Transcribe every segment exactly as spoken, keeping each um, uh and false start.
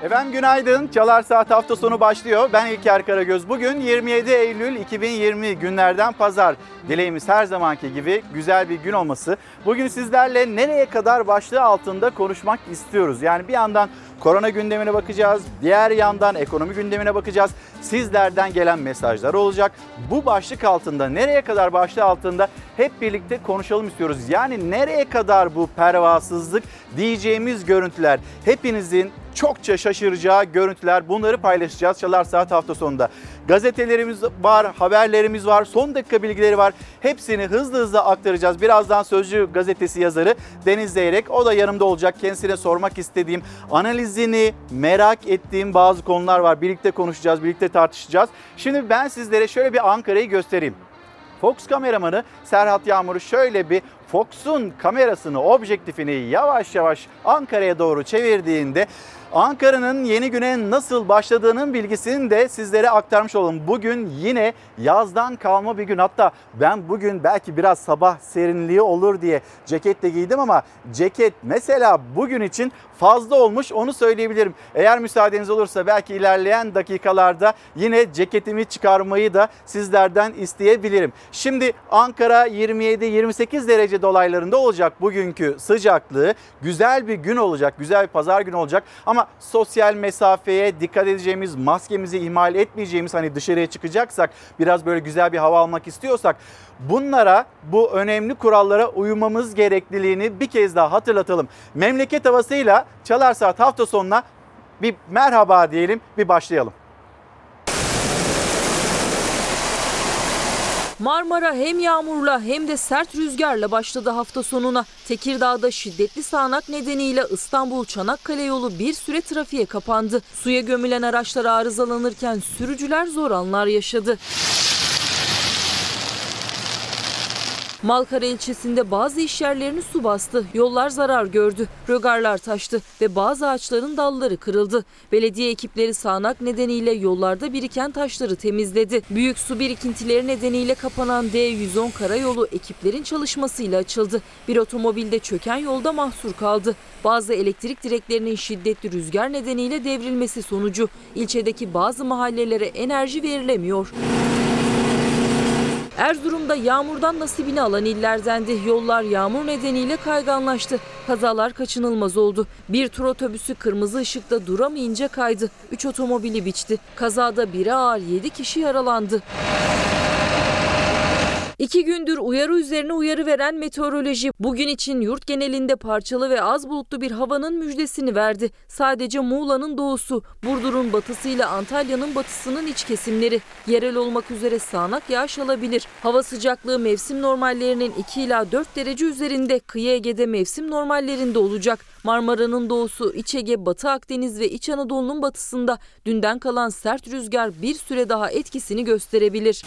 Efendim günaydın. Çalar Saat hafta sonu başlıyor. Ben İlker Karagöz. Bugün yirmi yedi Eylül iki bin yirmi günlerden pazar. Dileğimiz her zamanki gibi güzel bir gün olması. Bugün sizlerle nereye kadar başlığı altında konuşmak istiyoruz. Yani bir yandan korona gündemine bakacağız. Diğer yandan ekonomi gündemine bakacağız. Sizlerden gelen mesajlar olacak. Bu başlık altında nereye kadar başlığı altında hep birlikte konuşalım istiyoruz. Yani nereye kadar bu pervasızlık diyeceğimiz görüntüler, hepinizin çokça şaşıracağı görüntüler, bunları paylaşacağız Çalar Saat hafta sonunda. Gazetelerimiz var, haberlerimiz var, son dakika bilgileri var. Hepsini hızlı hızlı aktaracağız. Birazdan Sözcü gazetesi yazarı Deniz Zeyrek, o da yanımda olacak. Kendisine sormak istediğim, analizini merak ettiğim bazı konular var. Birlikte konuşacağız, birlikte tartışacağız. Şimdi ben sizlere şöyle bir Ankara'yı göstereyim. Fox kameramanı Serhat Yağmur'u şöyle bir Fox'un kamerasını, objektifini yavaş yavaş Ankara'ya doğru çevirdiğinde Ankara'nın yeni güne nasıl başladığının bilgisini de sizlere aktarmış olalım. Bugün yine yazdan kalma bir gün. Hatta ben bugün belki biraz sabah serinliği olur diye ceket de giydim ama ceket mesela bugün için fazla olmuş, onu söyleyebilirim. Eğer müsaadeniz olursa belki ilerleyen dakikalarda yine ceketimi çıkarmayı da sizlerden isteyebilirim. Şimdi Ankara yirmi yedi yirmi sekiz derece dolaylarında olacak bugünkü sıcaklığı. Güzel bir gün olacak, güzel bir pazar günü olacak ama sosyal mesafeye dikkat edeceğimiz, maskemizi ihmal etmeyeceğimiz, hani dışarıya çıkacaksak, biraz böyle güzel bir hava almak istiyorsak bunlara, bu önemli kurallara uymamız gerekliliğini bir kez daha hatırlatalım. Memleket havasıyla Çalar Saat hafta sonuna bir merhaba diyelim, bir başlayalım. Marmara hem yağmurla hem de sert rüzgarla başladı hafta sonuna. Tekirdağ'da şiddetli sağanak nedeniyle İstanbul-Çanakkale yolu bir süre trafiğe kapandı. Suya gömülen araçlar arızalanırken sürücüler zor anlar yaşadı. Malkara ilçesinde bazı işyerlerini su bastı, yollar zarar gördü, rögarlar taştı ve bazı ağaçların dalları kırıldı. Belediye ekipleri sağanak nedeniyle yollarda biriken taşları temizledi. Büyük su birikintileri nedeniyle kapanan D yüz on karayolu ekiplerin çalışmasıyla açıldı. Bir otomobilde çöken yolda mahsur kaldı. Bazı elektrik direklerinin şiddetli rüzgar nedeniyle devrilmesi sonucu ilçedeki bazı mahallelere enerji verilemiyor. Erzurum'da yağmurdan nasibini alan illerdendi. Yollar yağmur nedeniyle kayganlaştı. Kazalar kaçınılmaz oldu. Bir tur otobüsü kırmızı ışıkta duramayınca kaydı. Üç otomobili biçti. Kazada biri ağır, yedi kişi yaralandı. İki gündür uyarı üzerine uyarı veren meteoroloji bugün için yurt genelinde parçalı ve az bulutlu bir havanın müjdesini verdi. Sadece Muğla'nın doğusu, Burdur'un batısıyla Antalya'nın batısının iç kesimleri yerel olmak üzere sağanak yağış alabilir. Hava sıcaklığı mevsim normallerinin iki ila dört derece üzerinde, kıyı Ege'de mevsim normallerinde olacak. Marmara'nın doğusu, İç Ege, Batı Akdeniz ve İç Anadolu'nun batısında dünden kalan sert rüzgar bir süre daha etkisini gösterebilir.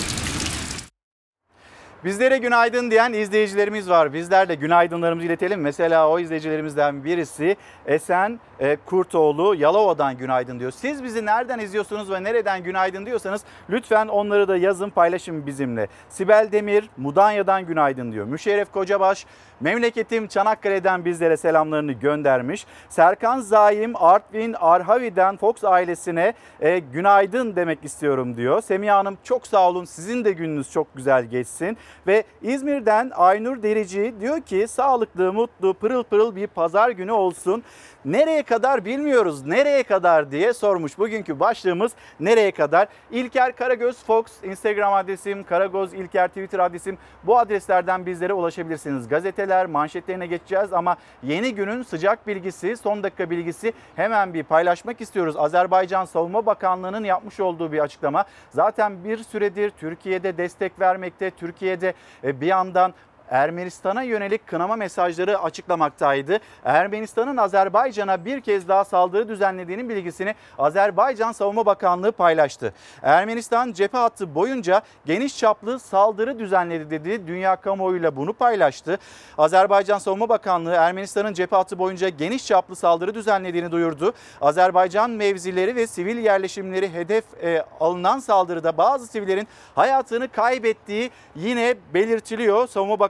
Bizlere günaydın diyen izleyicilerimiz var. Bizler de günaydınlarımızı iletelim. Mesela o izleyicilerimizden birisi Esen e, Kurtoğlu Yalova'dan günaydın diyor. Siz bizi nereden izliyorsunuz ve nereden günaydın diyorsanız lütfen onları da yazın, paylaşın bizimle. Sibel Demir Mudanya'dan günaydın diyor. Müşerref Kocabaş memleketim Çanakkale'den bizlere selamlarını göndermiş. Serkan Zaim Artvin Arhavi'den Fox ailesine e, günaydın demek istiyorum diyor. Semiha Hanım çok sağ olun, sizin de gününüz çok güzel geçsin. Ve İzmir'den Aynur Derici diyor ki sağlıklı, mutlu, pırıl pırıl bir pazar günü olsun. Nereye kadar bilmiyoruz, nereye kadar diye sormuş. Bugünkü başlığımız nereye kadar? İlker Karagöz Fox Instagram adresim, Karagöz İlker Twitter adresim. Bu adreslerden bizlere ulaşabilirsiniz. Gazeteler, manşetlerine geçeceğiz ama yeni günün sıcak bilgisi, son dakika bilgisi hemen bir paylaşmak istiyoruz. Azerbaycan Savunma Bakanlığı'nın yapmış olduğu bir açıklama. Zaten bir süredir Türkiye'de destek vermekte, Türkiye'de bir yandan Ermenistan'a yönelik kınama mesajları açıklamaktaydı. Ermenistan'ın Azerbaycan'a bir kez daha saldırı düzenlediğinin bilgisini Azerbaycan Savunma Bakanlığı paylaştı. Ermenistan cephe hattı boyunca geniş çaplı saldırı düzenledi dedi. Dünya kamuoyuyla bunu paylaştı. Azerbaycan Savunma Bakanlığı Ermenistan'ın cephe hattı boyunca geniş çaplı saldırı düzenlediğini duyurdu. Azerbaycan mevzileri ve sivil yerleşimleri hedef e, alınan saldırıda bazı sivillerin hayatını kaybettiği yine belirtiliyor. Savunma Bakanlığı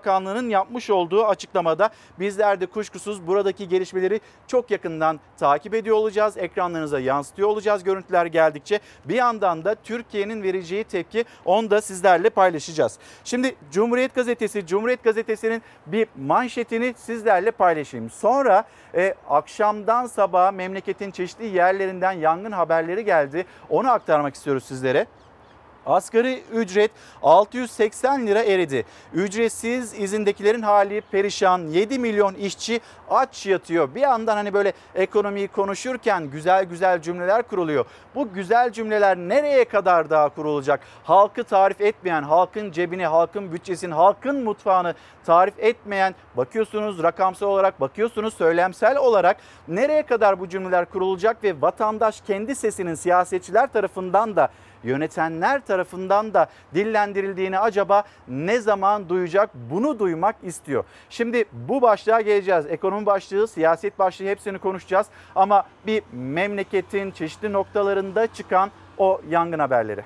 Bakanlığı'nın yapmış olduğu açıklamada. Bizler de kuşkusuz buradaki gelişmeleri çok yakından takip ediyor olacağız. Ekranlarınıza yansıtıyor olacağız görüntüler geldikçe. Bir yandan da Türkiye'nin vereceği tepki, onu da sizlerle paylaşacağız. Şimdi Cumhuriyet Gazetesi, Cumhuriyet Gazetesi'nin bir manşetini sizlerle paylaşayım. Sonra e, akşamdan sabaha memleketin çeşitli yerlerinden yangın haberleri geldi. Onu aktarmak istiyoruz sizlere. Asgari ücret altı yüz seksen lira eridi. Ücretsiz izindekilerin hali perişan. yedi milyon işçi aç yatıyor. Bir yandan hani böyle ekonomiyi konuşurken güzel güzel cümleler kuruluyor. Bu güzel cümleler nereye kadar daha kurulacak? Halkı tarif etmeyen, halkın cebini, halkın bütçesini, halkın mutfağını tarif etmeyen, bakıyorsunuz rakamsal olarak, bakıyorsunuz söylemsel olarak nereye kadar bu cümleler kurulacak ve vatandaş kendi sesinin siyasetçiler tarafından da, yönetenler tarafından da dillendirildiğini acaba ne zaman duyacak? Bunu duymak istiyor. Şimdi bu başlığa geleceğiz. Ekonomi başlığı, siyaset başlığı, hepsini konuşacağız. Ama bir memleketin çeşitli noktalarında çıkan o yangın haberleri.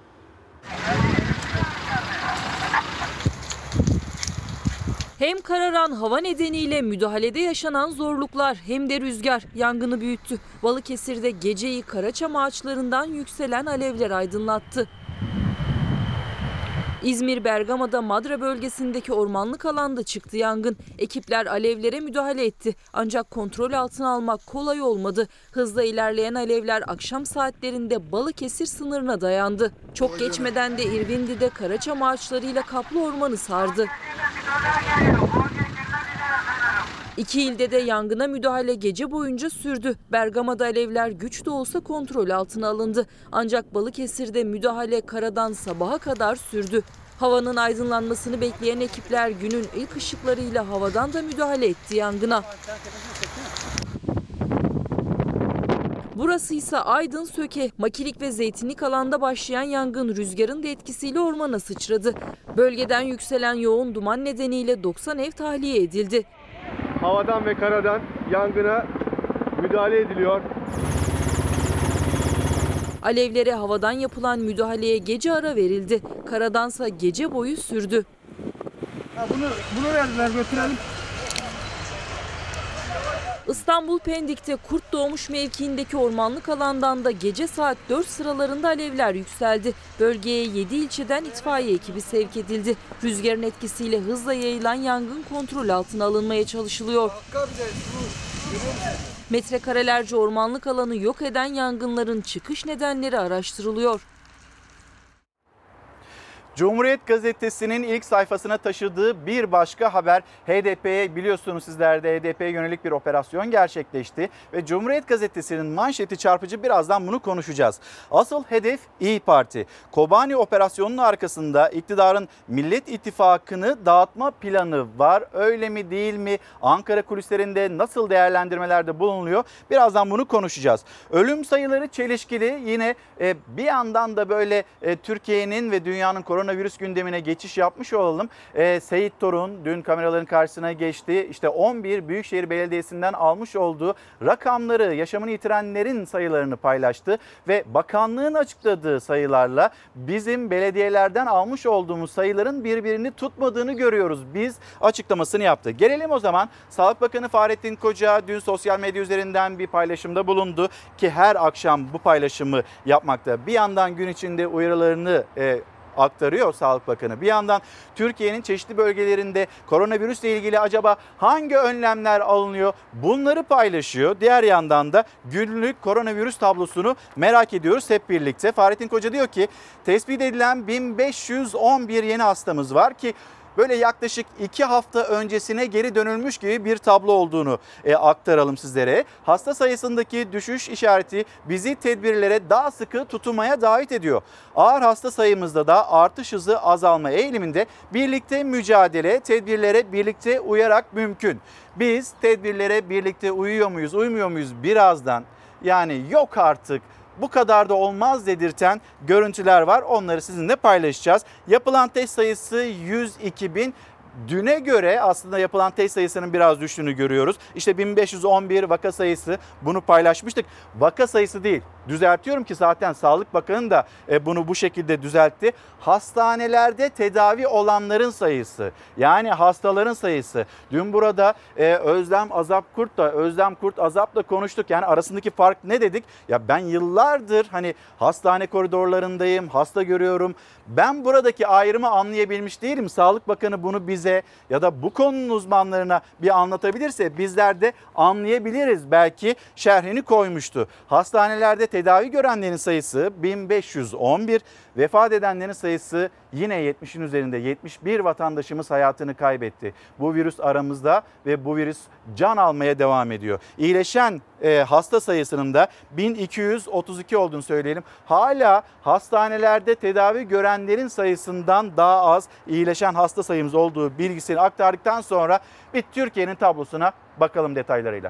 Hem kararan hava nedeniyle müdahalede yaşanan zorluklar hem de rüzgar yangını büyüttü. Balıkesir'de geceyi karaçam ağaçlarından yükselen alevler aydınlattı. İzmir Bergama'da Madra bölgesindeki ormanlık alanda çıktı yangın. Ekipler alevlere müdahale etti. Ancak kontrol altına almak kolay olmadı. Hızla ilerleyen alevler akşam saatlerinde Balıkesir sınırına dayandı. Çok geçmeden de İrvindi'de karaçam ağaçlarıyla kaplı ormanı sardı. İki ilde de yangına müdahale gece boyunca sürdü. Bergama'da alevler güç de olsa kontrol altına alındı. Ancak Balıkesir'de müdahale karadan sabaha kadar sürdü. Havanın aydınlanmasını bekleyen ekipler günün ilk ışıklarıyla havadan da müdahale etti yangına. Burası ise Aydın Söke. Makilik ve zeytinlik alanda başlayan yangın rüzgarın da etkisiyle ormana sıçradı. Bölgeden yükselen yoğun duman nedeniyle doksan ev tahliye edildi. Havadan ve karadan yangına müdahale ediliyor. Alevlere havadan yapılan müdahaleye gece ara verildi. Karadansa gece boyu sürdü. Ha bunu bunu verdiler, götürelim. İstanbul Pendik'te Kurt Doğmuş mevkiindeki ormanlık alandan da gece saat dört sıralarında alevler yükseldi. Bölgeye yedi ilçeden itfaiye ekibi sevk edildi. Rüzgarın etkisiyle hızla yayılan yangın kontrol altına alınmaya çalışılıyor. Metrekarelerce ormanlık alanı yok eden yangınların çıkış nedenleri araştırılıyor. Cumhuriyet Gazetesi'nin ilk sayfasına taşıdığı bir başka haber, H D P'ye, biliyorsunuz sizler de H D P'ye yönelik bir operasyon gerçekleşti ve Cumhuriyet Gazetesi'nin manşeti çarpıcı, birazdan bunu konuşacağız. Asıl hedef İYİ Parti. Kobani operasyonunun arkasında iktidarın Millet İttifakı'nı dağıtma planı var. Öyle mi değil mi? Ankara kulislerinde nasıl değerlendirmelerde bulunuyor? Birazdan bunu konuşacağız. Ölüm sayıları çelişkili. Yine e, bir yandan da böyle e, Türkiye'nin ve dünyanın korona Koronavirüs gündemine geçiş yapmış olalım. Ee, Seyit Torun dün kameraların karşısına geçti. İşte on bir Büyükşehir Belediyesi'nden almış olduğu rakamları, yaşamını yitirenlerin sayılarını paylaştı. Ve bakanlığın açıkladığı sayılarla bizim belediyelerden almış olduğumuz sayıların birbirini tutmadığını görüyoruz. Biz açıklamasını yaptı. Gelelim o zaman. Sağlık Bakanı Fahrettin Koca dün sosyal medya üzerinden bir paylaşımda bulundu. Ki her akşam bu paylaşımı yapmakta. Bir yandan gün içinde uyarılarını e, aktarıyor Sağlık Bakanı. Bir yandan Türkiye'nin çeşitli bölgelerinde koronavirüsle ilgili acaba hangi önlemler alınıyor, bunları paylaşıyor. Diğer yandan da günlük koronavirüs tablosunu merak ediyoruz hep birlikte. Fahrettin Koca diyor ki tespit edilen bin beş yüz on bir yeni hastamız var ki böyle yaklaşık iki hafta öncesine geri dönülmüş gibi bir tablo olduğunu e, aktaralım sizlere. Hasta sayısındaki düşüş işareti bizi tedbirlere daha sıkı tutunmaya davet ediyor. Ağır hasta sayımızda da artış hızı azalma eğiliminde. Birlikte mücadele, tedbirlere birlikte uyarak mümkün. Biz tedbirlere birlikte uyuyor muyuz, uymuyor muyuz birazdan? Yani yok artık, bu kadar da olmaz dedirten görüntüler var. Onları sizinle paylaşacağız. Yapılan test sayısı yüz iki bin. Düne göre aslında yapılan test sayısının biraz düştüğünü görüyoruz. İşte bin beş yüz on bir vaka sayısı, bunu paylaşmıştık. Vaka sayısı değil, düzeltiyorum ki zaten Sağlık Bakanı da bunu bu şekilde düzeltti. Hastanelerde tedavi olanların sayısı, yani hastaların sayısı. Dün burada Özlem Azap Kurt'la Özlem Kurt Azap'la konuştuk. Yani arasındaki fark ne dedik? Ya ben yıllardır hani hastane koridorlarındayım, hasta görüyorum. Ben buradaki ayrımı anlayabilmiş değilim. Sağlık Bakanı bunu bize ya da bu konunun uzmanlarına bir anlatabilirse bizler de anlayabiliriz. Belki şerhini koymuştu. Hastanelerde tedavi görenlerin sayısı bin beş yüz on bir, vefat edenlerin sayısı yine yetmişin üzerinde. yetmiş bir vatandaşımız hayatını kaybetti. Bu virüs aramızda ve bu virüs can almaya devam ediyor. İyileşen e, hasta sayısının da bin iki yüz otuz iki olduğunu söyleyelim. Hala hastanelerde tedavi görenlerin sayısından daha az iyileşen hasta sayımız olduğu bilgisini aktardıktan sonra bir Türkiye'nin tablosuna bakalım detaylarıyla.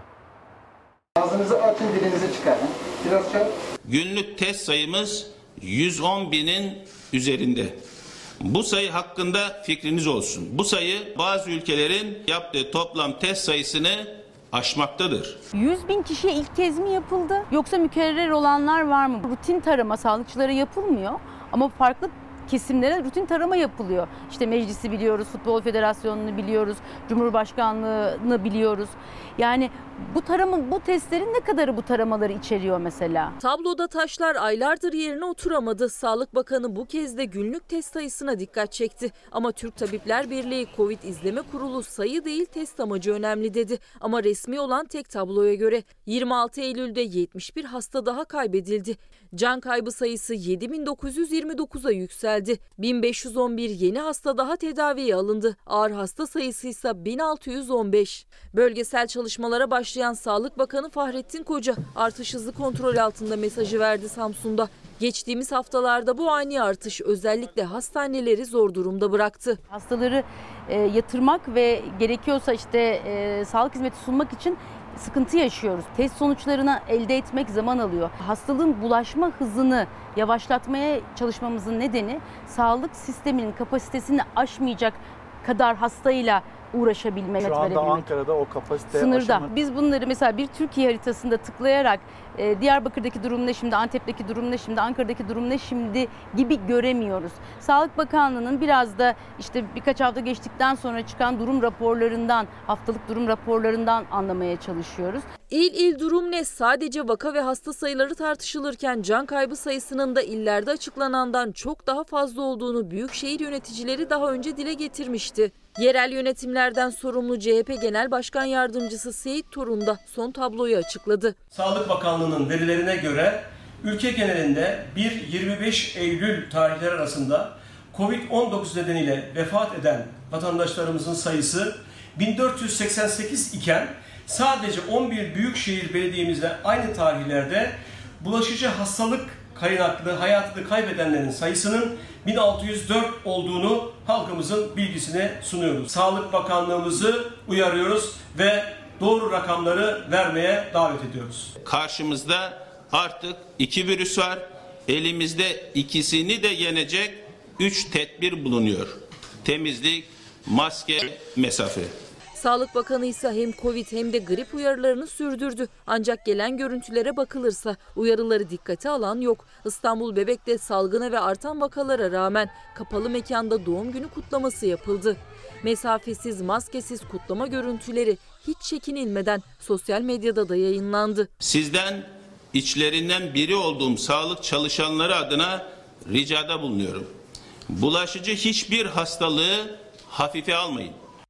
Ağzınızı açın, dilinizi çıkarın. Biraz çabuk. Günlük test sayımız yüz on binin üzerinde. Bu sayı hakkında fikriniz olsun. Bu sayı bazı ülkelerin yaptığı toplam test sayısını aşmaktadır. yüz bin kişiye ilk kez mi yapıldı? Yoksa mükerrer olanlar var mı? Rutin tarama sağlıkçılara yapılmıyor ama farklı kesimlere rutin tarama yapılıyor. İşte meclisi biliyoruz, Futbol Federasyonu'nu biliyoruz, Cumhurbaşkanlığı'nı biliyoruz. Yani bu tarama, bu testlerin ne kadarı bu taramaları içeriyor mesela? Tabloda taşlar aylardır yerine oturamadı. Sağlık Bakanı bu kez de günlük test sayısına dikkat çekti. Ama Türk Tabipler Birliği Covid İzleme Kurulu sayı değil test amacı önemli dedi. Ama resmi olan tek tabloya göre yirmi altı Eylül'de yetmiş bir hasta daha kaybedildi. Can kaybı sayısı yedi bin dokuz yüz yirmi dokuza yükseldi. bin beş yüz on bir yeni hasta daha tedaviye alındı. Ağır hasta sayısı ise bin altı yüz on beş. Bölgesel çalışmalara başlayan Sağlık Bakanı Fahrettin Koca artış hızı kontrol altında mesajı verdi Samsun'da. Geçtiğimiz haftalarda bu ani artış özellikle hastaneleri zor durumda bıraktı. Hastaları e, yatırmak ve gerekiyorsa işte e, sağlık hizmeti sunmak için sıkıntı yaşıyoruz. Test sonuçlarını elde etmek zaman alıyor. Hastalığın bulaşma hızını yavaşlatmaya çalışmamızın nedeni sağlık sisteminin kapasitesini aşmayacak kadar hastayla uğraşabilmek, Şu anda verebilmek. Ankara'da o kapasite Sınırda. aşımı... Biz bunları mesela bir Türkiye haritasında tıklayarak e, Diyarbakır'daki durum ne şimdi, Antep'teki durum ne şimdi, Ankara'daki durum ne şimdi gibi göremiyoruz. Sağlık Bakanlığı'nın biraz da işte birkaç hafta geçtikten sonra çıkan durum raporlarından, haftalık durum raporlarından anlamaya çalışıyoruz. İl il durum ne? Sadece vaka ve hasta sayıları tartışılırken can kaybı sayısının da illerde açıklanandan çok daha fazla olduğunu büyükşehir yöneticileri daha önce dile getirmişti. Yerel yönetimlerden sorumlu C H P Genel Başkan Yardımcısı Seyit Torun da son tabloyu açıkladı. Sağlık Bakanlığı'nın verilerine göre ülke genelinde bir yirmi beş Eylül tarihleri arasında Covid on dokuz nedeniyle vefat eden vatandaşlarımızın sayısı bin dört yüz seksen sekiz iken sadece on bir büyükşehir belediyemizde aynı tarihlerde bulaşıcı hastalık kaynaklı hayatını kaybedenlerin sayısının bin altı yüz dört olduğunu halkımızın bilgisine sunuyoruz. Sağlık Bakanlığımızı uyarıyoruz ve doğru rakamları vermeye davet ediyoruz. Karşımızda artık iki virüs var. Elimizde ikisini de yenecek üç tedbir bulunuyor. Temizlik, maske, mesafe. Sağlık Bakanı ise hem Covid hem de grip uyarılarını sürdürdü. Ancak gelen görüntülere bakılırsa uyarıları dikkate alan yok. İstanbul Bebek'te salgına ve artan vakalara rağmen kapalı mekanda doğum günü kutlaması yapıldı. Mesafesiz, maskesiz kutlama görüntüleri hiç çekinilmeden sosyal medyada da yayınlandı. Sizden içlerinden biri olduğum sağlık çalışanları adına ricada bulunuyorum. Bulaşıcı hiçbir hastalığı hafife almayın.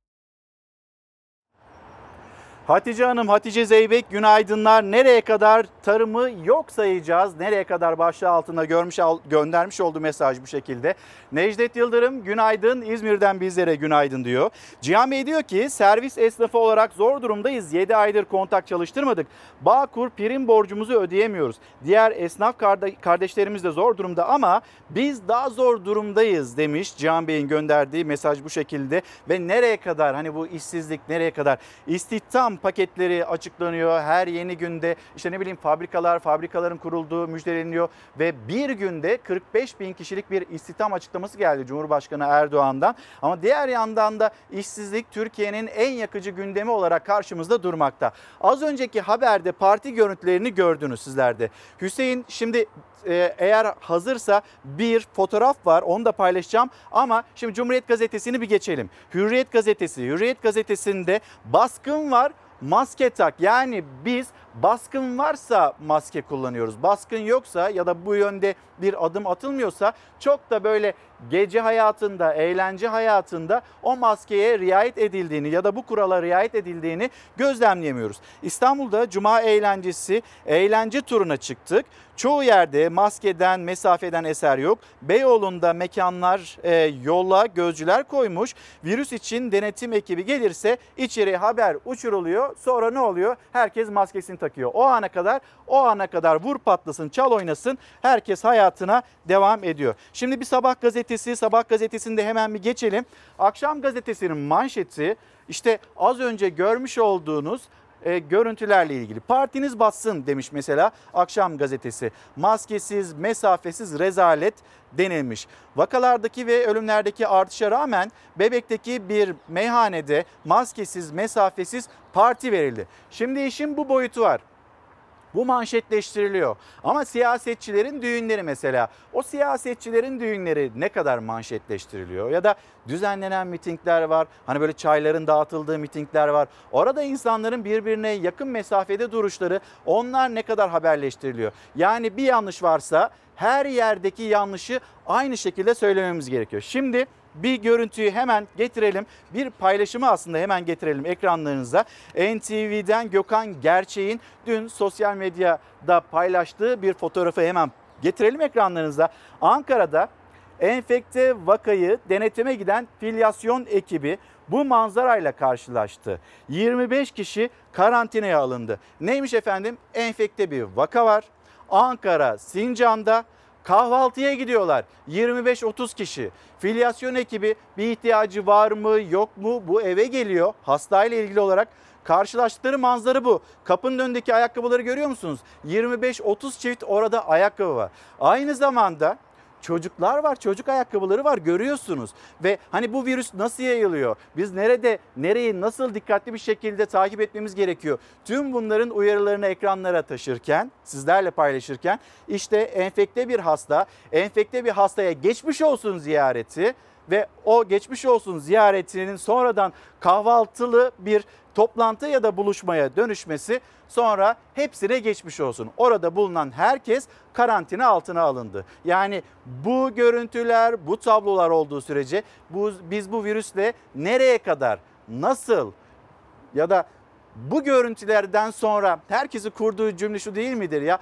Hatice Hanım, Hatice Zeybek, günaydınlar. Nereye kadar tarımı yok sayacağız? Nereye kadar başlığı altında görmüş göndermiş olduğu mesaj bu şekilde. Necdet Yıldırım, günaydın. İzmir'den bizlere günaydın diyor. Cihan Bey diyor ki servis esnafı olarak zor durumdayız. yedi aydır kontak çalıştırmadık. Bağkur prim borcumuzu ödeyemiyoruz. Diğer esnaf kardeşlerimiz de zor durumda ama biz daha zor durumdayız demiş. Cihan Bey'in gönderdiği mesaj bu şekilde. Ve nereye kadar, hani bu işsizlik nereye kadar? İstihdam istihdam paketleri açıklanıyor. Her yeni günde işte ne bileyim fabrikalar, fabrikaların kurulduğu müjdeleniyor ve bir günde kırk beş bin kişilik bir istihdam açıklaması geldi Cumhurbaşkanı Erdoğan'dan. Ama diğer yandan da işsizlik Türkiye'nin en yakıcı gündemi olarak karşımızda durmakta. Az önceki haberde parti görüntülerini gördünüz sizler de. Hüseyin şimdi eğer hazırsa bir fotoğraf var, onu da paylaşacağım ama şimdi Cumhuriyet Gazetesi'ni bir geçelim. Hürriyet Gazetesi, Hürriyet Gazetesi'nde baskın var, maske tak. Yani biz baskın varsa maske kullanıyoruz. Baskın yoksa ya da bu yönde bir adım atılmıyorsa çok da böyle gece hayatında, eğlence hayatında o maskeye riayet edildiğini ya da bu kurala riayet edildiğini gözlemleyemiyoruz. İstanbul'da Cuma eğlencesi, eğlence turuna çıktık. Çoğu yerde maskeden, mesafeden eser yok. Beyoğlu'nda mekanlar e, yola gözcüler koymuş. Virüs için denetim ekibi gelirse içeri haber uçuruluyor. Sonra ne oluyor? Herkes maskesini takıyor. O ana kadar, o ana kadar vur patlasın, çal oynasın. Herkes hayatına devam ediyor. Şimdi bir Sabah gazetesi, Sabah gazetesinde hemen bir geçelim. Akşam gazetesinin manşeti işte az önce görmüş olduğunuz E, görüntülerle ilgili. Partiniz batsın demiş mesela Akşam gazetesi. Maskesiz, mesafesiz rezalet denilmiş. Vakalardaki ve ölümlerdeki artışa rağmen Bebek'teki bir meyhanede maskesiz, mesafesiz parti verildi. Şimdi işin bu boyutu var. Bu manşetleştiriliyor. Ama siyasetçilerin düğünleri mesela, o siyasetçilerin düğünleri ne kadar manşetleştiriliyor? Ya da düzenlenen mitingler var. Hani böyle çayların dağıtıldığı mitingler var. Orada insanların birbirine yakın mesafede duruşları, onlar ne kadar haberleştiriliyor? Yani bir yanlış varsa her yerdeki yanlışı aynı şekilde söylememiz gerekiyor. Şimdi bir görüntüyü hemen getirelim. Bir paylaşımı aslında hemen getirelim ekranlarınıza. N T V'den Gökhan Gerçek'in dün sosyal medyada paylaştığı bir fotoğrafı hemen getirelim ekranlarınıza. Ankara'da enfekte vakayı denetime giden filyasyon ekibi bu manzarayla karşılaştı. yirmi beş kişi karantinaya alındı. Neymiş efendim? Enfekte bir vaka var. Ankara Sincan'da kahvaltıya gidiyorlar. yirmi beş otuz kişi. Filyasyon ekibi bir ihtiyacı var mı yok mu bu eve geliyor. Hastayla ilgili olarak karşılaştıkları manzara bu. Kapının önündeki ayakkabıları görüyor musunuz? yirmi beş otuz çift orada ayakkabı var. Aynı zamanda çocuklar var, çocuk ayakkabıları var, görüyorsunuz. Ve hani bu virüs nasıl yayılıyor? Biz nerede, nereyi nasıl dikkatli bir şekilde takip etmemiz gerekiyor? Tüm bunların uyarılarını ekranlara taşırken, sizlerle paylaşırken işte enfekte bir hasta, enfekte bir hastaya geçmiş olsun ziyareti ve o geçmiş olsun ziyaretinin sonradan kahvaltılı bir toplantı ya da buluşmaya dönüşmesi, sonra hepsine geçmiş olsun. Orada bulunan herkes karantina altına alındı. Yani bu görüntüler, bu tablolar olduğu sürece bu, biz bu virüsle nereye kadar, nasıl ya da bu görüntülerden sonra herkesi kurduğu cümle şu değil midir ya?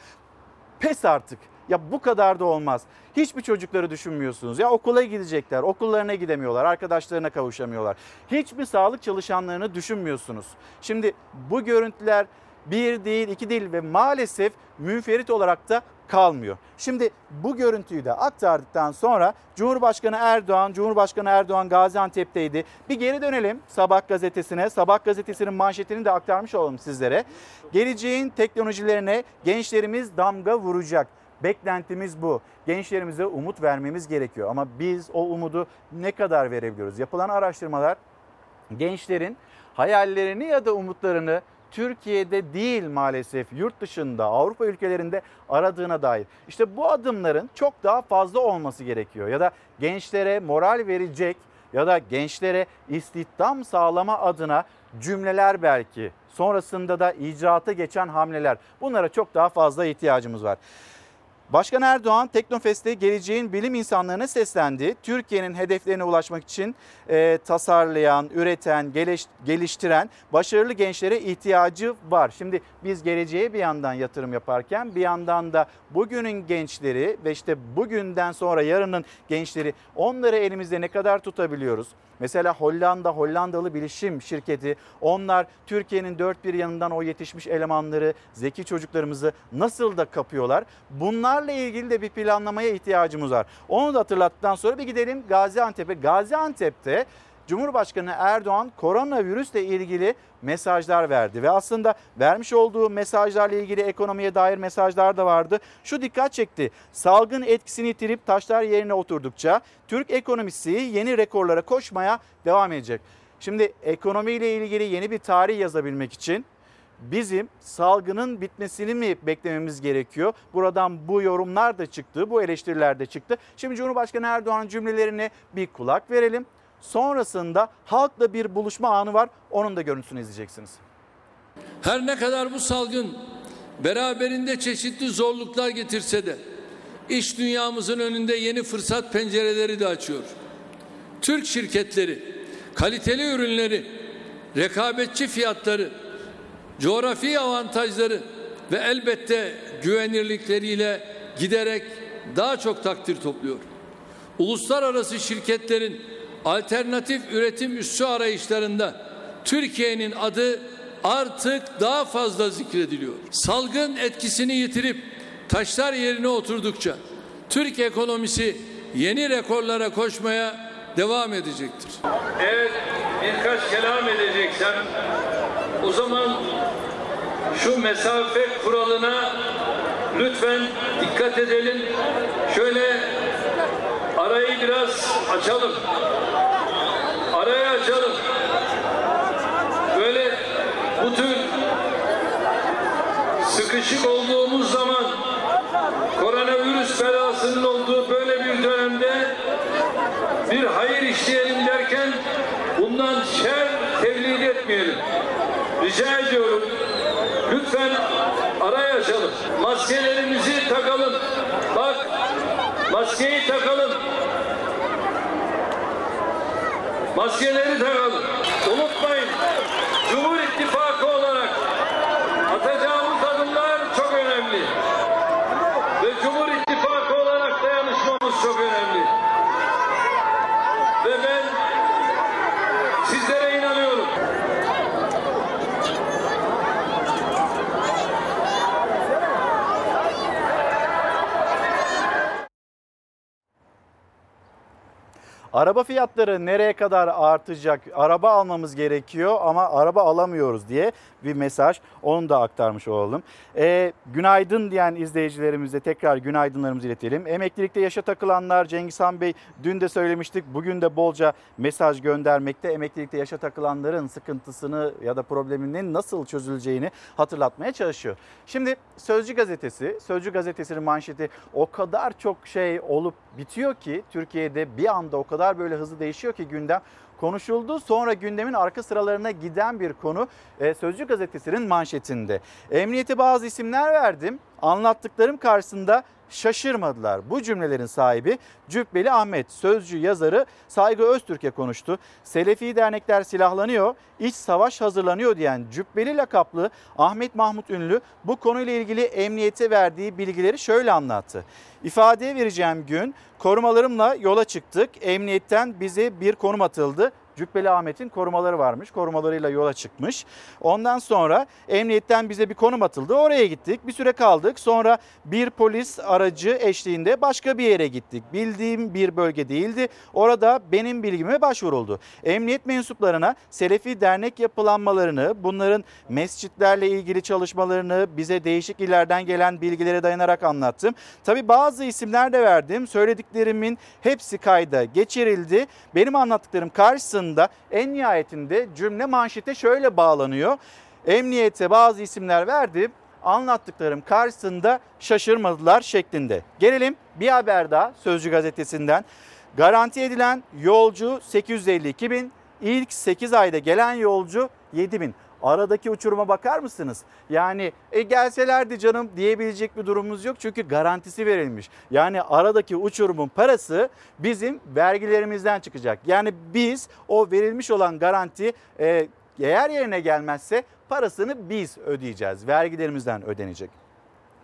Pes artık. Ya bu kadar da olmaz. Hiçbir çocukları düşünmüyorsunuz. Ya okula gidecekler, okullarına gidemiyorlar, arkadaşlarına kavuşamıyorlar. Hiçbir sağlık çalışanlarını düşünmüyorsunuz. Şimdi bu görüntüler bir değil, iki değil ve maalesef münferit olarak da kalmıyor. Şimdi bu görüntüyü de aktardıktan sonra Cumhurbaşkanı Erdoğan, Cumhurbaşkanı Erdoğan Gaziantep'teydi. Bir geri dönelim Sabah gazetesine. Sabah gazetesinin manşetini de aktarmış olalım sizlere. Geleceğin teknolojilerine gençlerimiz damga vuracak. Beklentimiz bu. Gençlerimize umut vermemiz gerekiyor. Ama biz o umudu ne kadar verebiliyoruz? Yapılan araştırmalar gençlerin hayallerini ya da umutlarını Türkiye'de değil maalesef yurt dışında, Avrupa ülkelerinde aradığına dair. İşte bu adımların çok daha fazla olması gerekiyor. Ya da gençlere moral verecek ya da gençlere istihdam sağlama adına cümleler belki. Sonrasında da icraata geçen hamleler. Bunlara çok daha fazla ihtiyacımız var. Başkan Erdoğan Teknofest'te geleceğin bilim insanlarına seslendi. Türkiye'nin hedeflerine ulaşmak için e, tasarlayan, üreten, geliş, geliştiren başarılı gençlere ihtiyacı var. Şimdi biz geleceğe bir yandan yatırım yaparken bir yandan da bugünün gençleri ve işte bugünden sonra yarının gençleri, onları elimizde ne kadar tutabiliyoruz? Mesela Hollanda, Hollandalı bilişim şirketi, onlar Türkiye'nin dört bir yanından o yetişmiş elemanları, zeki çocuklarımızı nasıl da kapıyorlar? Bunlarla ilgili de bir planlamaya ihtiyacımız var. Onu da hatırlattıktan sonra bir gidelim Gaziantep'e. Gaziantep'te Cumhurbaşkanı Erdoğan koronavirüsle ilgili mesajlar verdi ve aslında vermiş olduğu mesajlarla ilgili ekonomiye dair mesajlar da vardı. Şu dikkat çekti. Salgın etkisini yitirip taşlar yerine oturdukça Türk ekonomisi yeni rekorlara koşmaya devam edecek. Şimdi ekonomiyle ilgili yeni bir tarih yazabilmek için bizim salgının bitmesini mi beklememiz gerekiyor? Buradan bu yorumlar da çıktı, bu eleştiriler de çıktı. Şimdi Cumhurbaşkanı Erdoğan'ın cümlelerine bir kulak verelim. Sonrasında halkla bir buluşma anı var. Onun da görüntüsünü izleyeceksiniz. Her ne kadar bu salgın beraberinde çeşitli zorluklar getirse de iş dünyamızın önünde yeni fırsat pencereleri de açıyor. Türk şirketleri kaliteli ürünleri, rekabetçi fiyatları, coğrafi avantajları ve elbette güvenirlikleriyle giderek daha çok takdir topluyor. Uluslararası şirketlerin alternatif üretim üssü arayışlarında Türkiye'nin adı artık daha fazla zikrediliyor. Salgın etkisini yitirip taşlar yerine oturdukça Türk ekonomisi yeni rekorlara koşmaya devam edecektir. Evet, birkaç kelam edeceksem o zaman şu mesafe kuralına lütfen dikkat edelim. Şöyle arayı biraz açalım. Arayı açalım. Böyle bu tür sıkışık olduğumuz zaman koronavirüs belasının olduğu böyle bir dönemde bir hayır işleyelim derken bundan şer tevlid etmeyelim. Rica ediyorum. Lütfen arayı açalım. Maskelerimizi takalım. Bak, maskeyi takalım. Maskeleri takalım. Unutmayın. Cumhur İttifakı olarak atacağımız adımlar çok önemli. Ve Cumhur İttifakı olarak dayanışmamız çok önemli. Ve ben sizlere inanıyorum. Araba fiyatları nereye kadar artacak? Araba almamız gerekiyor ama araba alamıyoruz diye bir mesaj. Onu da aktarmış olalım. E, günaydın diyen izleyicilerimize tekrar günaydınlarımızı iletelim. Emeklilikte yaşa takılanlar, Cengizhan Bey dün de söylemiştik. Bugün de bolca mesaj göndermekte. Emeklilikte yaşa takılanların sıkıntısını ya da probleminin nasıl çözüleceğini hatırlatmaya çalışıyor. Şimdi Sözcü Gazetesi, Sözcü Gazetesi'nin manşeti o kadar çok şey olup bitiyor ki Türkiye'de bir anda o kadar böyle hızlı değişiyor ki gündem konuşuldu. Sonra gündemin arka sıralarına giden bir konu Sözcü Gazetesi'nin manşetinde. Emniyete bazı isimler verdim. Anlattıklarım karşısında şaşırmadılar. Bu cümlelerin sahibi Cübbeli Ahmet, Sözcü yazarı Saygı Öztürk'e konuştu. Selefi dernekler silahlanıyor, iç savaş hazırlanıyor diyen Cübbeli lakaplı Ahmet Mahmut Ünlü bu konuyla ilgili emniyete verdiği bilgileri şöyle anlattı. İfade vereceğim gün korumalarımla yola çıktık. Emniyetten bize bir konum atıldı. Cübbeli Ahmet'in korumaları varmış. Korumalarıyla yola çıkmış. Ondan sonra emniyetten bize bir konum atıldı. Oraya gittik. Bir süre kaldık. Sonra bir polis aracı eşliğinde başka bir yere gittik. Bildiğim bir bölge değildi. Orada benim bilgime başvuruldu. Emniyet mensuplarına Selefi dernek yapılanmalarını, bunların mescitlerle ilgili çalışmalarını bize değişik illerden gelen bilgilere dayanarak anlattım. Tabii bazı isimler de verdim. Söylediklerimin hepsi kayda geçirildi. Benim anlattıklarım karşısında en nihayetinde cümle manşete şöyle bağlanıyor. Emniyete bazı isimler verdim, anlattıklarım karşısında şaşırmadılar şeklinde. Gelelim bir haber daha Sözcü Gazetesi'nden. Garanti edilen yolcu sekiz yüz elli iki bin, ilk sekiz ayda gelen yolcu yedi bin. Aradaki uçuruma bakar mısınız? Yani e, gelselerdi canım diyebilecek bir durumumuz yok çünkü garantisi verilmiş. Yani aradaki uçurumun parası bizim vergilerimizden çıkacak. Yani biz o verilmiş olan garanti e, eğer yerine gelmezse parasını biz ödeyeceğiz. Vergilerimizden ödenecek.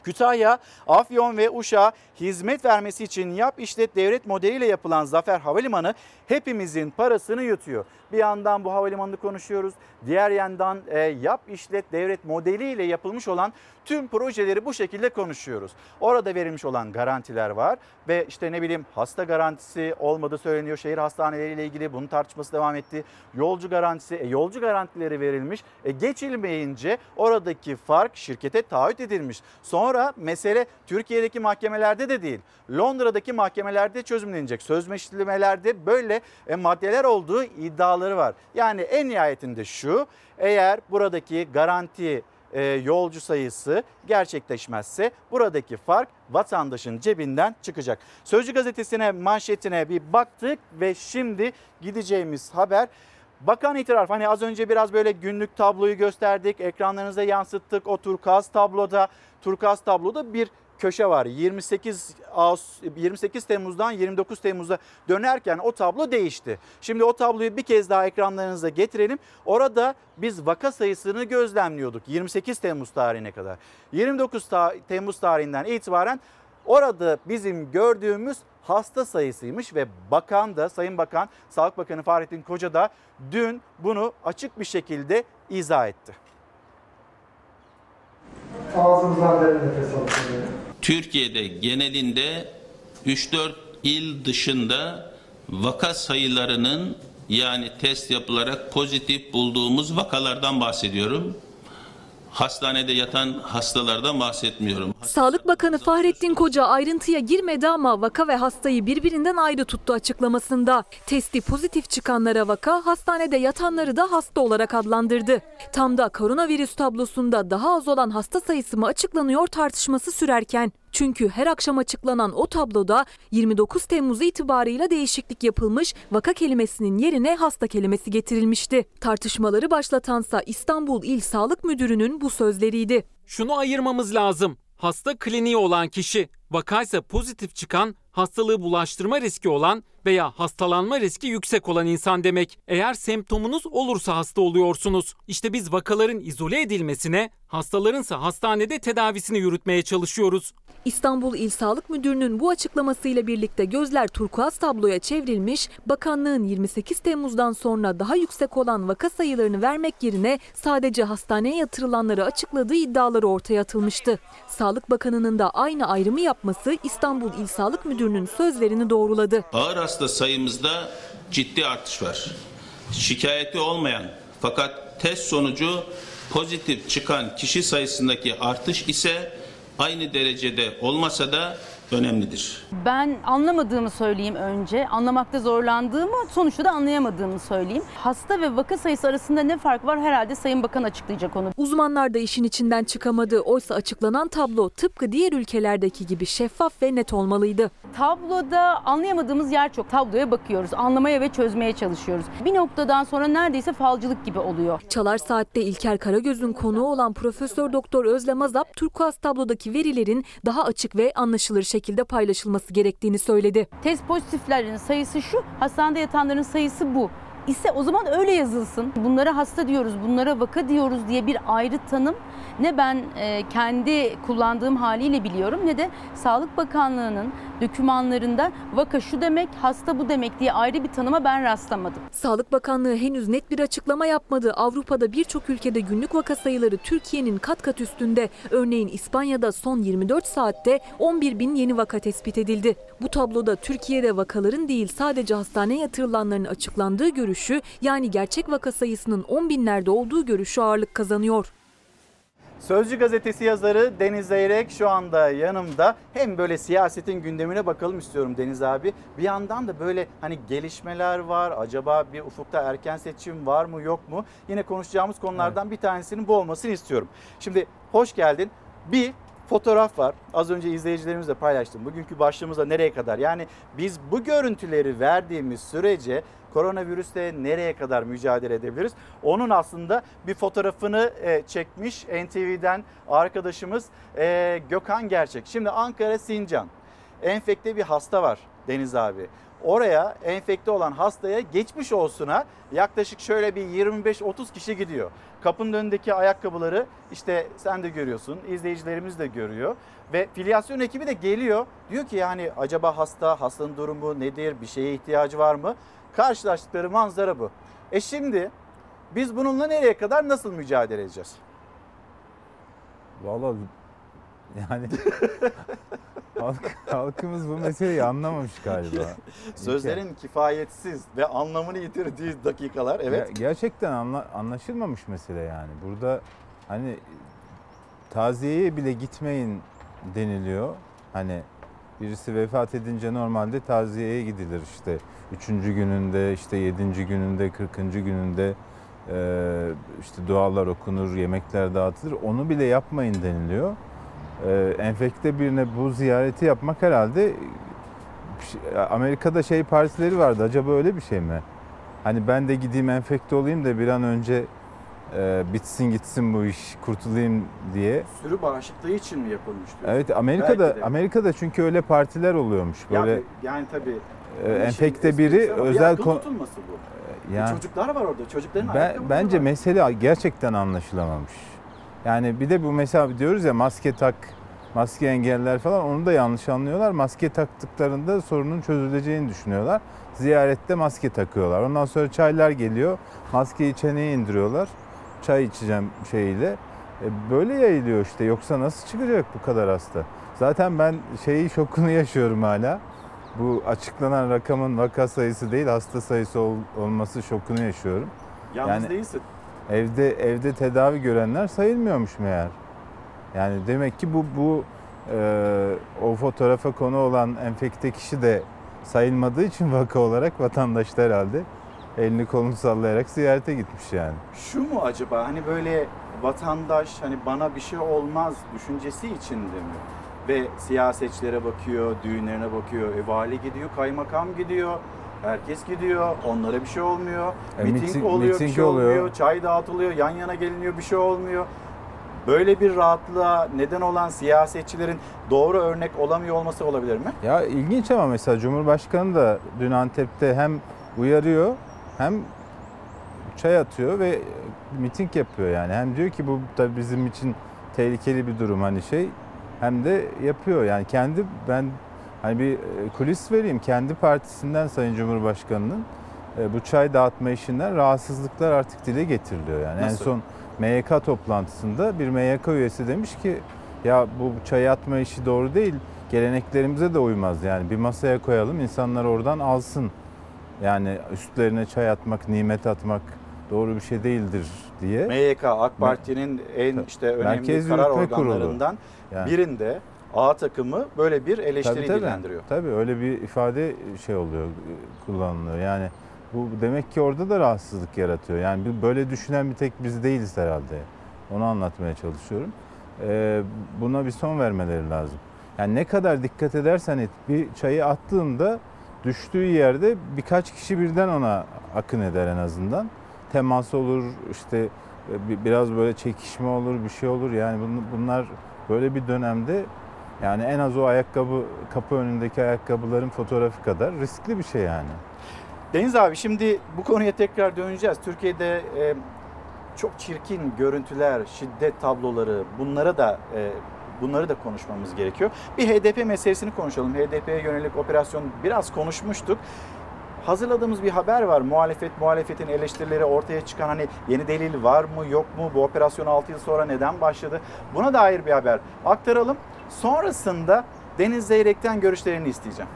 Kütahya, Afyon ve Uşak'a hizmet vermesi için yap işlet devlet modeliyle yapılan Zafer Havalimanı hepimizin parasını yutuyor. Bir yandan bu havalimanını konuşuyoruz. Diğer yandan e, yap işlet devlet modeliyle yapılmış olan tüm projeleri bu şekilde konuşuyoruz. Orada verilmiş olan garantiler var ve işte ne bileyim hasta garantisi olmadığı söyleniyor. Şehir hastaneleriyle ilgili bunun tartışması devam etti. Yolcu garantisi, e, yolcu garantileri verilmiş. E, geçilmeyince oradaki fark şirkete taahhüt edilmiş. Sonra mesele Türkiye'deki mahkemelerde de değil, Londra'daki mahkemelerde çözümlenecek. Sözleşmelerde böyle e, maddeler olduğu iddiaları var. Yani en nihayetinde şu, eğer buradaki garanti e, yolcu sayısı gerçekleşmezse buradaki fark vatandaşın cebinden çıkacak. Sözcü gazetesine manşetine bir baktık ve şimdi gideceğimiz haber bakan itiraf. Hani az önce biraz böyle günlük tabloyu gösterdik, ekranlarınıza yansıttık. O turkuaz tabloda, turkuaz tabloda bir köşe var. yirmi sekiz yirmi sekiz Temmuz'dan yirmi dokuz Temmuz'a dönerken o tablo değişti. Şimdi o tabloyu bir kez daha ekranlarınıza getirelim. Orada biz vaka sayısını gözlemliyorduk yirmi sekiz Temmuz tarihine kadar. yirmi dokuz Temmuz tarihinden itibaren orada bizim gördüğümüz hasta sayısıymış ve bakan da, Sayın Bakan, Sağlık Bakanı Fahrettin Koca da dün bunu açık bir şekilde izah etti. Ağzımızdan derin nefes alıp Türkiye'de genelinde üç dört il dışında vaka sayılarının, yani test yapılarak pozitif bulduğumuz vakalardan bahsediyorum. Hastanede yatan hastalardan bahsetmiyorum. Sağlık Bakanı Fahrettin Koca ayrıntıya girmedi ama vaka ve hastayı birbirinden ayrı tuttu açıklamasında. Testi pozitif çıkanlara vaka, hastanede yatanları da hasta olarak adlandırdı. Tam da koronavirüs tablosunda daha az olan hasta sayısı mı açıklanıyor tartışması sürerken. Çünkü her akşam açıklanan o tabloda yirmi dokuz Temmuz itibarıyla değişiklik yapılmış, vaka kelimesinin yerine hasta kelimesi getirilmişti. Tartışmaları başlatansa İstanbul İl Sağlık Müdürü'nün bu sözleriydi. Şunu ayırmamız lazım. Hasta kliniği olan kişi, vakaysa pozitif çıkan, hastalığı bulaştırma riski olan veya hastalanma riski yüksek olan insan demek. Eğer semptomunuz olursa hasta oluyorsunuz. İşte biz vakaların izole edilmesine, hastalarınsa hastanede tedavisini yürütmeye çalışıyoruz. İstanbul İl Sağlık Müdürü'nün bu açıklamasıyla birlikte gözler turkuaz tabloya çevrilmiş, bakanlığın yirmi sekiz Temmuz'dan sonra daha yüksek olan vaka sayılarını vermek yerine sadece hastaneye yatırılanları açıkladığı iddiaları ortaya atılmıştı. Sağlık Bakanı'nın da aynı ayrımı yapması İstanbul İl Sağlık Müdürü'nün sözlerini doğruladı. Ağır hasta sayımızda ciddi artış var. Şikayeti olmayan fakat test sonucu pozitif çıkan kişi sayısındaki artış ise aynı derecede olmasa da önemlidir. Ben anlamadığımı söyleyeyim önce. Anlamakta zorlandığımı, sonuçta da anlayamadığımı söyleyeyim. Hasta ve vaka sayısı arasında ne fark var herhalde Sayın Bakan açıklayacak onu. Uzmanlar da işin içinden çıkamadı. Oysa açıklanan tablo tıpkı diğer ülkelerdeki gibi şeffaf ve net olmalıydı. Tabloda anlayamadığımız yer çok. Tabloya bakıyoruz, anlamaya ve çözmeye çalışıyoruz. Bir noktadan sonra neredeyse falcılık gibi oluyor. Çalar Saat'te İlker Karagöz'ün konuğu olan Profesör Doktor Özlem Azap, turkuaz tablodaki verilerin daha açık ve anlaşılır şekilde paylaşılması gerektiğini söyledi. Test pozitiflerin sayısı şu, hastanede yatanların sayısı bu. İse o zaman öyle yazılsın. Bunlara hasta diyoruz, bunlara vaka diyoruz diye bir ayrı tanım ne ben e, kendi kullandığım haliyle biliyorum ne de Sağlık Bakanlığı'nın dokümanlarında vaka şu demek, hasta bu demek diye ayrı bir tanıma ben rastlamadım. Sağlık Bakanlığı henüz net bir açıklama yapmadı. Avrupa'da birçok ülkede günlük vaka sayıları Türkiye'nin kat kat üstünde. Örneğin İspanya'da son yirmi dört saatte on bir bin yeni vaka tespit edildi. Bu tabloda Türkiye'de vakaların değil sadece hastaneye yatırılanların açıklandığı görüşü, yani gerçek vaka sayısının on binlerde olduğu görüşü ağırlık kazanıyor. Sözcü gazetesi yazarı Deniz Zeyrek şu anda yanımda. Hem böyle siyasetin gündemine bakalım istiyorum Deniz abi. Bir yandan da böyle hani gelişmeler var. Acaba bir ufukta erken seçim var mı yok mu? Yine konuşacağımız konulardan evet. bir tanesinin bu olmasını istiyorum. Şimdi hoş geldin. Bir fotoğraf var. Az önce izleyicilerimizle paylaştım. Bugünkü başlığımızda nereye kadar? Yani biz bu görüntüleri verdiğimiz sürece koronavirüsle nereye kadar mücadele edebiliriz? Onun aslında bir fotoğrafını e, çekmiş N T V'den arkadaşımız e, Gökhan Gerçek. Şimdi Ankara Sincan. Enfekte bir hasta var Deniz abi. oraya enfekte olan hastaya geçmiş olsuna yaklaşık şöyle bir yirmi beş otuz kişi gidiyor. Kapının önündeki ayakkabıları işte sen de görüyorsun, izleyicilerimiz de görüyor ve filyasyon ekibi de geliyor. Diyor ki yani acaba hasta, hastanın durumu nedir, bir şeye ihtiyacı var mı? Karşılaştıkları manzara bu. E şimdi biz bununla nereye kadar nasıl mücadele edeceğiz? Vallahi yani halk, halkımız bu meseleyi anlamamış galiba. Sözlerin kifayetsiz ve anlamını yitirdiği dakikalar, evet. Ger- gerçekten anla, anlaşılmamış mesele yani. Burada hani taziyeye bile gitmeyin deniliyor. Hani birisi vefat edince normalde taziyeye gidilir işte. Üçüncü gününde, işte yedinci gününde, kırkıncı gününde e, işte dualar okunur, yemekler dağıtılır. Onu bile yapmayın deniliyor. E, enfekte birine bu ziyareti yapmak herhalde Amerika'da şey partileri vardı. Acaba öyle bir şey mi? Hani ben de gideyim enfekte olayım da bir an önce e, bitsin gitsin bu iş, kurtulayım diye. Sürü bağışıklığı için mi yapılmış diyorsun? Evet, Amerika'da Amerika'da çünkü öyle partiler oluyormuş. Böyle yani, yani tabii e, enfekte şey, biri özel kon- tutulması bu. Yani, çocuklar var orada. Çocukların ben, bence var. mesele gerçekten anlaşılamamış. Yani bir de bu mesela diyoruz ya maske tak, maske engeller falan, onu da yanlış anlıyorlar. Maske taktıklarında sorunun çözüleceğini düşünüyorlar. Ziyarette maske takıyorlar. Ondan sonra çaylar geliyor. Maskeyi çeneye indiriyorlar. Çay içeceğim şeyiyle. E böyle yayılıyor işte. Yoksa nasıl çıkacak bu kadar hasta? Zaten ben şeyi şokunu yaşıyorum hala. Bu açıklanan rakamın vaka sayısı değil, hasta sayısı ol, olması şokunu yaşıyorum. Yalnız yani değilsin. Evde evde tedavi görenler sayılmıyormuş meğer. Yani demek ki bu bu e, o fotoğrafa konu olan enfekte kişi de sayılmadığı için vaka olarak vatandaşlar herhalde elini kolunu sallayarak ziyarete gitmiş yani. Şu mu acaba, hani böyle vatandaş hani bana bir şey olmaz düşüncesi için de mi? Ve siyasetçilere bakıyor, düğünlerine bakıyor, e, vali gidiyor, kaymakam gidiyor, herkes gidiyor, onlara bir şey olmuyor. E, miting, miting oluyor, miting bir şey oluyor. olmuyor, çay dağıtılıyor, yan yana geliniyor, bir şey olmuyor. Böyle bir rahatlığa neden olan siyasetçilerin doğru örnek olamıyor olması olabilir mi? Ya ilginç ama mesela Cumhurbaşkanı da dün Antep'te hem uyarıyor hem çay atıyor ve miting yapıyor yani. Hem diyor ki bu tabii bizim için tehlikeli bir durum hani şey, hem de yapıyor yani kendi, ben hani bir kulis vereyim, kendi partisinden Sayın Cumhurbaşkanı'nın bu çay dağıtma işinden rahatsızlıklar artık dile getiriliyor yani. Nasıl? En son M Y K toplantısında bir M Y K üyesi demiş ki ya bu çay atma işi doğru değil, geleneklerimize de uymaz yani, bir masaya koyalım insanlar oradan alsın. Yani üstlerine çay atmak, nimet atmak doğru bir şey değildir diye. M Y K AK Parti'nin en işte önemli Merkez karar Yürütme organlarından yani birinde A takımı böyle bir eleştiri tabii, tabii, dillendiriyor. Tabii öyle bir ifade şey oluyor, kullanılıyor. Yani bu demek ki orada da rahatsızlık yaratıyor. Yani böyle düşünen bir tek biz değiliz herhalde. Onu anlatmaya çalışıyorum. Ee, buna bir son vermeleri lazım. Yani ne kadar dikkat edersen et, bir çayı attığında düştüğü yerde birkaç kişi birden ona akın eder en azından. Temas olur, işte biraz böyle çekişme olur, bir şey olur. Yani bunlar böyle bir dönemde yani en az o ayakkabı, kapı önündeki ayakkabıların fotoğrafı kadar riskli bir şey yani. Deniz abi, şimdi bu konuya tekrar döneceğiz. Türkiye'de e, çok çirkin görüntüler, şiddet tabloları, bunlara da e, bunları da konuşmamız gerekiyor. Bir H D P meselesini konuşalım. H D P'ye yönelik operasyon biraz konuşmuştuk. Hazırladığımız bir haber var. Muhalefet, muhalefetin eleştirileri ortaya çıkan, hani yeni delil var mı yok mu? Bu operasyon altı yıl sonra neden başladı? Buna dair bir haber aktaralım. Sonrasında Deniz Zeyrek'ten görüşlerini isteyeceğim.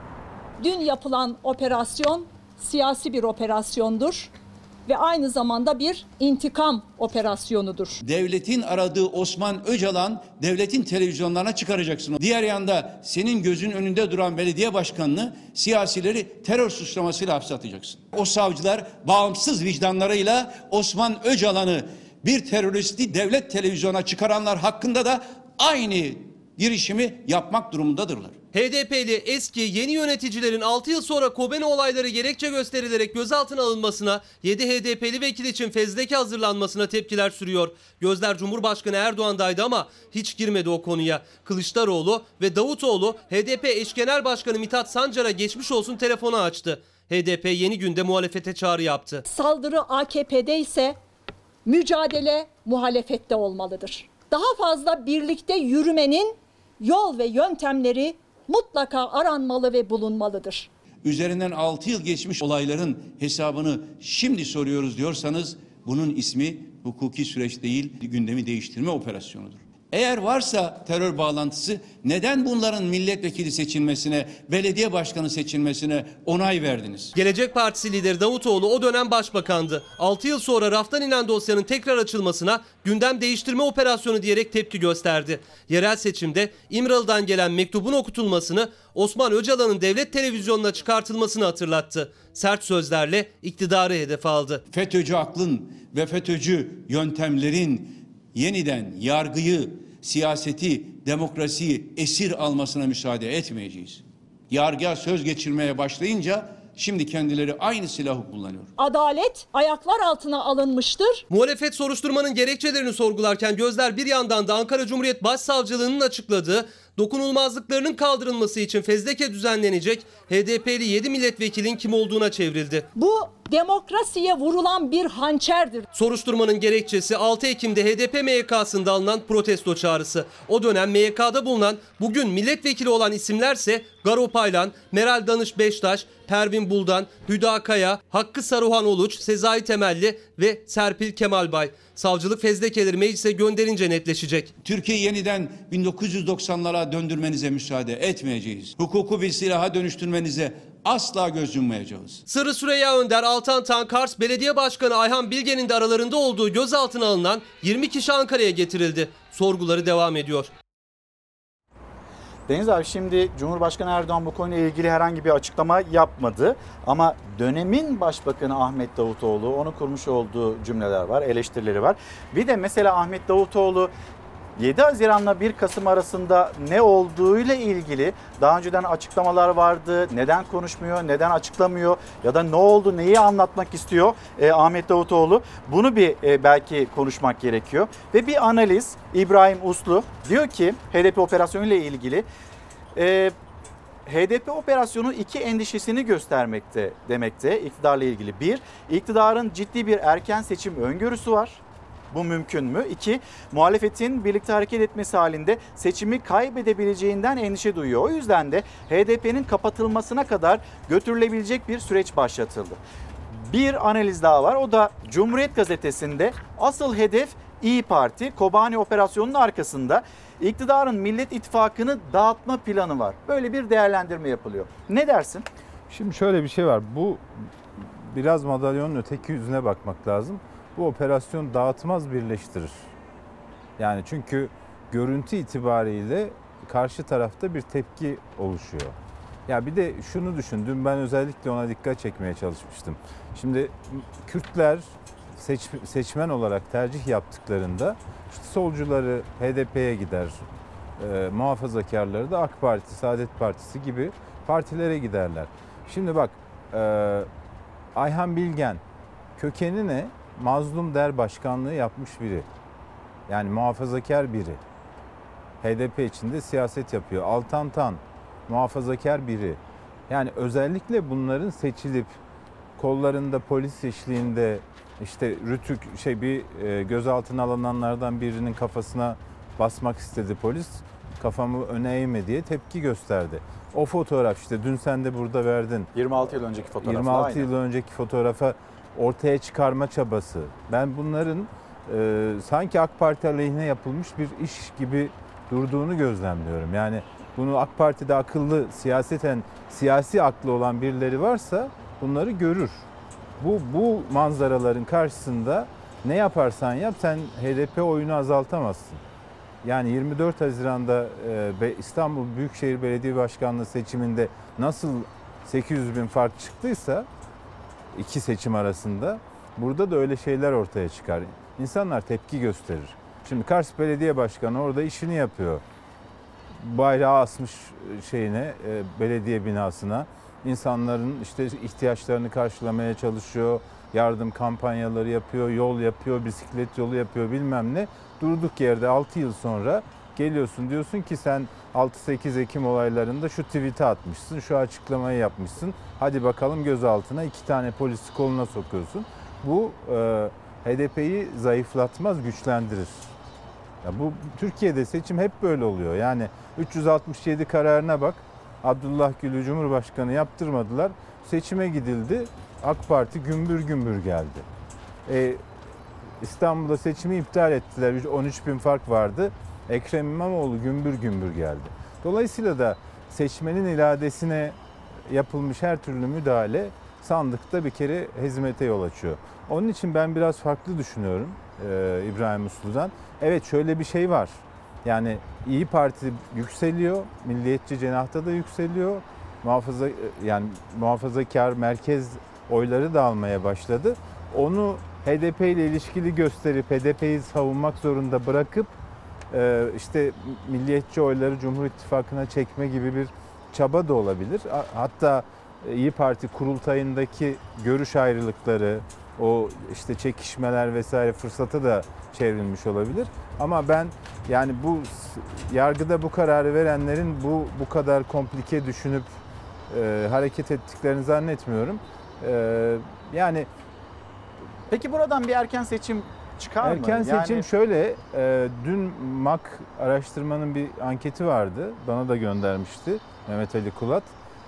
Dün yapılan operasyon siyasi bir operasyondur ve aynı zamanda bir intikam operasyonudur. Devletin aradığı Osman Öcalan, devletin televizyonlarına çıkaracaksın. Diğer yanda senin gözün önünde duran belediye başkanını, siyasileri terör suçlamasıyla hapse atacaksın. O savcılar bağımsız vicdanlarıyla Osman Öcalan'ı, bir teröristi devlet televizyona çıkaranlar hakkında da aynı girişimi yapmak durumundadırlar. H D P'li eski yeni yöneticilerin altı yıl sonra Kobani olayları gerekçe gösterilerek gözaltına alınmasına, yedi H D P'li vekil için fezleke hazırlanmasına tepkiler sürüyor. Gözler Cumhurbaşkanı Erdoğan'daydı ama hiç girmedi o konuya. Kılıçdaroğlu ve Davutoğlu H D P eş genel başkanı Mithat Sancar'a geçmiş olsun telefonu açtı. H D P Yeni Gün'de muhalefete çağrı yaptı. Saldırı A K P'de ise mücadele muhalefette olmalıdır. Daha fazla birlikte yürümenin yol ve yöntemleri mutlaka aranmalı ve bulunmalıdır. Üzerinden altı yıl geçmiş olayların hesabını şimdi soruyoruz diyorsanız bunun ismi hukuki süreç değil, gündemi değiştirme operasyonudur. Eğer varsa terör bağlantısı neden bunların milletvekili seçilmesine, belediye başkanı seçilmesine onay verdiniz? Gelecek Partisi lideri Davutoğlu o dönem başbakandı. altı yıl sonra raftan inen dosyanın tekrar açılmasına gündem değiştirme operasyonu diyerek tepki gösterdi. Yerel seçimde İmralı'dan gelen mektubun okutulmasını, Osman Öcalan'ın devlet televizyonuna çıkartılmasını hatırlattı. Sert sözlerle iktidarı hedef aldı. FETÖ'cü aklın ve FETÖ'cü yöntemlerin yeniden yargıyı, siyaseti, demokrasiyi esir almasına müsaade etmeyeceğiz. Yargıya söz geçirmeye başlayınca şimdi kendileri aynı silahı kullanıyor. Adalet ayaklar altına alınmıştır. Muhalefet soruşturmanın gerekçelerini sorgularken gözler bir yandan da Ankara Cumhuriyet Başsavcılığı'nın açıkladığı dokunulmazlıklarının kaldırılması için fezleke düzenlenecek H D P'li yedi milletvekilin kim olduğuna çevrildi. Bu demokrasiye vurulan bir hançerdir. Soruşturmanın gerekçesi altı Ekim'de H D P M Y K'sında alınan protesto çağrısı. O dönem M Y K'da bulunan bugün milletvekili olan isimlerse Garo Paylan, Meral Danış Beştaş, Pervin Buldan, Hüda Kaya, Hakkı Saruhan Oluç, Sezai Temelli ve Serpil Kemalbay. Savcılık fezlekeleri meclise gönderince netleşecek. Türkiye yeniden bin dokuz yüz doksanlara döndürmenize müsaade etmeyeceğiz. Hukuku bir silaha dönüştürmenize asla göz yummayacağız. Sırrı Süreyya Önder, Altan Tan, Kars Belediye Başkanı Ayhan Bilge'nin de aralarında olduğu gözaltına alınan yirmi kişi Ankara'ya getirildi. Sorguları devam ediyor. Deniz abi, şimdi Cumhurbaşkanı Erdoğan bu konuyla ilgili herhangi bir açıklama yapmadı. Ama dönemin Başbakanı Ahmet Davutoğlu, onun kurmuş olduğu cümleler var, eleştirileri var. Bir de mesela Ahmet Davutoğlu yedi Haziran'la bir Kasım arasında ne olduğuyla ilgili daha önceden açıklamalar vardı. Neden konuşmuyor, neden açıklamıyor ya da ne oldu, neyi anlatmak istiyor e, Ahmet Davutoğlu? Bunu bir e, belki konuşmak gerekiyor. Ve bir analiz, İbrahim Uslu diyor ki H D P operasyonuyla ilgili e, H D P operasyonu iki endişesini göstermekte demekte iktidarla ilgili. Bir, iktidarın ciddi bir erken seçim öngörüsü var. Bu mümkün mü? İki, muhalefetin birlikte hareket etmesi halinde seçimi kaybedebileceğinden endişe duyuyor. O yüzden de H D P'nin kapatılmasına kadar götürülebilecek bir süreç başlatıldı. Bir analiz daha var. O da Cumhuriyet Gazetesi'nde asıl hedef İYİ Parti. Kobani operasyonunun arkasında iktidarın Millet İttifakı'nı dağıtma planı var. Böyle bir değerlendirme yapılıyor. Ne dersin? Şimdi şöyle bir şey var. Bu biraz madalyonun öteki yüzüne bakmak lazım. Bu operasyon dağıtmaz, birleştirir. Yani çünkü görüntü itibariyle karşı tarafta bir tepki oluşuyor. Ya bir de şunu düşün, dün ben özellikle ona dikkat çekmeye çalışmıştım. Şimdi Kürtler seç, seçmen olarak tercih yaptıklarında işte solcuları H D P'ye gider, e, muhafazakarları da AK Parti, Saadet Partisi gibi partilere giderler. Şimdi bak, e, Ayhan Bilgen kökeni ne? Mazlum Der Başkanlığı yapmış biri. Yani muhafazakar biri. H D P içinde siyaset yapıyor. Altan Tan muhafazakar biri. Yani özellikle bunların seçilip kollarında polis eşliğinde işte rütük şey bir e, gözaltına alınanlardan birinin kafasına basmak istedi polis. Kafamı öne eğme diye tepki gösterdi. O fotoğraf işte dün sen de burada verdin. yirmi altı yıl önceki fotoğraf. yirmi altı aynı. yıl önceki fotoğrafa ortaya çıkarma çabası. Ben bunların e, sanki AK Parti aleyhine yapılmış bir iş gibi durduğunu gözlemliyorum. Yani bunu AK Parti'de akıllı, siyaseten siyasi aklı olan birileri varsa bunları görür. Bu bu manzaraların karşısında ne yaparsan yap sen H D P oyunu azaltamazsın. Yani yirmi dört Haziran'da e, İstanbul Büyükşehir Belediye Başkanlığı seçiminde nasıl sekiz yüz bin fark çıktıysa iki seçim arasında burada da öyle şeyler ortaya çıkar. İnsanlar tepki gösterir. Şimdi Kars Belediye Başkanı orada işini yapıyor. bayrağı asmış şeyine, e, belediye binasına. İnsanların işte ihtiyaçlarını karşılamaya çalışıyor. Yardım kampanyaları yapıyor, yol yapıyor, bisiklet yolu yapıyor, bilmem ne. Durduk yerde altı yıl sonra geliyorsun, diyorsun ki sen altı sekiz Ekim olaylarında şu tweet'i atmışsın, şu açıklamayı yapmışsın. Hadi bakalım gözaltına, iki tane polisi koluna sokuyorsun. Bu e, H D P'yi zayıflatmaz, güçlendirir. Ya bu Türkiye'de seçim hep böyle oluyor. Yani üç yüz altmış yedi kararına bak. Abdullah Gül'ü Cumhurbaşkanı yaptırmadılar. Seçime gidildi. AK Parti gümbür gümbür geldi. E, İstanbul'da seçimi iptal ettiler. on üç bin fark vardı. Ekrem İmamoğlu gümbür gümbür geldi. Dolayısıyla da seçmenin iradesine yapılmış her türlü müdahale sandıkta bir kere hezimete yol açıyor. Onun için ben biraz farklı düşünüyorum e, İbrahim Uslu'dan. Evet, şöyle bir şey var. Yani İyi Parti yükseliyor, milliyetçi cenahta da yükseliyor. Muhafaza yani muhafazakar merkez oyları da almaya başladı. Onu H D P ile ilişkili gösterip H D P'yi savunmak zorunda bırakıp e, işte milliyetçi oyları Cumhur İttifakı'na çekme gibi bir çaba da olabilir. Hatta İyi Parti kurultayındaki görüş ayrılıkları, o işte çekişmeler vesaire fırsata da çevrilmiş olabilir. Ama ben yani bu yargıda bu kararı verenlerin bu bu kadar komplike düşünüp e, hareket ettiklerini zannetmiyorum. E, yani peki buradan bir erken seçim çıkar mı? Erken seçim yani... şöyle, e, dün M A K araştırmanın bir anketi vardı. Bana da göndermişti Mehmet Ali Kulat.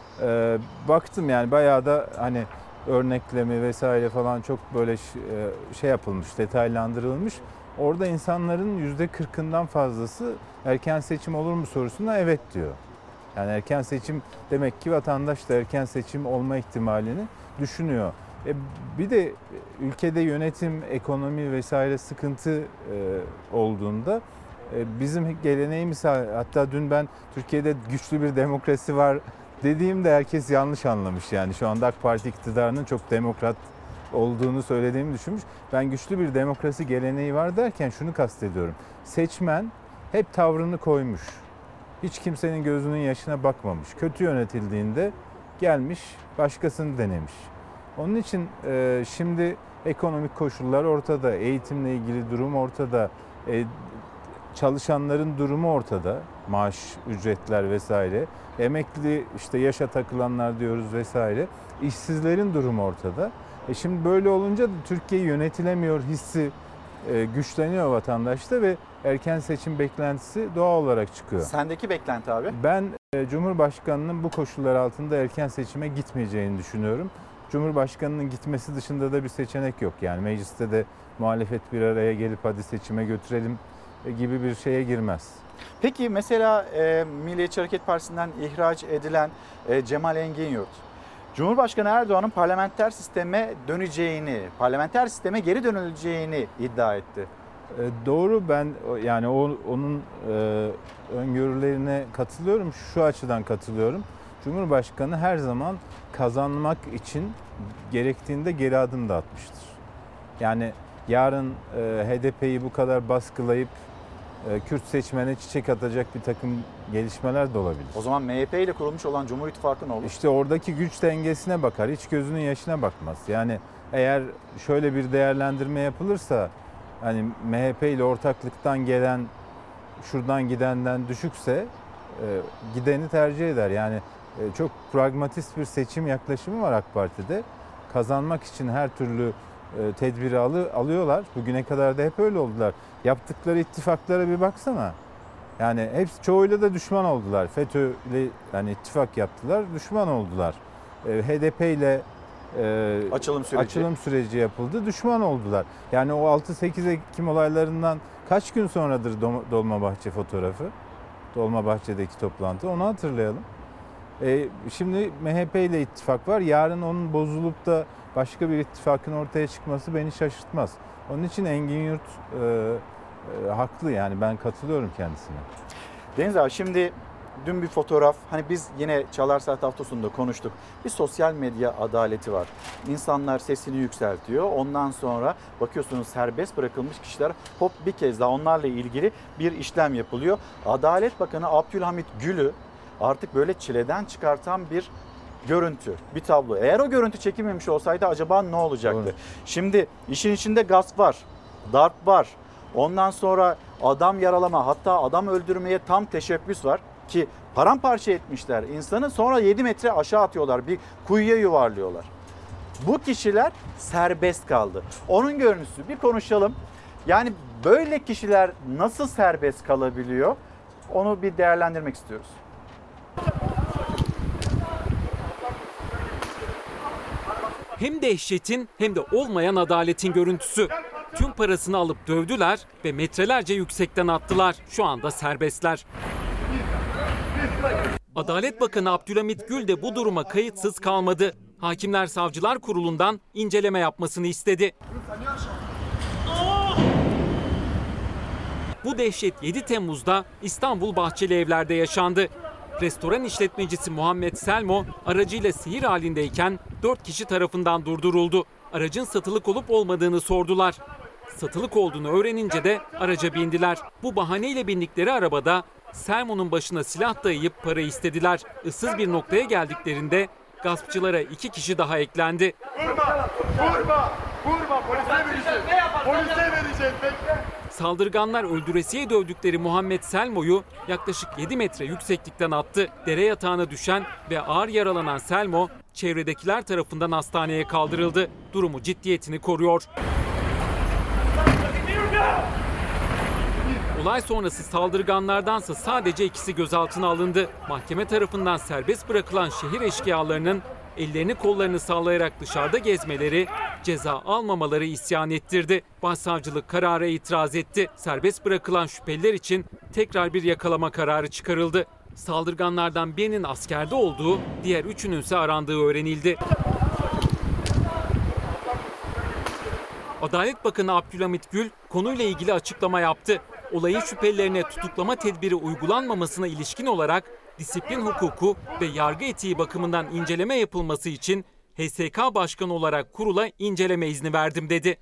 E, baktım yani bayağı da hani örneklemi vesaire falan çok böyle şey yapılmış, detaylandırılmış. Orada insanların yüzde kırkından fazlası erken seçim olur mu sorusuna evet diyor. Yani erken seçim demek ki vatandaş da erken seçim olma ihtimalini düşünüyor. E bir de ülkede yönetim, ekonomi vesaire sıkıntı e, olduğunda e, bizim geleneğimiz, hatta dün ben Türkiye'de güçlü bir demokrasi var dediğimde herkes yanlış anlamış. Yani şu anda AK Parti iktidarının çok demokrat olduğunu söylediğimi düşünmüş. Ben güçlü bir demokrasi geleneği var derken şunu kastediyorum. Seçmen hep tavrını koymuş. Hiç kimsenin gözünün yaşına bakmamış. Kötü yönetildiğinde gelmiş başkasını denemiş. Onun için e, şimdi ekonomik koşullar ortada, eğitimle ilgili durum ortada, e, çalışanların durumu ortada, maaş, ücretler vesaire, emekli işte yaşa takılanlar diyoruz vesaire, işsizlerin durumu ortada. E şimdi böyle olunca da Türkiye yönetilemiyor hissi e, güçleniyor vatandaşta ve erken seçim beklentisi doğal olarak çıkıyor. Sendeki beklenti abi? Ben e, Cumhurbaşkanı'nın bu koşullar altında erken seçime gitmeyeceğini düşünüyorum. Cumhurbaşkanının gitmesi dışında da bir seçenek yok. Yani mecliste de muhalefet bir araya gelip hadi seçime götürelim gibi bir şeye girmez. Peki mesela e, Milliyetçi Hareket Partisi'nden ihraç edilen e, Cemal Engin-Yurt, Cumhurbaşkanı Erdoğan'ın parlamenter sisteme döneceğini, parlamenter sisteme geri dönüleceğini iddia etti. E, doğru, ben yani o, onun e, öngörülerine katılıyorum. Şu açıdan katılıyorum. Cumhurbaşkanı her zaman kazanmak için gerektiğinde geri adım da atmıştır. Yani yarın e, H D P'yi bu kadar baskılayıp e, Kürt seçmene çiçek atacak bir takım gelişmeler de olabilir. O zaman M H P ile kurulmuş olan Cumhur İttifakı ne olur? İşte oradaki güç dengesine bakar. Hiç gözünün yaşına bakmaz. Yani eğer şöyle bir değerlendirme yapılırsa hani M H P ile ortaklıktan gelen şuradan gidenden düşükse e, gideni tercih eder. Yani e, çok pragmatist bir seçim yaklaşımı var AK Parti'de. Kazanmak için her türlü e, tedbiri alı, alıyorlar. Bugüne kadar da hep öyle oldular. Yaptıkları ittifaklara bir baksana. Yani hepsi çoğuyla da düşman oldular. FETÖ ile yani ittifak yaptılar, düşman oldular. E, H D P ile e, açılım süreci. açılım süreci yapıldı, düşman oldular. Yani o altı sekiz Ekim olaylarından kaç gün sonradır Dolmabahçe fotoğrafı? Dolmabahçe'deki toplantı, onu hatırlayalım. E, şimdi M H P ile ittifak var. Yarın onun bozulup da başka bir ittifakın ortaya çıkması beni şaşırtmaz. Onun için Engin-Yurt e, e, haklı, yani ben katılıyorum kendisine. Deniz abi, şimdi dün bir fotoğraf, hani biz yine Çalar Saat hafta sonunda konuştuk. Bir sosyal medya adaleti var. İnsanlar sesini yükseltiyor. Ondan sonra bakıyorsunuz serbest bırakılmış kişiler hop bir kez daha onlarla ilgili bir işlem yapılıyor. Adalet Bakanı Abdülhamit Gül'ü artık böyle çileden çıkartan bir görüntü, bir tablo. Eğer o görüntü çekilmemiş olsaydı acaba ne olacaktı? Doğru. Şimdi işin içinde gasp var, darp var. Ondan sonra adam yaralama, hatta adam öldürmeye tam teşebbüs var ki paramparça etmişler insanı, sonra yedi metre aşağı atıyorlar, bir kuyuya yuvarlıyorlar. Bu kişiler serbest kaldı. Onun görüntüsü bir konuşalım. Yani böyle kişiler nasıl serbest kalabiliyor? Onu bir değerlendirmek istiyoruz. Hem dehşetin hem de olmayan adaletin görüntüsü. Tüm parasını alıp dövdüler ve metrelerce yüksekten attılar. Şu anda serbestler. Adalet Bakanı Abdülhamit Gül de bu duruma kayıtsız kalmadı. Hakimler Savcılar Kurulu'ndan inceleme yapmasını istedi. Bu dehşet yedi Temmuz'da İstanbul Bahçelievler'de yaşandı. Restoran işletmecisi Muhammed Selmo aracıyla seyir halindeyken dört kişi tarafından durduruldu. Aracın satılık olup olmadığını sordular. Satılık olduğunu öğrenince de araca bindiler. Bu bahaneyle bindikleri arabada Selmo'nun başına silah dayayıp para istediler. Issız bir noktaya geldiklerinde gaspçılara iki kişi daha eklendi. Vurma! Vurma! Vurma! Polise vereceğiz! Polise vereceğiz! Bekle! Saldırganlar öldüresiye dövdükleri Muhammed Selmo'yu yaklaşık yedi metre yükseklikten attı. Dere yatağına düşen ve ağır yaralanan Selmo, çevredekiler tarafından hastaneye kaldırıldı. Durumu ciddiyetini koruyor. Olay sonrası saldırganlardansa sadece ikisi gözaltına alındı. Mahkeme tarafından serbest bırakılan şehir eşkıyalarının ellerini kollarını sallayarak dışarıda gezmeleri, ceza almamaları isyan ettirdi. Başsavcılık karara itiraz etti. Serbest bırakılan şüpheliler için tekrar bir yakalama kararı çıkarıldı. Saldırganlardan birinin askerde olduğu, diğer üçünün ise arandığı öğrenildi. Adalet Bakanı Abdülhamit Gül konuyla ilgili açıklama yaptı. Olayın şüphelilerine tutuklama tedbiri uygulanmamasına ilişkin olarak disiplin hukuku ve yargı etiği bakımından inceleme yapılması için H S K Başkanı olarak kurula inceleme izni verdim dedi.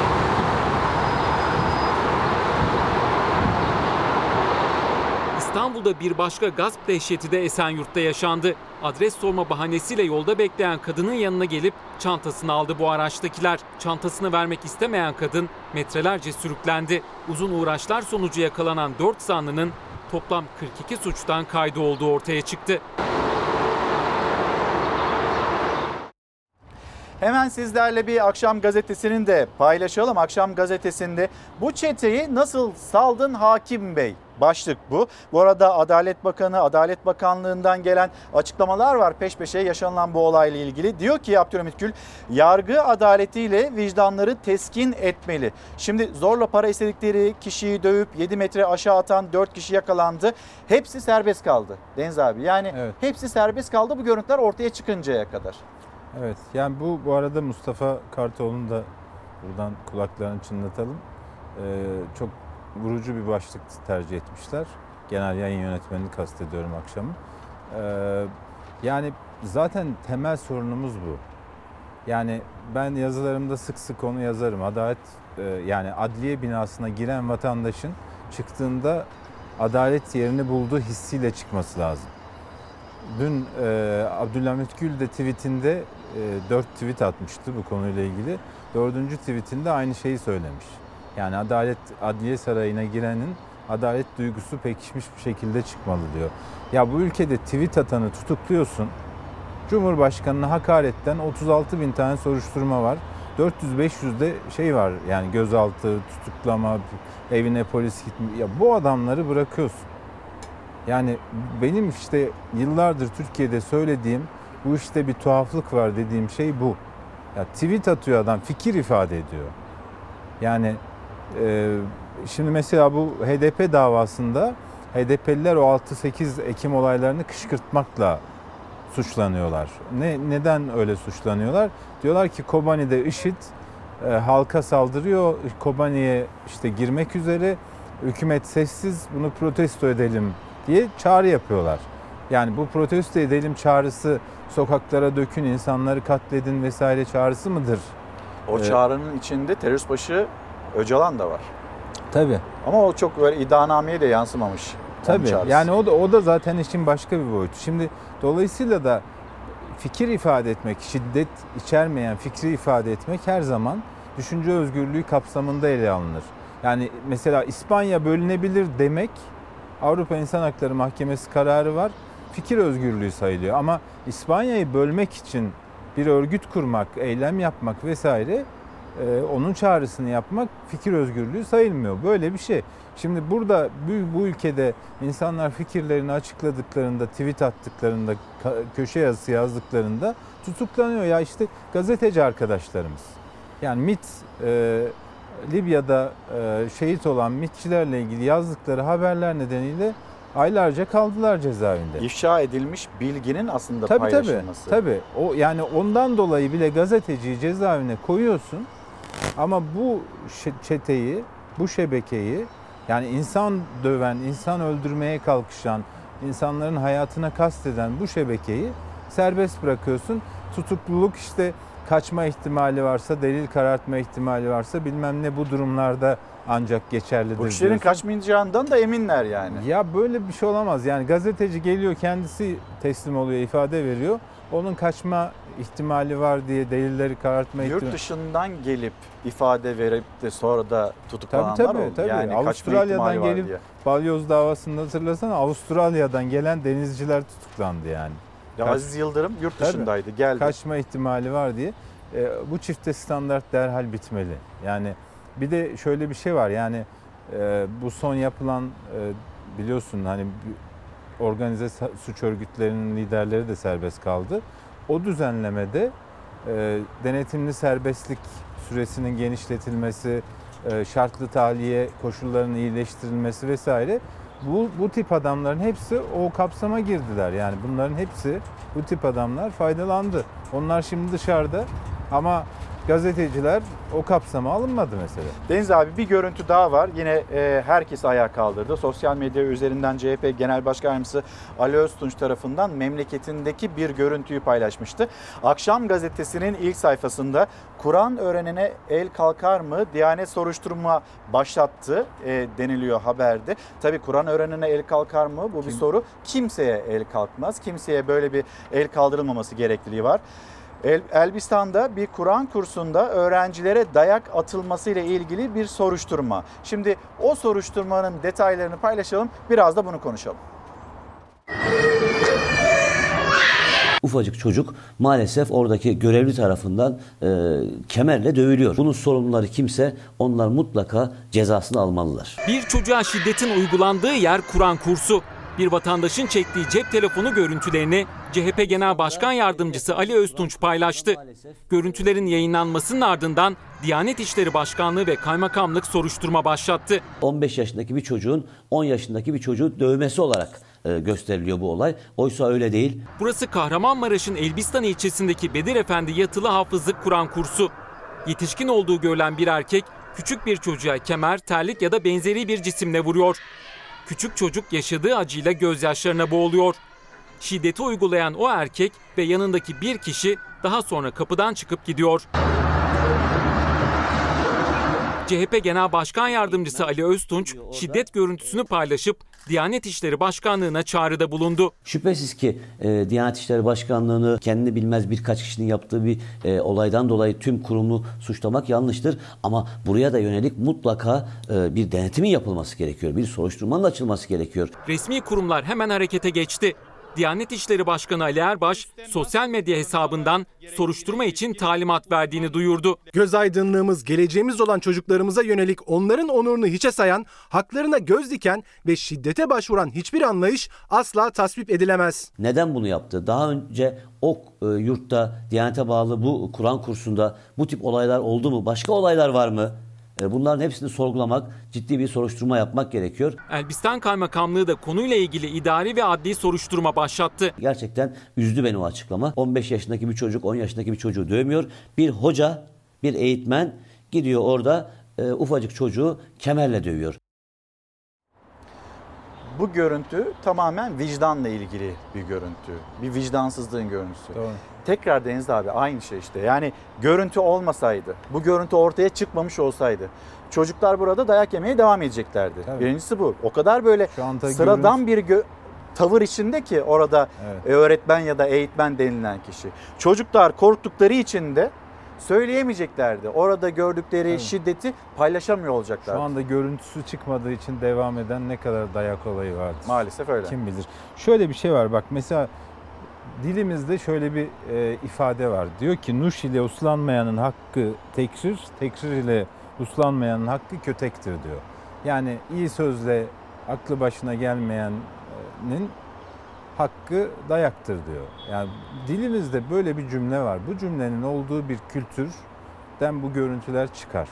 İstanbul'da bir başka gasp dehşeti de Esenyurt'ta yaşandı. Adres sorma bahanesiyle yolda bekleyen kadının yanına gelip çantasını aldı bu araçtakiler. Çantasını vermek istemeyen kadın metrelerce sürüklendi. Uzun uğraşlar sonucu yakalanan dört zanlının toplam kırk iki suçtan kaydı olduğu ortaya çıktı. Hemen sizlerle bir Akşam Gazetesi'nin de paylaşalım. Akşam Gazetesi'nde bu çeteyi nasıl saldın Hakim Bey? Başlık bu. Bu arada Adalet Bakanı, Adalet Bakanlığı'ndan gelen açıklamalar var peş peşe yaşanılan bu olayla ilgili. Diyor ki Abdülhamit Gül, yargı adaletiyle vicdanları teskin etmeli. Şimdi zorla para istedikleri kişiyi dövüp yedi metre aşağı atan dört kişi yakalandı. Hepsi serbest kaldı Deniz abi. Yani evet, hepsi serbest kaldı bu görüntüler ortaya çıkıncaya kadar. Evet, yani bu bu arada Mustafa Kartoğlu'nu da buradan kulaklarını çınlatalım. Ee, çok vurucu bir başlık tercih etmişler. Genel yayın yönetmenini kastediyorum akşamı. Ee, yani zaten temel sorunumuz bu. Yani ben yazılarımda sık sık onu yazarım. Adalet e, yani adliye binasına giren vatandaşın çıktığında adalet yerini bulduğu hissiyle çıkması lazım. Dün e, Abdülhamit Gül de tweetinde e, dört tweet atmıştı bu konuyla ilgili. Dördüncü tweetinde aynı şeyi söylemiş. Yani adalet adliye sarayına girenin adalet duygusu pekişmiş bir şekilde çıkmalı diyor. Ya bu ülkede tweet atanı tutukluyorsun. Cumhurbaşkanına hakaretten otuz altı bin tane soruşturma var. dört yüz beş yüzde şey var yani gözaltı, tutuklama, evine polis gitmiyor. Ya bu adamları bırakıyorsun. Yani benim işte yıllardır Türkiye'de söylediğim bu işte bir tuhaflık var dediğim şey bu. Ya tweet atıyor adam, fikir ifade ediyor. Yani e, şimdi mesela bu H D P davasında H D P'liler o altı sekiz Ekim olaylarını kışkırtmakla suçlanıyorlar. Ne neden öyle suçlanıyorlar? Diyorlar ki Kobani'de IŞİD e, halka saldırıyor. Kobani'ye işte girmek üzere. Hükümet sessiz, bunu protesto edelim diye çağrı yapıyorlar. Yani bu protesto edelim çağrısı, sokaklara dökün, insanları katledin vesaire çağrısı mıdır? O çağrının içinde terörist başı Öcalan da var. Tabii. Ama o çok böyle iddianameye de yansımamış. Tabii. Yani o da o da zaten işin başka bir boyutu. Şimdi dolayısıyla da fikir ifade etmek, şiddet içermeyen fikri ifade etmek her zaman düşünce özgürlüğü kapsamında ele alınır. Yani mesela İspanya bölünebilir demek, Avrupa İnsan Hakları Mahkemesi kararı var, fikir özgürlüğü sayılıyor. Ama İspanya'yı bölmek için bir örgüt kurmak, eylem yapmak vesaire, e, onun çağrısını yapmak fikir özgürlüğü sayılmıyor. Böyle bir şey. Şimdi burada bu, bu ülkede insanlar fikirlerini açıkladıklarında, tweet attıklarında, köşe yazısı yazdıklarında tutuklanıyor. Ya işte gazeteci arkadaşlarımız. Yani MİT, e, Libya'da e, şehit olan MİTçilerle ilgili yazdıkları haberler nedeniyle aylarca kaldılar cezaevinde. İfşa edilmiş bilginin aslında tabii, paylaşılması. Tabii tabii. O, yani ondan dolayı bile gazeteciyi cezaevine koyuyorsun. Ama bu çeteyi, bu şebekeyi, yani insan döven, insan öldürmeye kalkışan, insanların hayatına kasteden bu şebekeyi serbest bırakıyorsun. Tutukluluk işte kaçma ihtimali varsa, delil karartma ihtimali varsa bilmem ne bu durumlarda ancak geçerlidir. Bu kişilerin diyorsun. Kaçmayacağından da eminler yani. Ya böyle bir şey olamaz. Yani gazeteci geliyor, kendisi teslim oluyor, ifade veriyor. Onun kaçma ihtimali var diye delilleri karartma ihtimali. Yurt dışından gelip ifade verip de sonra da tutuklananlar tabii, tabii, oldu. tabii. Yani Avustralya'dan gelip diye. balyoz davasında hatırlasana, Avustralya'dan gelen denizciler tutuklandı yani. Ya Kaç, Aziz Yıldırım yurt tabii, dışındaydı, geldi. Kaçma ihtimali var diye. E, bu çifte standart derhal bitmeli. Yani bir de şöyle bir şey var, yani e, bu son yapılan e, biliyorsun hani organize suç örgütlerinin liderleri de serbest kaldı. O düzenlemede e, denetimli serbestlik süresinin genişletilmesi, e, şartlı tahliye koşullarının iyileştirilmesi vesaire, bu bu tip adamların hepsi o kapsama girdiler. Yani bunların hepsi, bu tip adamlar faydalandı. Onlar şimdi dışarıda ama gazeteciler o kapsama alınmadı mesela. Deniz abi, bir görüntü daha var. Yine e, herkes ayağa kaldırdı. Sosyal medya üzerinden C H P Genel Başkan Yardımcısı Ali Öztunç tarafından memleketindeki bir görüntüyü paylaşmıştı. Akşam gazetesinin ilk sayfasında Kur'an öğrenene el kalkar mı? Diyanet soruşturma başlattı e, deniliyor haberde. Tabii Kur'an öğrenene el kalkar mı? Bu bir Kim? soru. Kimseye el kalkmaz. Kimseye böyle bir el kaldırılmaması gerekliliği var. Elbistan'da bir Kur'an kursunda öğrencilere dayak atılması ile ilgili bir soruşturma. Şimdi o soruşturmanın detaylarını paylaşalım, biraz da bunu konuşalım. Ufacık çocuk maalesef oradaki görevli tarafından e, kemerle dövülüyor. Bunun sorumluları kimse, onlar mutlaka cezasını almalılar. Bir çocuğa şiddetin uygulandığı yer Kur'an kursu. Bir vatandaşın çektiği cep telefonu görüntülerini C H P Genel Başkan Yardımcısı Ali Öztunç paylaştı. Görüntülerin yayınlanmasının ardından Diyanet İşleri Başkanlığı ve Kaymakamlık soruşturma başlattı. on beş yaşındaki bir çocuğun on yaşındaki bir çocuğu dövmesi olarak e, gösteriliyor bu olay. Oysa öyle değil. Burası Kahramanmaraş'ın Elbistan ilçesindeki Bedir Efendi Yatılı Hafızlık Kur'an kursu. Yetişkin olduğu görülen bir erkek küçük bir çocuğa kemer, terlik ya da benzeri bir cisimle vuruyor. Küçük çocuk yaşadığı acıyla gözyaşlarına boğuluyor. Şiddeti uygulayan o erkek ve yanındaki bir kişi daha sonra kapıdan çıkıp gidiyor. C H P Genel Başkan Yardımcısı Ali Öztunç şiddet görüntüsünü paylaşıp Diyanet İşleri Başkanlığı'na çağrıda bulundu. Şüphesiz ki e, Diyanet İşleri Başkanlığı'nı kendini bilmez birkaç kişinin yaptığı bir e, olaydan dolayı tüm kurumu suçlamak yanlıştır. Ama buraya da yönelik mutlaka e, bir denetimin yapılması gerekiyor. Bir soruşturmanın açılması gerekiyor. Resmi kurumlar hemen harekete geçti. Diyanet İşleri Başkanı Ali Erbaş sosyal medya hesabından soruşturma için talimat verdiğini duyurdu. Göz aydınlığımız, geleceğimiz olan çocuklarımıza yönelik onların onurunu hiçe sayan, haklarına göz diken ve şiddete başvuran hiçbir anlayış asla tasvip edilemez. Neden bunu yaptı? Daha önce o e, yurtta, Diyanet'e bağlı bu Kur'an kursunda bu tip olaylar oldu mu? Başka olaylar var mı? Bunların hepsini sorgulamak, ciddi bir soruşturma yapmak gerekiyor. Elbistan Kaymakamlığı da konuyla ilgili idari ve adli soruşturma başlattı. Gerçekten üzdü beni o açıklama. on beş yaşındaki bir çocuk on yaşındaki bir çocuğu dövmüyor. Bir hoca, bir eğitmen gidiyor orada e, ufacık çocuğu kemerle dövüyor. bu görüntü tamamen vicdanla ilgili bir görüntü. Bir vicdansızlığın görüntüsü. Doğru. Tekrar Deniz abi aynı şey işte. Yani görüntü olmasaydı, bu görüntü ortaya çıkmamış olsaydı çocuklar burada dayak yemeye devam edeceklerdi. Tabii. Birincisi bu. O kadar böyle Şu anda sıradan bir gö- tavır içinde ki orada Evet. öğretmen ya da eğitmen denilen kişi. Çocuklar korktukları için de söyleyemeyeceklerdi. Orada gördükleri Evet. şiddeti paylaşamıyor olacaklardı. Şu anda görüntüsü çıkmadığı için devam eden ne kadar dayak olayı vardır. Maalesef öyle. Kim bilir. Şöyle bir şey var bak mesela dilimizde şöyle bir e, ifade var. Diyor ki nuş ile uslanmayanın hakkı tekrir, tekrir ile uslanmayanın hakkı kötektir diyor. Yani iyi sözle aklı başına gelmeyenin hakkı dayaktır diyor. Yani dilimizde böyle bir cümle var. Bu cümlenin olduğu bir kültürden bu görüntüler çıkar.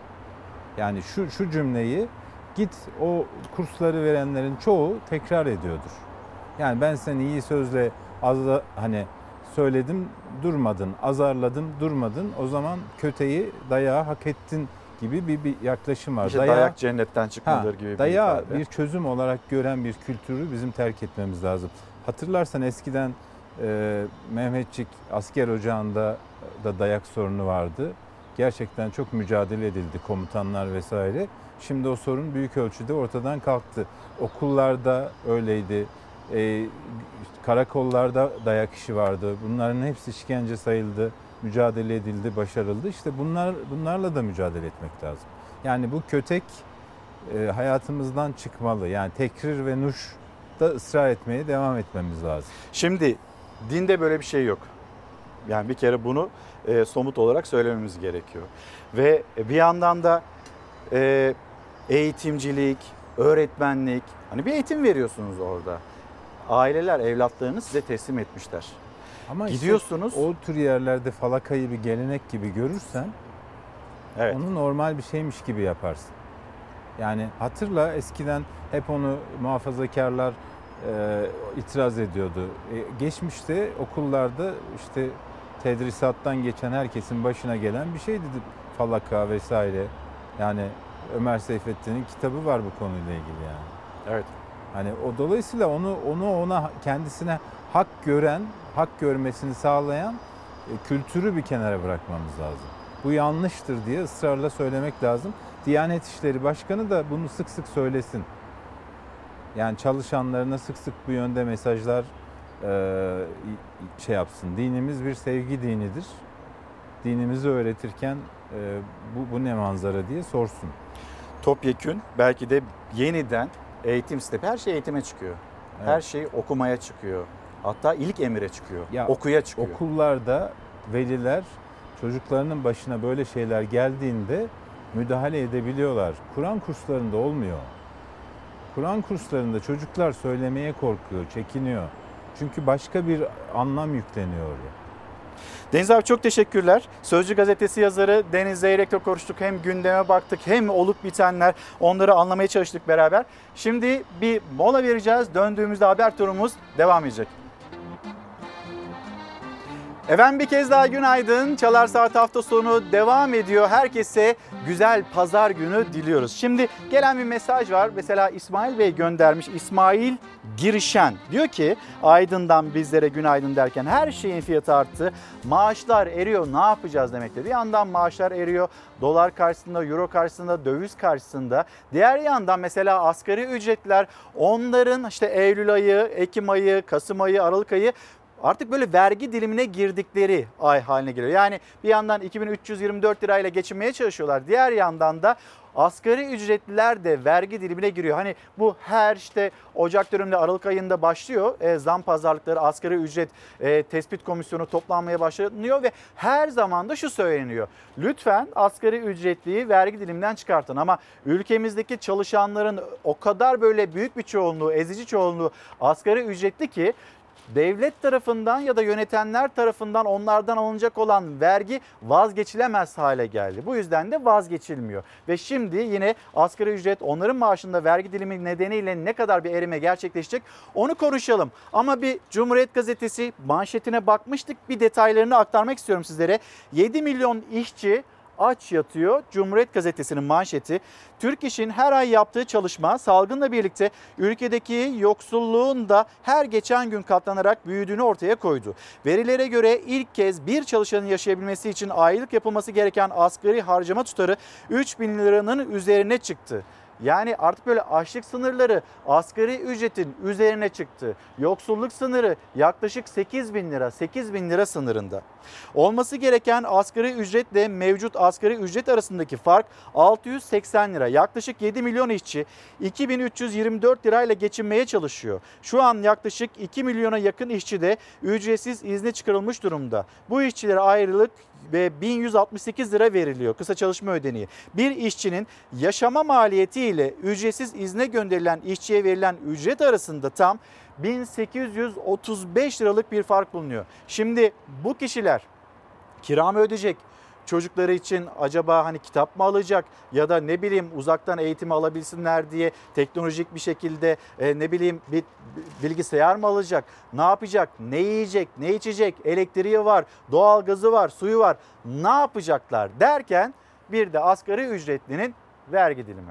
Yani şu şu cümleyi git o kursları verenlerin çoğu tekrar ediyordur. Yani ben seni iyi sözle azla, hani söyledim durmadın, azarladım durmadın. O zaman köteyi, dayağı hak ettin gibi bir, bir yaklaşım var. İşte Dayağı, dayak cennetten çıkmadır ha, gibi bir dayağı ifade. bir çözüm olarak gören bir kültürü bizim terk etmemiz lazım. Hatırlarsan eskiden e, Mehmetçik asker ocağında da dayak sorunu vardı. Gerçekten çok mücadele edildi, komutanlar vesaire. Şimdi o sorun büyük ölçüde ortadan kalktı. Okullarda öyleydi. E, karakollarda dayak işi vardı. Bunların hepsi işkence sayıldı, mücadele edildi, başarıldı. İşte bunlar bunlarla da mücadele etmek lazım. Yani bu kötek e, hayatımızdan çıkmalı. Yani tekrir ve nuş da ısrar etmeye devam etmemiz lazım. Şimdi dinde böyle bir şey yok. Yani bir kere bunu e, somut olarak söylememiz gerekiyor. Ve bir yandan da e, eğitimcilik, öğretmenlik, hani bir eğitim veriyorsunuz orada. Aileler evlatlarını size teslim etmişler. Ama gidiyorsunuz. Işte o tür yerlerde falakayı bir gelenek gibi görürsen evet. Onu normal bir şeymiş gibi yaparsın. Yani hatırla eskiden hep onu muhafazakarlar e, itiraz ediyordu. E, geçmişte okullarda işte tedrisattan geçen herkesin başına gelen bir şeydi falaka vesaire. Yani Ömer Seyfettin'in kitabı var bu konuyla ilgili yani. Evet. Hani o dolayısıyla onu onu ona kendisine hak gören, hak görmesini sağlayan e, kültürü bir kenara bırakmamız lazım. Bu yanlıştır diye ısrarla söylemek lazım. Diyanet İşleri Başkanı da bunu sık sık söylesin. Yani çalışanlarına sık sık bu yönde mesajlar e, şey yapsın. Dinimiz bir sevgi dinidir. Dinimizi öğretirken e, bu, bu ne manzara diye sorsun. Topyekün belki de yeniden eğitim sistemi, her şey eğitime çıkıyor. Evet. Her şey okumaya çıkıyor. Hatta ilk emire çıkıyor. Ya, okuya çıkıyor. Okullarda veliler çocuklarının başına böyle şeyler geldiğinde müdahale edebiliyorlar. Kur'an kurslarında olmuyor. Kur'an kurslarında çocuklar söylemeye korkuyor, çekiniyor. Çünkü başka bir anlam yükleniyor oraya. Deniz abi çok teşekkürler. Sözcü gazetesi yazarı Deniz Zeyrek'le konuştuk. Hem gündeme baktık hem olup bitenler, onları anlamaya çalıştık beraber. Şimdi bir mola vereceğiz. Döndüğümüzde haber turumuz devam edecek. Efendim bir kez daha günaydın. Çalar Saat hafta sonu devam ediyor. Herkese güzel pazar günü diliyoruz. Şimdi gelen bir mesaj var. Mesela İsmail Bey göndermiş. İsmail Girişen diyor ki Aydın'dan bizlere günaydın derken her şeyin fiyatı arttı. Maaşlar eriyor, ne yapacağız demekte. Bir yandan maaşlar eriyor. Dolar karşısında, euro karşısında, döviz karşısında. Diğer yandan mesela asgari ücretler, onların işte Eylül ayı, Ekim ayı, Kasım ayı, Aralık ayı artık böyle vergi dilimine girdikleri ay haline geliyor. Yani bir yandan iki bin üç yüz yirmi dört lirayla geçinmeye çalışıyorlar. Diğer yandan da asgari ücretliler de vergi dilimine giriyor. Hani bu her işte Ocak döneminde Aralık ayında başlıyor. E, zam pazarlıkları, asgari ücret e, tespit komisyonu toplanmaya başlanıyor ve her zaman da şu söyleniyor. Lütfen asgari ücretliyi vergi diliminden çıkartın, ama ülkemizdeki çalışanların o kadar böyle büyük bir çoğunluğu, ezici çoğunluğu asgari ücretli ki devlet tarafından ya da yönetenler tarafından onlardan alınacak olan vergi vazgeçilemez hale geldi. Bu yüzden de vazgeçilmiyor. Ve şimdi yine asgari ücret, onların maaşında vergi dilimi nedeniyle ne kadar bir erime gerçekleşecek onu konuşalım. Ama bir Cumhuriyet Gazetesi manşetine bakmıştık. Bir detaylarını aktarmak istiyorum sizlere. yedi milyon işçi aç yatıyor. Cumhuriyet Gazetesi'nin manşeti. Türk İş'in her ay yaptığı çalışma salgınla birlikte ülkedeki yoksulluğun da her geçen gün katlanarak büyüdüğünü ortaya koydu. Verilere göre ilk kez bir çalışanın yaşayabilmesi için aylık yapılması gereken asgari harcama tutarı üç bin liranın üzerine çıktı. Yani artık böyle açlık sınırları asgari ücretin üzerine çıktı. Yoksulluk sınırı yaklaşık sekiz bin lira, sekiz bin lira sınırında. Olması gereken asgari ücretle mevcut asgari ücret arasındaki fark altı yüz seksen lira. Yaklaşık yedi milyon işçi iki bin üç yüz yirmi dört lirayla geçinmeye çalışıyor. Şu an yaklaşık iki milyona yakın işçi de ücretsiz izne çıkarılmış durumda. Bu işçilere ayrılık ve bin yüz altmış sekiz lira veriliyor kısa çalışma ödeneği. Bir işçinin yaşama maliyeti ile ücretsiz izne gönderilen işçiye verilen ücret arasında tam bin sekiz yüz otuz beş liralık bir fark bulunuyor. Şimdi bu kişiler kira mı ödeyecek? Çocukları için acaba hani kitap mı alacak ya da ne bileyim uzaktan eğitim alabilsinler diye teknolojik bir şekilde e, ne bileyim bir bilgisayar mı alacak? Ne yapacak? Ne yiyecek? Ne içecek? Elektriği var, doğalgazı var, suyu var. Ne yapacaklar derken bir de asgari ücretlinin vergi dilimi.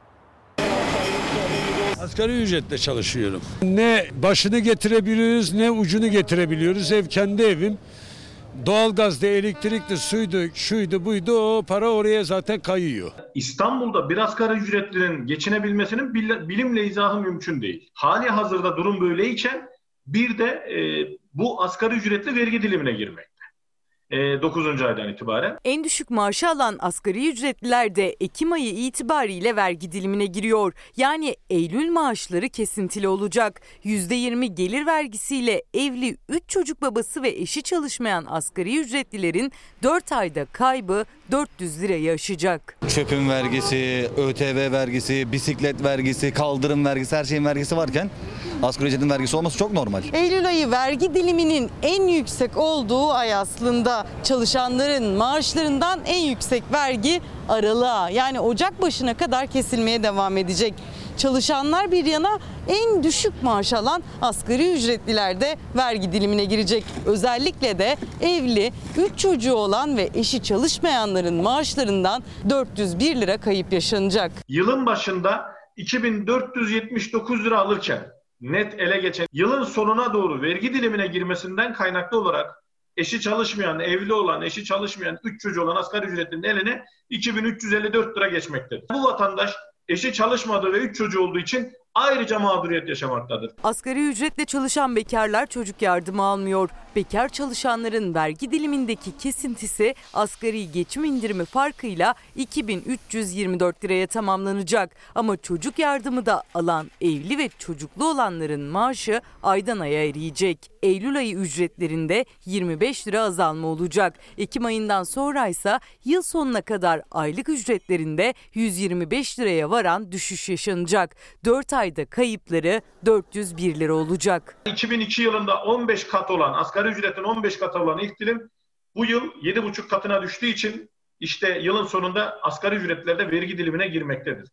Asgari ücretle çalışıyorum. Ne başını getirebiliyoruz ne ucunu getirebiliyoruz. Ev kendi evim. Doğalgazda, elektrikli, suydu, şuydu, buydu, o para oraya zaten kayıyor. İstanbul'da bir asgari ücretlinin geçinebilmesinin bilimle izahı mümkün değil. Hali hazırda durum böyleyken bir de e, bu asgari ücretli vergi dilimine girmek. dokuzuncu aydan itibaren. En düşük maaşı alan asgari ücretliler de Ekim ayı itibariyle vergi dilimine giriyor. Yani Eylül maaşları kesintili olacak. yüzde yirmi gelir vergisiyle evli üç çocuk babası ve eşi çalışmayan asgari ücretlilerin dört ayda kaybı dört yüz lirayı aşacak. Çöpün vergisi, ÖTV vergisi, bisiklet vergisi, kaldırım vergisi, her şeyin vergisi varken asgari ücretin vergisi olması çok normal. Eylül ayı vergi diliminin en yüksek olduğu ay aslında. Çalışanların maaşlarından en yüksek vergi aralığa, yani Ocak başına kadar kesilmeye devam edecek. Çalışanlar bir yana en düşük maaş alan asgari ücretliler de vergi dilimine girecek. Özellikle de evli, üç çocuğu olan ve eşi çalışmayanların maaşlarından dört yüz bir lira kayıp yaşanacak. Yılın başında iki bin dört yüz yetmiş dokuz lira alırken net ele geçen yılın sonuna doğru vergi dilimine girmesinden kaynaklı olarak eşi çalışmayan, evli olan, eşi çalışmayan, üç çocuğu olan asgari ücretlinin eline iki bin üç yüz elli dört lira geçmektedir. Bu vatandaş eşi çalışmadığı ve üç çocuğu olduğu için ayrıca mağduriyet yaşamaktadır. Asgari ücretle çalışan bekarlar çocuk yardımı almıyor. Bekar çalışanların vergi dilimindeki kesintisi asgari geçim indirimi farkıyla iki bin üç yüz yirmi dört liraya tamamlanacak. Ama çocuk yardımı da alan evli ve çocuklu olanların maaşı aydan aya eriyecek. Eylül ayı ücretlerinde yirmi beş lira azalma olacak. Ekim ayından sonra ise yıl sonuna kadar aylık ücretlerinde yüz yirmi beş liraya varan düşüş yaşanacak. dört ayda kayıpları dört yüz bir lira olacak. iki bin iki yılında on beş kat olan, asgari ücretin on beş katı olan ilk dilim bu yıl yedi buçuk katına düştüğü için işte yılın sonunda asgari ücretlerde vergi dilimine girmektedir.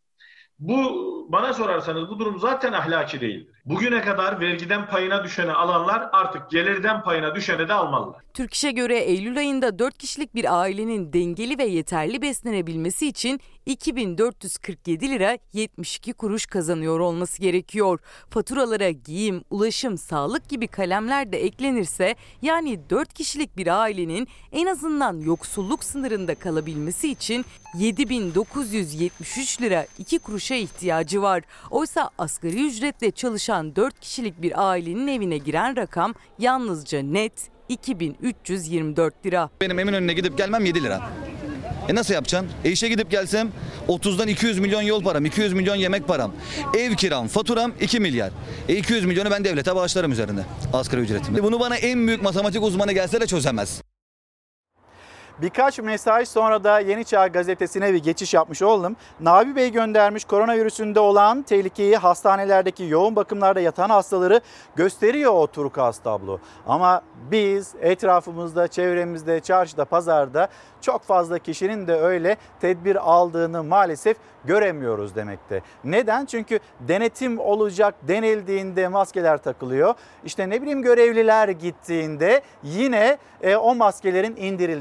Bu, bana sorarsanız bu durum zaten ahlaki değildir. Bugüne kadar vergiden payına düşeni alanlar artık gelirden payına düşeni de almalılar. Türk İş'e göre Eylül ayında dört kişilik bir ailenin dengeli ve yeterli beslenebilmesi için iki bin dört yüz kırk yedi lira yetmiş iki kuruş kazanıyor olması gerekiyor. Faturalara giyim, ulaşım, sağlık gibi kalemler de eklenirse, yani dört kişilik bir ailenin en azından yoksulluk sınırında kalabilmesi için yedi bin dokuz yüz yetmiş üç lira iki kuruşa ihtiyacı var. Oysa asgari ücretle çalışan dört kişilik bir ailenin evine giren rakam yalnızca net iki bin üç yüz yirmi dört lira. Benim Eminönü'ne gidip gelmem yedi lira. E nasıl yapacaksın? E işe gidip gelsem otuzdan iki yüz milyon yol param, iki yüz milyon yemek param, ev kiram, faturam iki milyar. E iki yüz milyonu ben devlete bağışlarım üzerinde asgari ücretimde. Bunu bana en büyük matematik uzmanı gelse de çözemez. Birkaç mesaj sonra da Yeni Çağ Gazetesi'ne bir geçiş yapmış oldum. Nabi Bey göndermiş, koronavirüsünde olan tehlikeyi hastanelerdeki yoğun bakımlarda yatan hastaları gösteriyor o turkuaz tablo. Ama biz etrafımızda, çevremizde, çarşıda, pazarda çok fazla kişinin de öyle tedbir aldığını maalesef göremiyoruz demekte. Neden? Çünkü denetim olacak denildiğinde maskeler takılıyor. İşte ne bileyim görevliler gittiğinde yine e, o maskelerin indirildiğini, her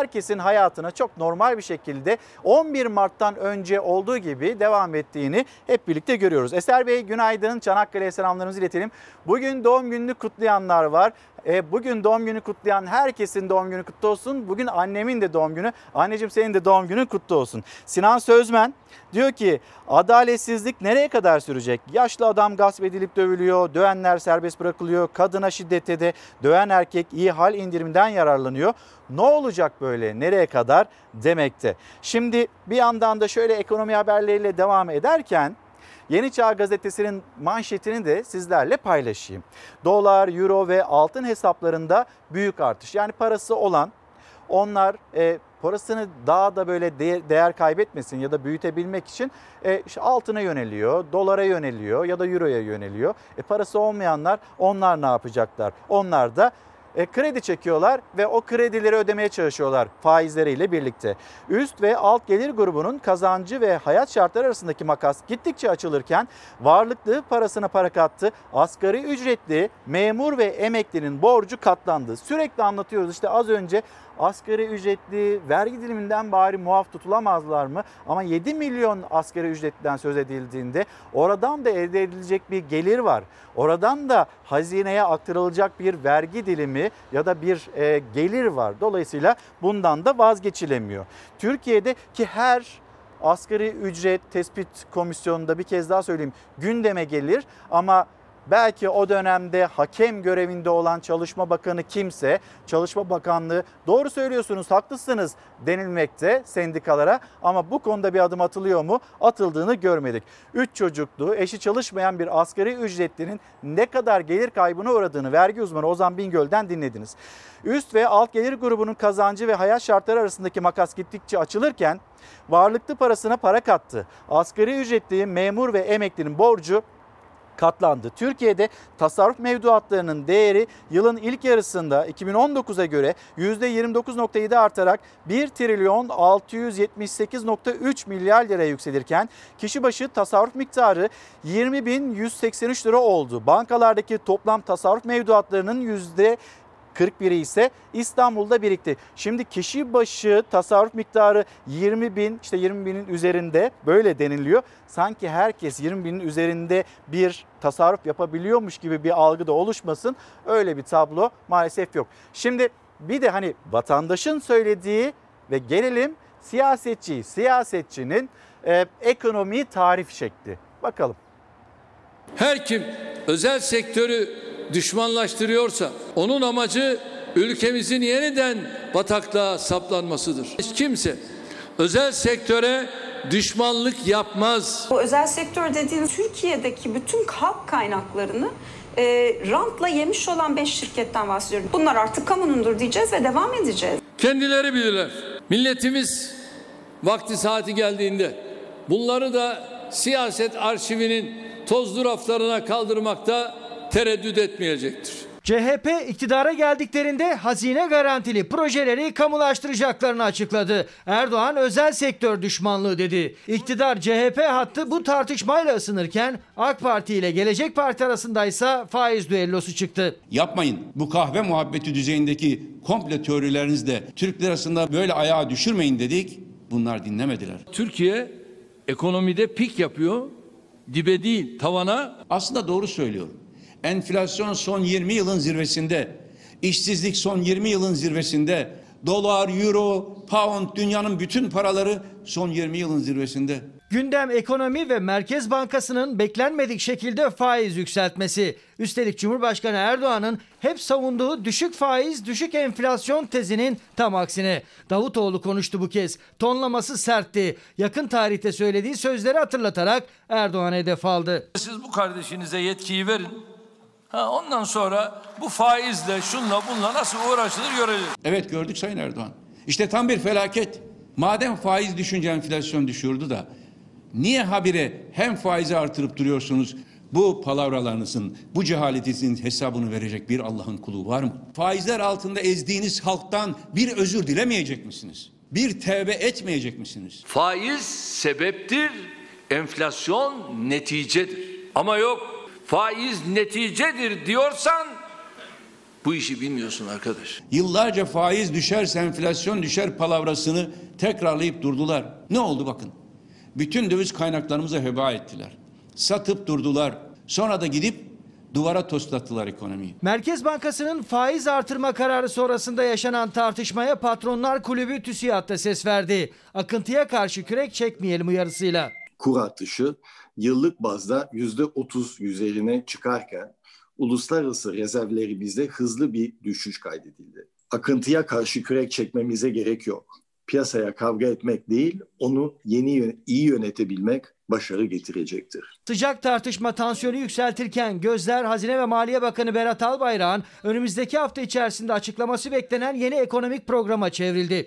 herkesin hayatına çok normal bir şekilde on bir Mart'tan önce olduğu gibi devam ettiğini hep birlikte görüyoruz. Eser Bey günaydın, Çanakkale'ye selamlarımızı iletelim. Bugün doğum gününü kutlayanlar var. E, bugün doğum günü kutlayan herkesin doğum günü kutlu olsun. Bugün annemin de doğum günü. Anneciğim senin de doğum günün kutlu olsun. Sinan Sözmen diyor ki adaletsizlik nereye kadar sürecek? Yaşlı adam gasp edilip dövülüyor, dövenler serbest bırakılıyor, kadına şiddete de döven erkek iyi hal indiriminden yararlanıyor. Ne olacak böyle, nereye kadar demekte. Şimdi bir yandan da şöyle ekonomi haberleriyle devam ederken Yeni Çağ Gazetesi'nin manşetini de sizlerle paylaşayım. Dolar, euro ve altın hesaplarında büyük artış. Yani parası olan onlar e, parasını daha da böyle de, değer kaybetmesin ya da büyütebilmek için e, işte altına yöneliyor, dolara yöneliyor ya da euroya yöneliyor. E, parası olmayanlar onlar ne yapacaklar? Onlar da E, kredi çekiyorlar ve o kredileri ödemeye çalışıyorlar faizleriyle birlikte. Üst ve alt gelir grubunun kazancı ve hayat şartları arasındaki makas gittikçe açılırken varlıklı parasına para kattı. Asgari ücretli, memur ve emeklinin borcu katlandı. Sürekli anlatıyoruz işte az önce asgari ücretli vergi diliminden bari muaf tutulamazlar mı? Ama yedi milyon asgari ücretliden söz edildiğinde oradan da elde edilecek bir gelir var. Oradan da hazineye aktarılacak bir vergi dilimi ya da bir e, gelir var. Dolayısıyla bundan da vazgeçilemiyor. Türkiye'de ki her asgari ücret tespit komisyonunda bir kez daha söyleyeyim gündeme gelir ama belki o dönemde hakem görevinde olan Çalışma Bakanı kimse, Çalışma Bakanlığı doğru söylüyorsunuz, haklısınız denilmekte sendikalara ama bu konuda bir adım atılıyor mu? Atıldığını görmedik. Üç çocuklu, eşi çalışmayan bir asgari ücretlinin ne kadar gelir kaybına uğradığını vergi uzmanı Ozan Bingöl'den dinlediniz. Üst ve alt gelir grubunun kazancı ve hayat şartları arasındaki makas gittikçe açılırken varlıklı parasına para kattı. Asgari ücretli, memur ve emeklinin borcu katlandı. Türkiye'de tasarruf mevduatlarının değeri yılın ilk yarısında iki bin on dokuza göre yüzde yirmi dokuz virgül yedi artarak bir trilyon altı yüz yetmiş sekiz virgül üç milyar liraya yükselirken kişi başı tasarruf miktarı yirmi bin yüz seksen üç lira oldu. Bankalardaki toplam tasarruf mevduatlarının yüzde kırk biri ise İstanbul'da birikti. Şimdi kişi başı tasarruf miktarı yirmi bin, işte yirmi binin üzerinde böyle deniliyor. Sanki herkes yirmi binin üzerinde bir tasarruf yapabiliyormuş gibi bir algı da oluşmasın. Öyle bir tablo maalesef yok. Şimdi bir de hani vatandaşın söylediği ve gelelim siyasetçi, siyasetçinin e, ekonomiyi tarif şekli. Bakalım. Her kim özel sektörü düşmanlaştırıyorsa onun amacı ülkemizin yeniden bataklığa saplanmasıdır. Hiç kimse özel sektöre düşmanlık yapmaz. Bu özel sektör dediğiniz Türkiye'deki bütün halk kaynaklarını e, rantla yemiş olan beş şirketten bahsediyorum. Bunlar artık kamunundur diyeceğiz ve devam edeceğiz. Kendileri bilirler. Milletimiz vakti saati geldiğinde bunları da siyaset arşivinin tozlu raflarına kaldırmakta tereddüt etmeyecektir. C H P iktidara geldiklerinde hazine garantili projeleri kamulaştıracaklarını açıkladı. Erdoğan özel sektör düşmanlığı dedi. İktidar C H P hattı bu tartışmayla ısınırken AK Parti ile Gelecek Parti arasındaysa faiz düellosu çıktı. Yapmayın. Bu kahve muhabbeti düzeyindeki komple teorilerinizle Türk lirasında böyle ayağa düşürmeyin dedik. Bunlar dinlemediler. Türkiye ekonomide pik yapıyor. Dibe değil, tavana. Aslında doğru söylüyor. Enflasyon son yirmi yılın zirvesinde, işsizlik son yirmi yılın zirvesinde, dolar, euro, pound, dünyanın bütün paraları son yirmi yılın zirvesinde. Gündem ekonomi ve Merkez Bankası'nın beklenmedik şekilde faiz yükseltmesi. Üstelik Cumhurbaşkanı Erdoğan'ın hep savunduğu düşük faiz, düşük enflasyon tezinin tam aksine. Davutoğlu konuştu bu kez. Tonlaması sertti. Yakın tarihte söylediği sözleri hatırlatarak Erdoğan'a hedef aldı. Siz bu kardeşinize yetkiyi verin. Ha, ondan sonra bu faizle, şunla, bunla nasıl uğraşılır göreceğiz. Evet gördük Sayın Erdoğan. İşte tam bir felaket. Madem faiz düşünce enflasyon düşüyordu da niye habire hem faizi artırıp duruyorsunuz? Bu palavralarınızın, bu cehaletinizin hesabını verecek bir Allah'ın kulu var mı? Faizler altında ezdiğiniz halktan bir özür dilemeyecek misiniz? Bir tevbe etmeyecek misiniz? Faiz sebeptir, enflasyon neticedir. Ama yok, faiz neticedir diyorsan Bu işi bilmiyorsun arkadaş. Yıllarca faiz düşerse enflasyon düşer palavrasını tekrarlayıp durdular. Ne oldu bakın? Bütün döviz kaynaklarımızı heba ettiler. Satıp durdular. Sonra da gidip duvara toslattılar ekonomiyi. Merkez Bankası'nın faiz artırma kararı sonrasında yaşanan tartışmaya Patronlar Kulübü TÜSİAD'da ses verdi. Akıntıya karşı kürek çekmeyelim uyarısıyla. Kur artışı yıllık bazda yüzde otuz üzerine çıkarken uluslararası rezervlerimizde hızlı bir düşüş kaydedildi. Akıntıya karşı kürek çekmemize gerek yok. Piyasaya kavga etmek değil, onu yeni iyi yönetebilmek başarı getirecektir. Sıcak tartışma tansiyonu yükseltirken gözler Hazine ve Maliye Bakanı Berat Albayrak'ın önümüzdeki hafta içerisinde açıklaması beklenen yeni ekonomik programa çevrildi.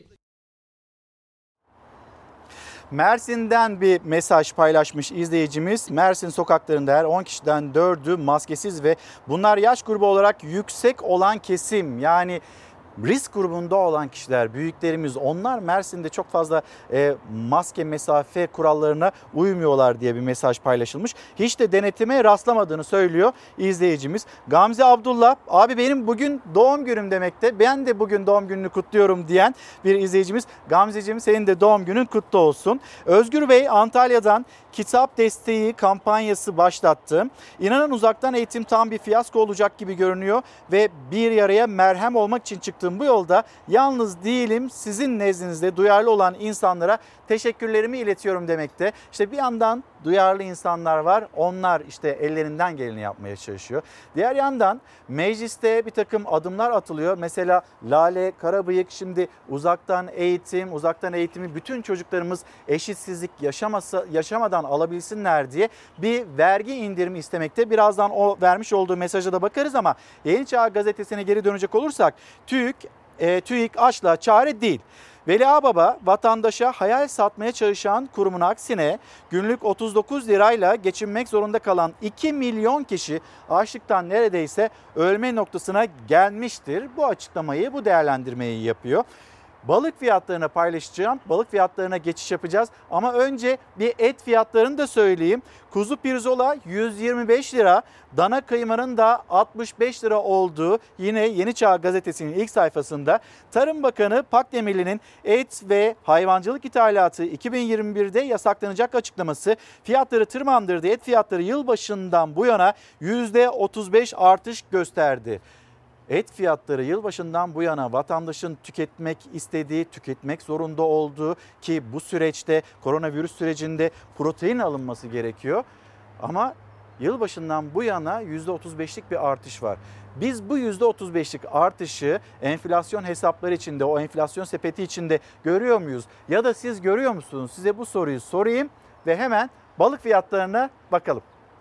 Mersin'den bir mesaj paylaşmış izleyicimiz. Mersin sokaklarında her on kişiden dördü maskesiz ve bunlar yaş grubu olarak yüksek olan kesim. Yani risk grubunda olan kişiler, büyüklerimiz, onlar Mersin'de çok fazla e, maske mesafe kurallarına uymuyorlar diye bir mesaj paylaşılmış. Hiç de denetime rastlamadığını söylüyor izleyicimiz. Gamze Abdullah, abi benim bugün doğum günüm demekte, ben de bugün doğum gününü kutluyorum diyen bir izleyicimiz. Gamzeciğim, senin de doğum günün kutlu olsun. Özgür Bey Antalya'dan kitap desteği kampanyası başlattı. İnanın uzaktan eğitim tam bir fiyasko olacak gibi görünüyor ve bir yaraya merhem olmak için çıktığım bu yolda yalnız değilim, sizin nezdinizde duyarlı olan insanlara teşekkürlerimi iletiyorum demekte. İşte bir yandan duyarlı insanlar var, onlar işte ellerinden geleni yapmaya çalışıyor. Diğer yandan mecliste bir takım adımlar atılıyor. Mesela Lale Karabıyık şimdi uzaktan eğitim, uzaktan eğitimi bütün çocuklarımız eşitsizlik yaşamasa, yaşamadan alabilsinler diye bir vergi indirimi istemekte. Birazdan o vermiş olduğu mesaja da bakarız ama Yeni Çağ Gazetesi'ne geri dönecek olursak TÜİK, e, TÜİK açla çare değil. Veli Ağbaba vatandaşa hayal satmaya çalışan kurumun aksine günlük otuz dokuz lirayla geçinmek zorunda kalan iki milyon kişi açlıktan neredeyse ölme noktasına gelmiştir. Bu açıklamayı, bu değerlendirmeyi yapıyor. Balık fiyatlarını paylaşacağım. Balık fiyatlarına geçiş yapacağız. Ama önce bir et fiyatlarını da söyleyeyim. Kuzu pirzola yüz yirmi beş lira, dana kıymanın da altmış beş lira olduğu yine Yeni Çağ Gazetesi'nin ilk sayfasında. Tarım Bakanı Pakdemirli'nin et ve hayvancılık ithalatı iki bin yirmi birde yasaklanacak açıklaması fiyatları tırmandırdı. Et fiyatları yılbaşından bu yana yüzde otuz beş artış gösterdi. Et fiyatları yılbaşından bu yana vatandaşın tüketmek istediği, tüketmek zorunda olduğu ki bu süreçte koronavirüs sürecinde protein alınması gerekiyor. Ama yılbaşından bu yana yüzde otuz beşlik bir artış var. Biz bu yüzde otuz beşlik artışı enflasyon hesapları içinde, o enflasyon sepeti içinde görüyor muyuz? Ya da siz görüyor musunuz? Size bu soruyu sorayım ve hemen balık fiyatlarına bakalım.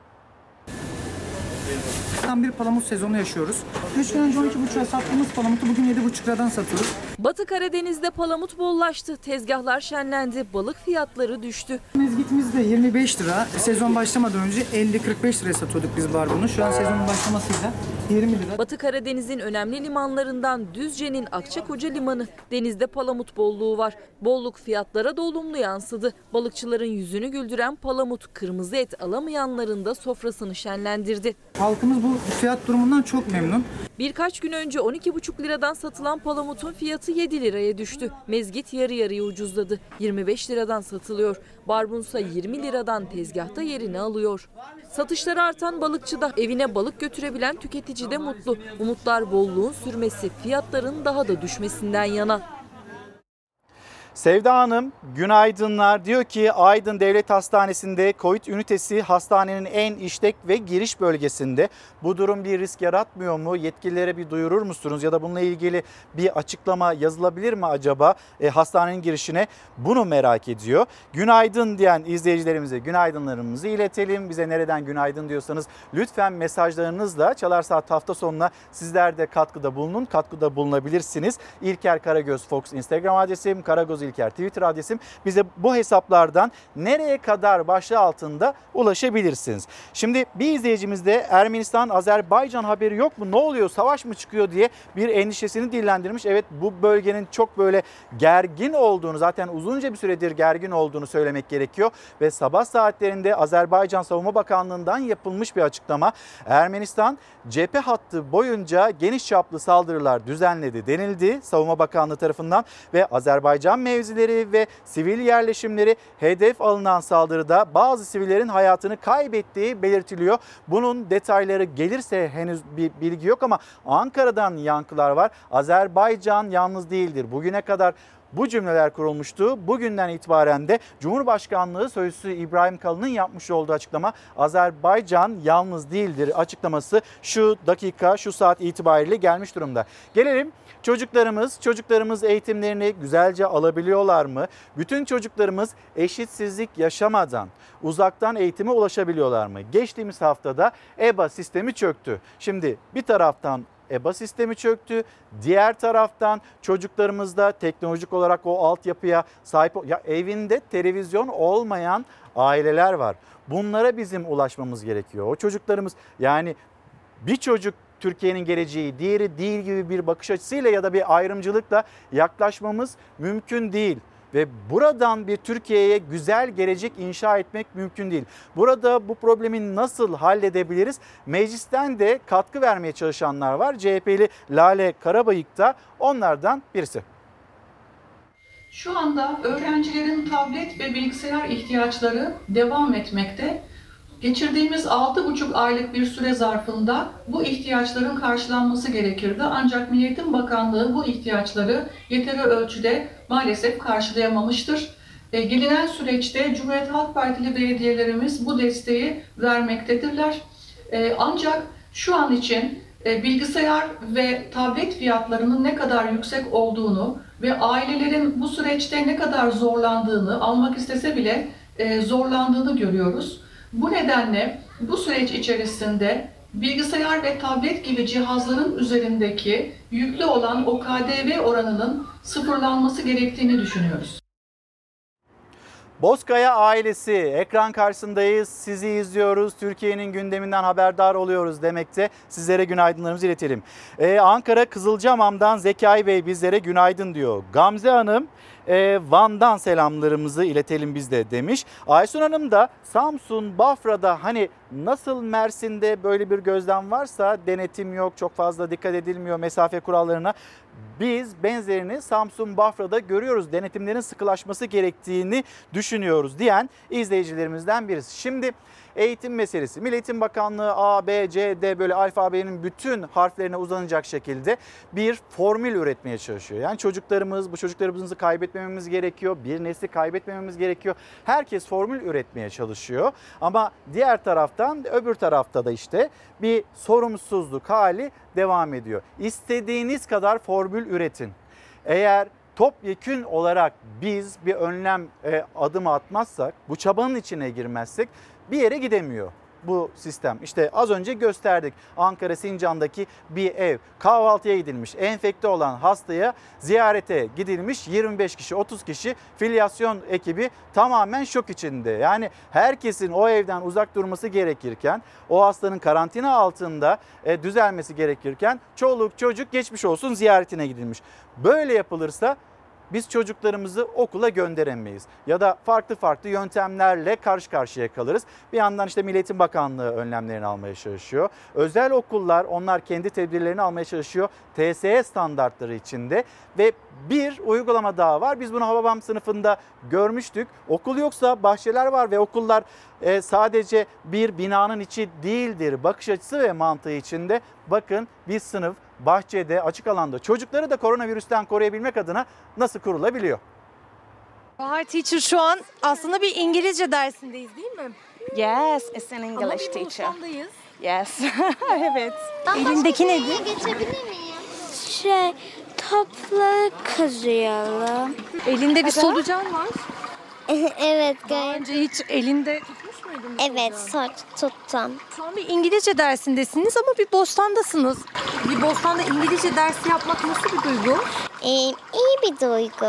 Bir palamut sezonu yaşıyoruz. üç gün önce on iki buçuğa sattığımız palamutu bugün yedi buçuk liradan satıyoruz. Batı Karadeniz'de palamut bollaştı. Tezgahlar şenlendi. Balık fiyatları düştü. Mezgitimiz de yirmi beş lira. Sezon başlamadan önce elli kırk beş liraya satıyorduk biz barbunu. Şu an sezonun başlamasıyla yirmi lira. Batı Karadeniz'in önemli limanlarından Düzce'nin Akçakoca Limanı. Denizde palamut bolluğu var. Bolluk fiyatlara da olumlu yansıdı. Balıkçıların yüzünü güldüren palamut, kırmızı et alamayanların da sofrasını şenlendirdi. Halkımız bu fiyat durumundan çok memnun. Birkaç gün önce on iki buçuk liradan satılan palamutun fiyatı yedi liraya düştü. Mezgit yarı yarıya ucuzladı. yirmi beş liradan satılıyor. Barbunsa yirmi liradan tezgahta yerini alıyor. Satışları artan balıkçıda, evine balık götürebilen tüketici de mutlu. Umutlar bolluğun sürmesi, fiyatların daha da düşmesinden yana. Sevda Hanım günaydınlar, diyor ki Aydın Devlet Hastanesi'nde Covid ünitesi hastanenin en işlek ve giriş bölgesinde. Bu durum bir risk yaratmıyor mu? Yetkililere bir duyurur musunuz? Ya da bununla ilgili bir açıklama yazılabilir mi acaba e, hastanenin girişine? Bunu merak ediyor. Günaydın diyen izleyicilerimize günaydınlarımızı iletelim. Bize nereden günaydın diyorsanız lütfen mesajlarınızla Çalar Saat hafta sonuna sizler de katkıda bulunun. Katkıda bulunabilirsiniz. İlker Karagöz Fox Instagram adresim, Karagöz İlker Twitter adresim. Bize bu hesaplardan nereye kadar başlığı altında ulaşabilirsiniz. Şimdi bir izleyicimiz de Ermenistan-Azerbaycan haberi yok mu? Ne oluyor? Savaş mı çıkıyor diye bir endişesini dillendirmiş. Evet, bu bölgenin çok böyle gergin olduğunu, zaten uzunca bir süredir gergin olduğunu söylemek gerekiyor. Ve sabah saatlerinde Azerbaycan Savunma Bakanlığı'ndan yapılmış bir açıklama. Ermenistan cephe hattı boyunca geniş çaplı saldırılar düzenledi denildi Savunma Bakanlığı tarafından ve Azerbaycan mevzileri ve sivil yerleşimleri hedef alınan saldırıda bazı sivillerin hayatını kaybettiği belirtiliyor. Bunun detayları gelirse henüz bir bilgi yok ama Ankara'dan yankılar var. Azerbaycan yalnız değildir. Bugüne kadar bu cümleler kurulmuştu. Bugünden itibaren de Cumhurbaşkanlığı Sözcüsü İbrahim Kalın'ın yapmış olduğu açıklama Azerbaycan yalnız değildir açıklaması şu dakika, şu saat itibariyle gelmiş durumda. Gelelim çocuklarımız, çocuklarımız eğitimlerini güzelce alabiliyorlar mı? Bütün çocuklarımız eşitsizlik yaşamadan uzaktan eğitime ulaşabiliyorlar mı? Geçtiğimiz haftada E B A sistemi çöktü. Şimdi bir taraftan E B A sistemi çöktü. Diğer taraftan çocuklarımızda teknolojik olarak o altyapıya sahip, ya evinde televizyon olmayan aileler var. Bunlara bizim ulaşmamız gerekiyor. O çocuklarımız, yani bir çocuk Türkiye'nin geleceği, diğeri değil gibi bir bakış açısıyla ya da bir ayrımcılıkla yaklaşmamız mümkün değil. Ve buradan bir Türkiye'ye güzel gelecek inşa etmek mümkün değil. Burada bu problemi nasıl halledebiliriz? Meclisten de katkı vermeye çalışanlar var. C H P'li Lale Karabayık da onlardan birisi. Şu anda öğrencilerin tablet ve bilgisayar ihtiyaçları devam etmekte. Geçirdiğimiz altı buçuk aylık bir süre zarfında bu ihtiyaçların karşılanması gerekirdi. Ancak Milli Eğitim Bakanlığı bu ihtiyaçları yeteri ölçüde maalesef karşılayamamıştır. E, gelinen süreçte Cumhuriyet Halk Partili belediyelerimiz bu desteği vermektedirler. E, ancak şu an için e, bilgisayar ve tablet fiyatlarının ne kadar yüksek olduğunu ve ailelerin bu süreçte ne kadar zorlandığını, almak istese bile e, zorlandığını görüyoruz. Bu nedenle bu süreç içerisinde bilgisayar ve tablet gibi cihazların üzerindeki yüklü olan o K D V oranının sıfırlanması gerektiğini düşünüyoruz. Bozkaya ailesi, ekran karşısındayız, sizi izliyoruz, Türkiye'nin gündeminden haberdar oluyoruz demekte. Sizlere günaydınlarımızı iletelim. Ee, Ankara Kızılcahamam'dan Zekai Bey bizlere günaydın diyor. Gamze Hanım, e, Van'dan selamlarımızı iletelim biz de demiş. Aysun Hanım da Samsun, Bafra'da hani nasıl Mersin'de böyle bir gözlem varsa, denetim yok, çok fazla dikkat edilmiyor mesafe kurallarına. Biz benzerini Samsun, Bafra'da görüyoruz. Denetimlerin sıkılaşması gerektiğini düşünüyoruz diyen izleyicilerimizden birisi. Şimdi eğitim meselesi. Milli Eğitim Bakanlığı A, B, C, D böyle alfabenin bütün harflerine uzanacak şekilde bir formül üretmeye çalışıyor. Yani çocuklarımız, bu çocuklarımızı kaybetmememiz gerekiyor. Bir nesli kaybetmememiz gerekiyor. Herkes formül üretmeye çalışıyor. Ama diğer taraftan, öbür tarafta da işte bir sorumsuzluk hali devam ediyor. İstediğiniz kadar formül üretin. Eğer topyekün olarak biz bir önlem e, adım atmazsak, bu çabanın içine girmezsek bir yere gidemiyor bu sistem. İşte az önce gösterdik, Ankara Sincan'daki bir ev kahvaltıya gidilmiş, enfekte olan hastaya ziyarete gidilmiş, yirmi beş kişi otuz kişi filyasyon ekibi tamamen şok içinde. Yani herkesin o evden uzak durması gerekirken, o hastanın karantina altında e, düzelmesi gerekirken çoluk çocuk geçmiş olsun ziyaretine gidilmiş. Böyle yapılırsa biz çocuklarımızı okula gönderemeyiz ya da farklı farklı yöntemlerle karşı karşıya kalırız. Bir yandan işte Milli Eğitim Bakanlığı önlemlerini almaya çalışıyor. Özel okullar, onlar kendi tedbirlerini almaya çalışıyor T S E standartları içinde ve bir uygulama daha var. Biz bunu Hababam sınıfında görmüştük. Okul yoksa bahçeler var ve okullar e, sadece bir binanın içi değildir. Bakış açısı ve mantığı içinde bakın bir sınıf bahçede, açık alanda çocukları da koronavirüsten koruyabilmek adına nasıl kurulabiliyor? Bahar Teacher şu an aslında bir İngilizce dersindeyiz değil mi? Yes, it's an English Ama bir teacher. Bostan'dayız. Yes, evet. Elindeki nedir? Geçebilir miyim? Şey, topları kazıyalım. Elinde bir solucan var. Evet. Daha önce hiç elinde tutmuş muydun? Evet, sor, tuttum. Şu an bir İngilizce dersindesiniz ama bir bostandasınız. Bir bostanda İngilizce dersi yapmak nasıl bir duygu? Ee, iyi bir duygu.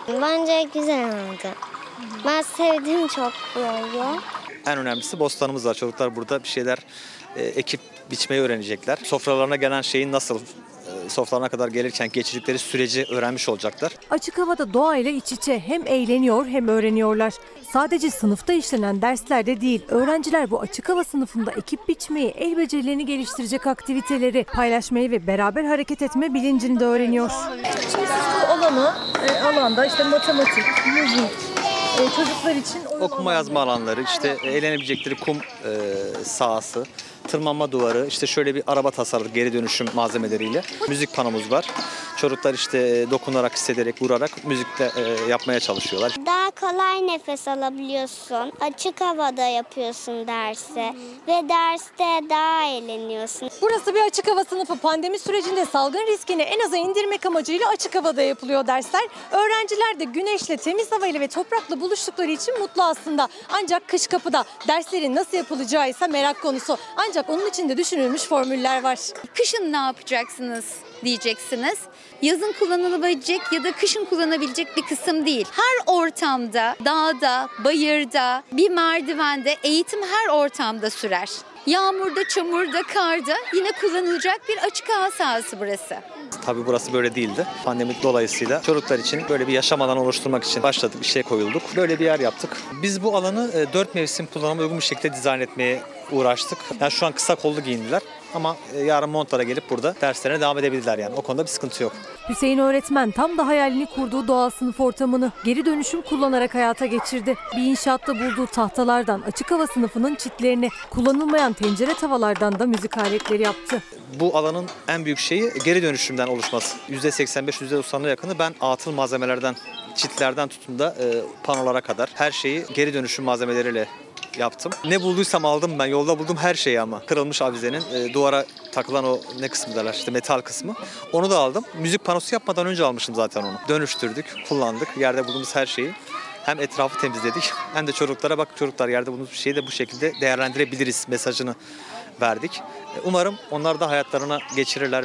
Bence güzel oldu. Ben sevdim çok böyle. En önemlisi bostanımız var. Çocuklar burada bir şeyler e, ekip biçmeyi öğrenecekler. Sofralarına gelen şeyin nasıl e, sofralarına kadar gelirken geçirdikleri süreci öğrenmiş olacaklar. Açık havada doğayla iç içe hem eğleniyor hem öğreniyorlar. Sadece sınıfta işlenen derslerde değil, öğrenciler bu açık hava sınıfında ekip biçmeyi, el becerilerini geliştirecek aktiviteleri, paylaşmayı ve beraber hareket etme bilincini de öğreniyor. Şimdi siz bu alanı, e, alanda işte matematik, müzik, e, çocuklar için oyun Okuma yazma alanları, işte eğlenebilecekleri kum e, sahası, tırmanma duvarı, işte şöyle bir araba tasarladık geri dönüşüm malzemeleriyle. Müzik panomuz var. Çocuklar işte dokunarak, hissederek, vurarak müzikle e, yapmaya çalışıyorlar. Daha kolay nefes alabiliyorsun. Açık havada yapıyorsun dersi ve derste daha eğleniyorsun. Burası bir açık hava sınıfı. Pandemi sürecinde salgın riskini en aza indirmek amacıyla açık havada yapılıyor dersler. Öğrenciler de güneşle, temiz havayla ve toprakla buluştukları için mutlu aslında. Ancak kış kapıda. Derslerin nasıl yapılacağı ise merak konusu. Ancak onun için de düşünülmüş formüller var. Kışın ne yapacaksınız diyeceksiniz. Yazın kullanılabilecek ya da kışın kullanabilecek bir kısım değil. Her ortamda, dağda, bayırda, bir merdivende eğitim her ortamda sürer. Yağmurda, çamurda, karda yine kullanılacak bir açık hava sahası burası. Tabii burası böyle değildi. Pandemi dolayısıyla çocuklar için böyle bir yaşam alanı oluşturmak için başladık, işe koyulduk. Böyle bir yer yaptık. Biz bu alanı dört mevsim kullanıma uygun bir şekilde dizayn etmeye uğraştık. Yani şu an kısa kollu giyindiler ama yarın montlara gelip burada derslerine devam edebilirler yani. O konuda bir sıkıntı yok. Hüseyin öğretmen tam da hayalini kurduğu doğal sınıf ortamını geri dönüşüm kullanarak hayata geçirdi. Bir inşaatta bulduğu tahtalardan açık hava sınıfının çitlerini, kullanılmayan tencere tavalardan da müzik aletleri yaptı. Bu alanın en büyük şeyi geri dönüşümden oluşması. yüzde seksen beş yüzde doksan'a yakını ben atıl malzemelerden, çitlerden tutun da e, panolara kadar her şeyi geri dönüşüm malzemeleriyle yaptım. Ne bulduysam aldım ben. Yolda buldum her şeyi ama. Kırılmış avizenin e, duvara takılan o ne kısmı derler işte metal kısmı. Onu da aldım. Müzik panosu yapmadan önce almışım zaten onu. Dönüştürdük, kullandık. Yerde bulduğumuz her şeyi. Hem etrafı temizledik hem de çocuklara bak çocuklar yerde bulduğumuz bir şeyi de bu şekilde değerlendirebiliriz mesajını verdik. Umarım onlar da hayatlarına geçirirler.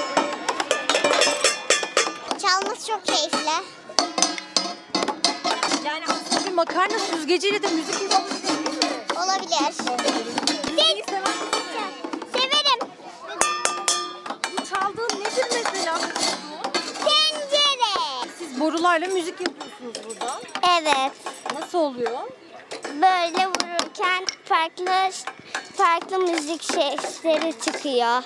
Çalması çok keyifli. Yani aslında bir makarna süzgeciyle de müzik yapılmış değil mi? Olabilir. Severim. Bu çaldığın nedir mesela? Tencere. Siz borularla müzik yapıyorsunuz burada. Evet. Nasıl oluyor? Böyle vururken farklı farklı müzik sesleri çıkıyor.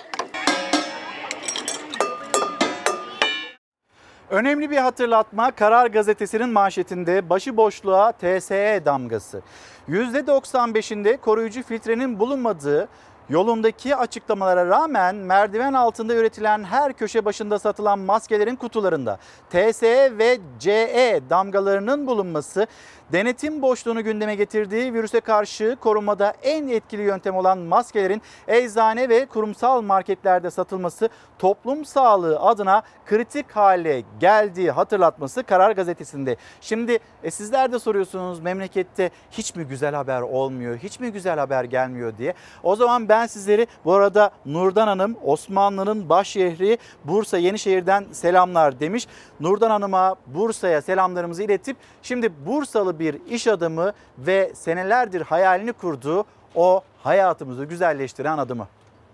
Önemli bir hatırlatma, Karar Gazetesi'nin manşetinde başıboşluğa T S E damgası. yüzde doksan beşinde koruyucu filtrenin bulunmadığı yolundaki açıklamalara rağmen merdiven altında üretilen her köşe başında satılan maskelerin kutularında T S E ve C E damgalarının bulunması denetim boşluğunu gündeme getirdiği virüse karşı korumada en etkili yöntem olan maskelerin eczane ve kurumsal marketlerde satılması toplum sağlığı adına kritik hale geldiği hatırlatması Karar Gazetesi'nde. Şimdi e, sizler de soruyorsunuz memlekette hiç mi güzel haber olmuyor, hiç mi güzel haber gelmiyor diye. O zaman ben sizleri bu arada Nurdan Hanım Osmanlı'nın başşehri Bursa Yenişehir'den selamlar demiş. Nurdan Hanım'a Bursa'ya selamlarımızı iletip şimdi Bursalı bir iş adamı ve senelerdir hayalini kurduğu o hayatımızı güzelleştiren adımı.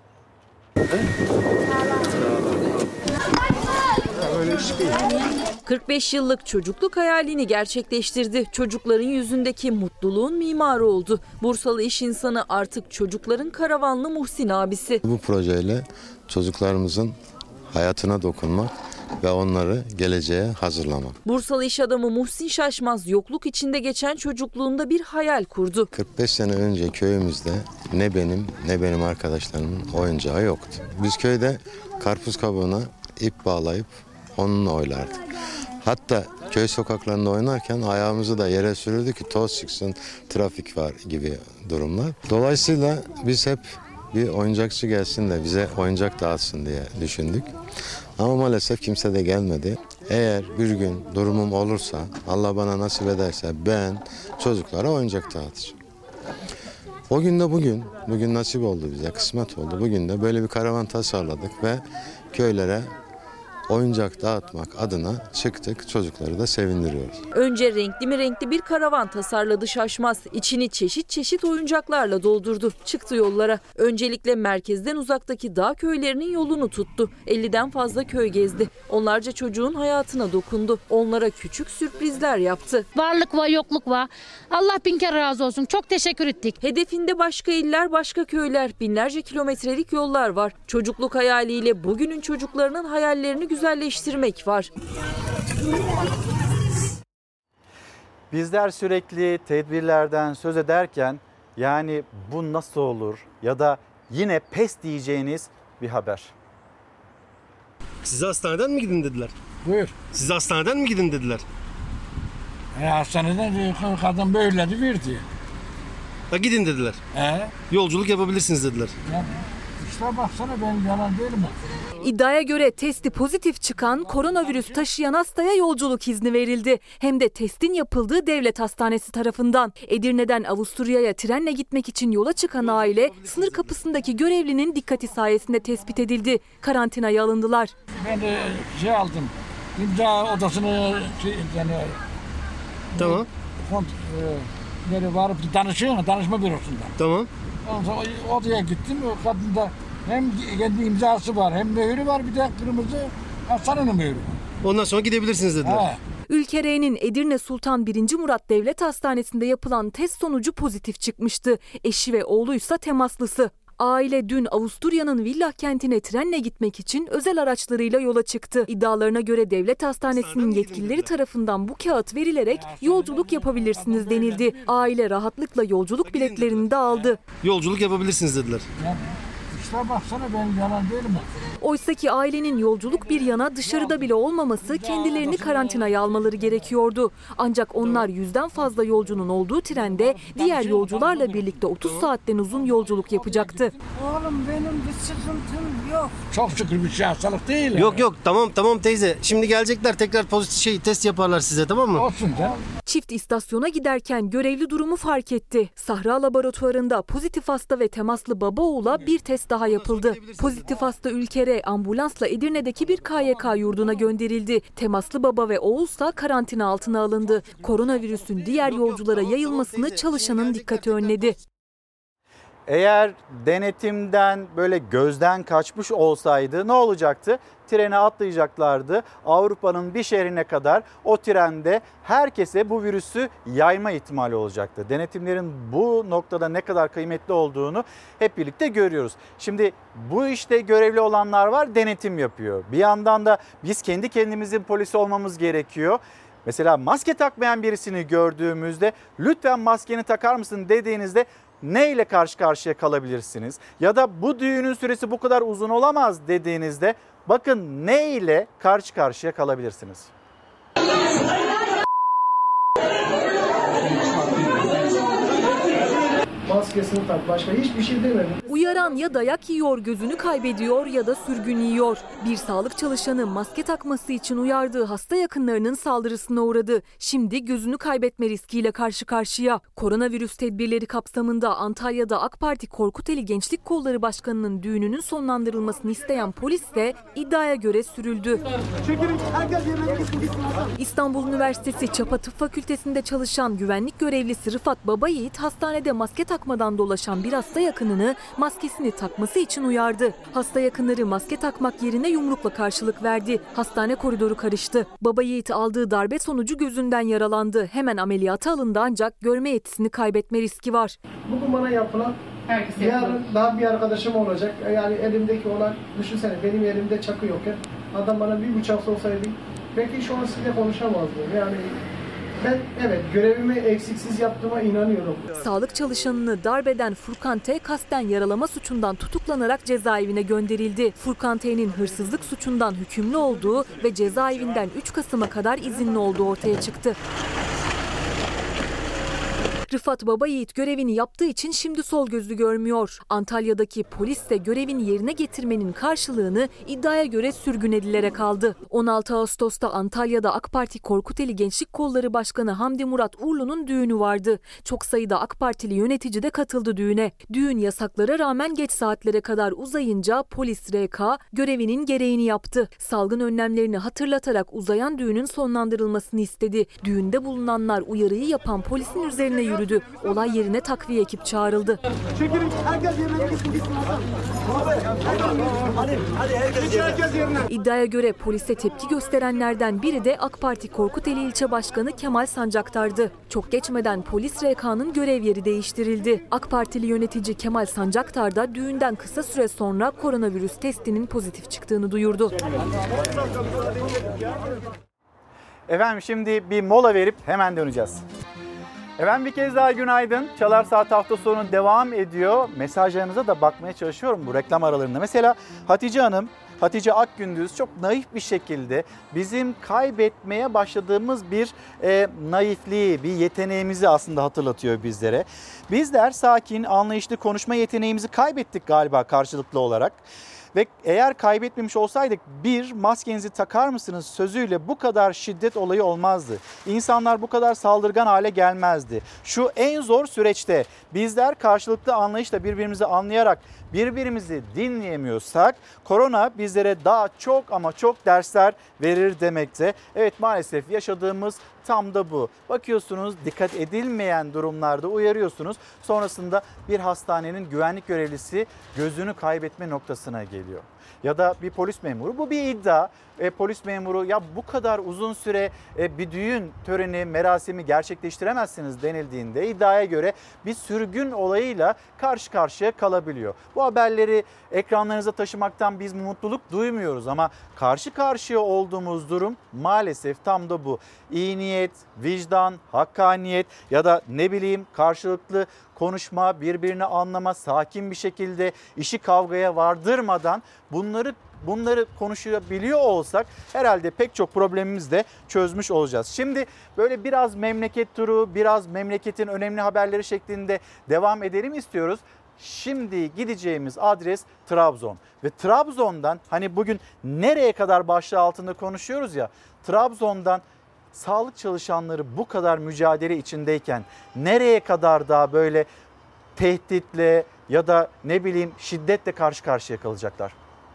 kırk beş yıllık çocukluk hayalini gerçekleştirdi. Çocukların yüzündeki mutluluğun mimarı oldu. Bursalı iş insanı artık çocukların karavanlı Muhsin abisi. Bu projeyle çocuklarımızın hayatına dokunmak ve onları geleceğe hazırlamak. Bursalı iş adamı Muhsin Şaşmaz yokluk içinde geçen çocukluğunda bir hayal kurdu. kırk beş sene önce köyümüzde ne benim ne benim arkadaşlarımın oyuncağı yoktu. Biz köyde karpuz kabuğuna ip bağlayıp onunla oynardık. Hatta köy sokaklarında oynarken ayağımızı da yere sürürdük ki toz çıksın, trafik var gibi durumlar. Dolayısıyla biz hep bir oyuncakçı gelsin de bize oyuncak dağıtsın diye düşündük. Ama maalesef kimse de gelmedi. Eğer bir gün durumum olursa, Allah bana nasip ederse ben çocuklara oyuncak dağıtacağım. O gün de bugün, bugün nasip oldu bize, kısmet oldu. Bugün de böyle bir karavan tasarladık ve köylere oyuncak dağıtmak adına çıktık. Çocukları da sevindiriyoruz. Önce renkli mi renkli bir karavan tasarladı Şaşmaz. İçini çeşit çeşit oyuncaklarla doldurdu. Çıktı yollara. Öncelikle merkezden uzaktaki dağ köylerinin yolunu tuttu. elliden fazla köy gezdi. Onlarca çocuğun hayatına dokundu. Onlara küçük sürprizler yaptı. Varlık var, yokluk var. Allah bin kere razı olsun. Çok teşekkür ettik. Hedefinde başka iller, başka köyler, binlerce kilometrelik yollar var. Çocukluk hayaliyle bugünün çocuklarının hayallerini güzelleştirmek var. Bizler sürekli tedbirlerden söz ederken yani bu nasıl olur ya da yine pes diyeceğiniz bir haber. Size hastaneden mi gidin dediler? Buyur. Size hastaneden mi gidin dediler? E, hastaneden kadın böyledi verdi. Ha, gidin dediler. E? Yolculuk yapabilirsiniz dediler. Ya, işte baksana ben yalan değilim. İddiaya göre testi pozitif çıkan koronavirüs taşıyan hastaya yolculuk izni verildi. Hem de testin yapıldığı devlet hastanesi tarafından. Edirne'den Avusturya'ya trenle gitmek için yola çıkan aile sınır kapısındaki görevlinin dikkati sayesinde tespit edildi. Karantinaya alındılar. Ben de şey aldım. İmza odasını şey, yani tamam. Kont, e, nereye varıp danışıyor, danışma bürosundan. Tamam. Ondan sonra odaya gittim. O kadın da hem kendi imzası var, hem mühürü var, bir de kırmızı hastanenin mühürü var. Ondan sonra gidebilirsiniz dediler. Ha. Ülkere'nin Edirne Sultan birinci. Murat Devlet Hastanesi'nde yapılan test sonucu pozitif çıkmıştı. Eşi ve oğluysa temaslısı. Aile dün Avusturya'nın Villach kentine trenle gitmek için özel araçlarıyla yola çıktı. İddialarına göre devlet hastanesinin yetkilileri tarafından bu kağıt verilerek yolculuk yapabilirsiniz denildi. Aile rahatlıkla yolculuk biletlerini de aldı. Yolculuk yapabilirsiniz dediler. Ya, işte baksana ben yalan değilim. Oysaki ailenin yolculuk bir yana dışarıda bile olmaması kendilerini karantinaya almaları gerekiyordu. Ancak onlar yüzden fazla yolcunun olduğu trende diğer yolcularla birlikte otuz saatten uzun yolculuk yapacaktı. Oğlum benim bir sıkıntım yok. Çok şükür bir şey hastalık değil. Yok yok tamam tamam teyze. Şimdi gelecekler tekrar pozitif şey test yaparlar size, tamam mı? Olsun canım. Çift istasyona giderken görevli durumu fark etti. Sahra laboratuvarında pozitif hasta ve temaslı baba oğula bir test daha yapıldı. Pozitif hasta Ülkere ambulansla Edirne'deki bir K Y K yurduna gönderildi. Temaslı baba ve oğulsa karantina altına alındı. Koronavirüsün diğer yolculara yayılmasını çalışanın dikkati önledi. Eğer denetimden böyle gözden kaçmış olsaydı ne olacaktı? Trene atlayacaklardı. Avrupa'nın bir şehrine kadar o trende herkese bu virüsü yayma ihtimali olacaktı. Denetimlerin bu noktada ne kadar kıymetli olduğunu hep birlikte görüyoruz. Şimdi bu işte görevli olanlar var, denetim yapıyor. Bir yandan da biz kendi kendimizin polisi olmamız gerekiyor. Mesela maske takmayan birisini gördüğümüzde lütfen maskeni takar mısın dediğinizde ne ile karşı karşıya kalabilirsiniz? Ya da bu düğünün süresi bu kadar uzun olamaz dediğinizde bakın ne ile karşı karşıya kalabilirsiniz? Maskesini tak, başka hiçbir şey demedim. Uyaran ya dayak yiyor, gözünü kaybediyor ya da sürgün yiyor. Bir sağlık çalışanı maske takması için uyardığı hasta yakınlarının saldırısına uğradı. Şimdi gözünü kaybetme riskiyle karşı karşıya. Koronavirüs tedbirleri kapsamında Antalya'da AK Parti Korkuteli Gençlik Kolları Başkanı'nın düğününün sonlandırılmasını isteyen polis de iddiaya göre sürüldü. İstanbul Üniversitesi Çapa Tıp Fakültesi'nde çalışan güvenlik görevlisi Rıfat Babayiğit hastanede maske takmadan dolaşan bir hasta yakınını maskesini takması için uyardı. Hasta yakınları maske takmak yerine yumrukla karşılık verdi. Hastane koridoru karıştı. Babayiğit aldığı darbe sonucu gözünden yaralandı. Hemen ameliyata alındı ancak görme yetisini kaybetme riski var. Bugün bana yapılan Herkese yarın yapalım. Daha bir arkadaşım olacak. Yani elimdeki olan, düşünsene benim elimde çakı yokken adam bana bir bıçak olsaydı belki şu an sizinle konuşamazdım. Yani ben evet görevimi eksiksiz yaptığıma inanıyorum. Sağlık çalışanını darbeden Furkan T. kasten yaralama suçundan tutuklanarak cezaevine gönderildi. Furkan T'nin hırsızlık suçundan hükümlü olduğu ve cezaevinden üç Kasım'a kadar izinli olduğu ortaya çıktı. Rıfat Babayiğit görevini yaptığı için şimdi sol gözlü görmüyor. Antalya'daki polis de görevini yerine getirmenin karşılığını iddiaya göre sürgün edilerek aldı. on altı Ağustos'ta Antalya'da AK Parti Korkuteli Gençlik Kolları Başkanı Hamdi Murat Uğurlu'nun düğünü vardı. Çok sayıda AK Partili yönetici de katıldı düğüne. Düğün yasaklara rağmen geç saatlere kadar uzayınca polis R K görevinin gereğini yaptı. Salgın önlemlerini hatırlatarak uzayan düğünün sonlandırılmasını istedi. Düğünde bulunanlar uyarıyı yapan polisin üzerine yürüdü. Olay yerine takviye ekip çağrıldı. Çekilin, herkes yerine gitsin. Hadi, hadi herkes yerine. İddiaya göre polise tepki gösterenlerden biri de AK Parti Korkuteli İlçe Başkanı Kemal Sancaktar'dı. Çok geçmeden polis R K'nın görev yeri değiştirildi. AK Partili yönetici Kemal Sancaktar da düğünden kısa süre sonra koronavirüs testinin pozitif çıktığını duyurdu. Efendim şimdi bir mola verip hemen döneceğiz. Efendim bir kez daha günaydın. Çalar Saat hafta sonu devam ediyor. Mesajlarınıza da bakmaya çalışıyorum bu reklam aralarında. Mesela Hatice Hanım, Hatice Akgündüz çok naif bir şekilde bizim kaybetmeye başladığımız bir e, naifliği, bir yeteneğimizi aslında hatırlatıyor bizlere. Bizler sakin, anlayışlı konuşma yeteneğimizi kaybettik galiba karşılıklı olarak. Ve eğer kaybetmemiş olsaydık bir maskenizi takar mısınız sözüyle bu kadar şiddet olayı olmazdı. İnsanlar bu kadar saldırgan hale gelmezdi. Şu en zor süreçte bizler karşılıklı anlayışla birbirimizi anlayarak birbirimizi dinleyemiyorsak korona bizlere daha çok ama çok dersler verir demekte. Evet maalesef yaşadığımız tam da bu. Bakıyorsunuz dikkat edilmeyen durumlarda uyarıyorsunuz. Sonrasında bir hastanenin güvenlik görevlisi gözünü kaybetme noktasına geliyor. Ya da bir polis memuru. Bu bir iddia. E, polis memuru ya bu kadar uzun süre e, bir düğün töreni, merasimi gerçekleştiremezsiniz denildiğinde iddiaya göre bir sürgün olayıyla karşı karşıya kalabiliyor. Bu haberleri ekranlarınıza taşımaktan biz mutluluk duymuyoruz ama karşı karşıya olduğumuz durum maalesef tam da bu. İyi niyet, vicdan, hakkaniyet ya da ne bileyim karşılıklı konuşma, birbirini anlama, sakin bir şekilde işi kavgaya vardırmadan bunları bunları konuşabiliyor olsak herhalde pek çok problemimizi de çözmüş olacağız. Şimdi böyle biraz memleket turu, biraz memleketin önemli haberleri şeklinde devam edelim istiyoruz. Şimdi gideceğimiz adres Trabzon ve Trabzon'dan hani bugün nereye kadar başlığı altında konuşuyoruz ya, Trabzon'dan sağlık çalışanları bu kadar mücadele içindeyken nereye kadar daha böyle tehditle ya da ne bileyim şiddetle karşı karşıya kalacaklar?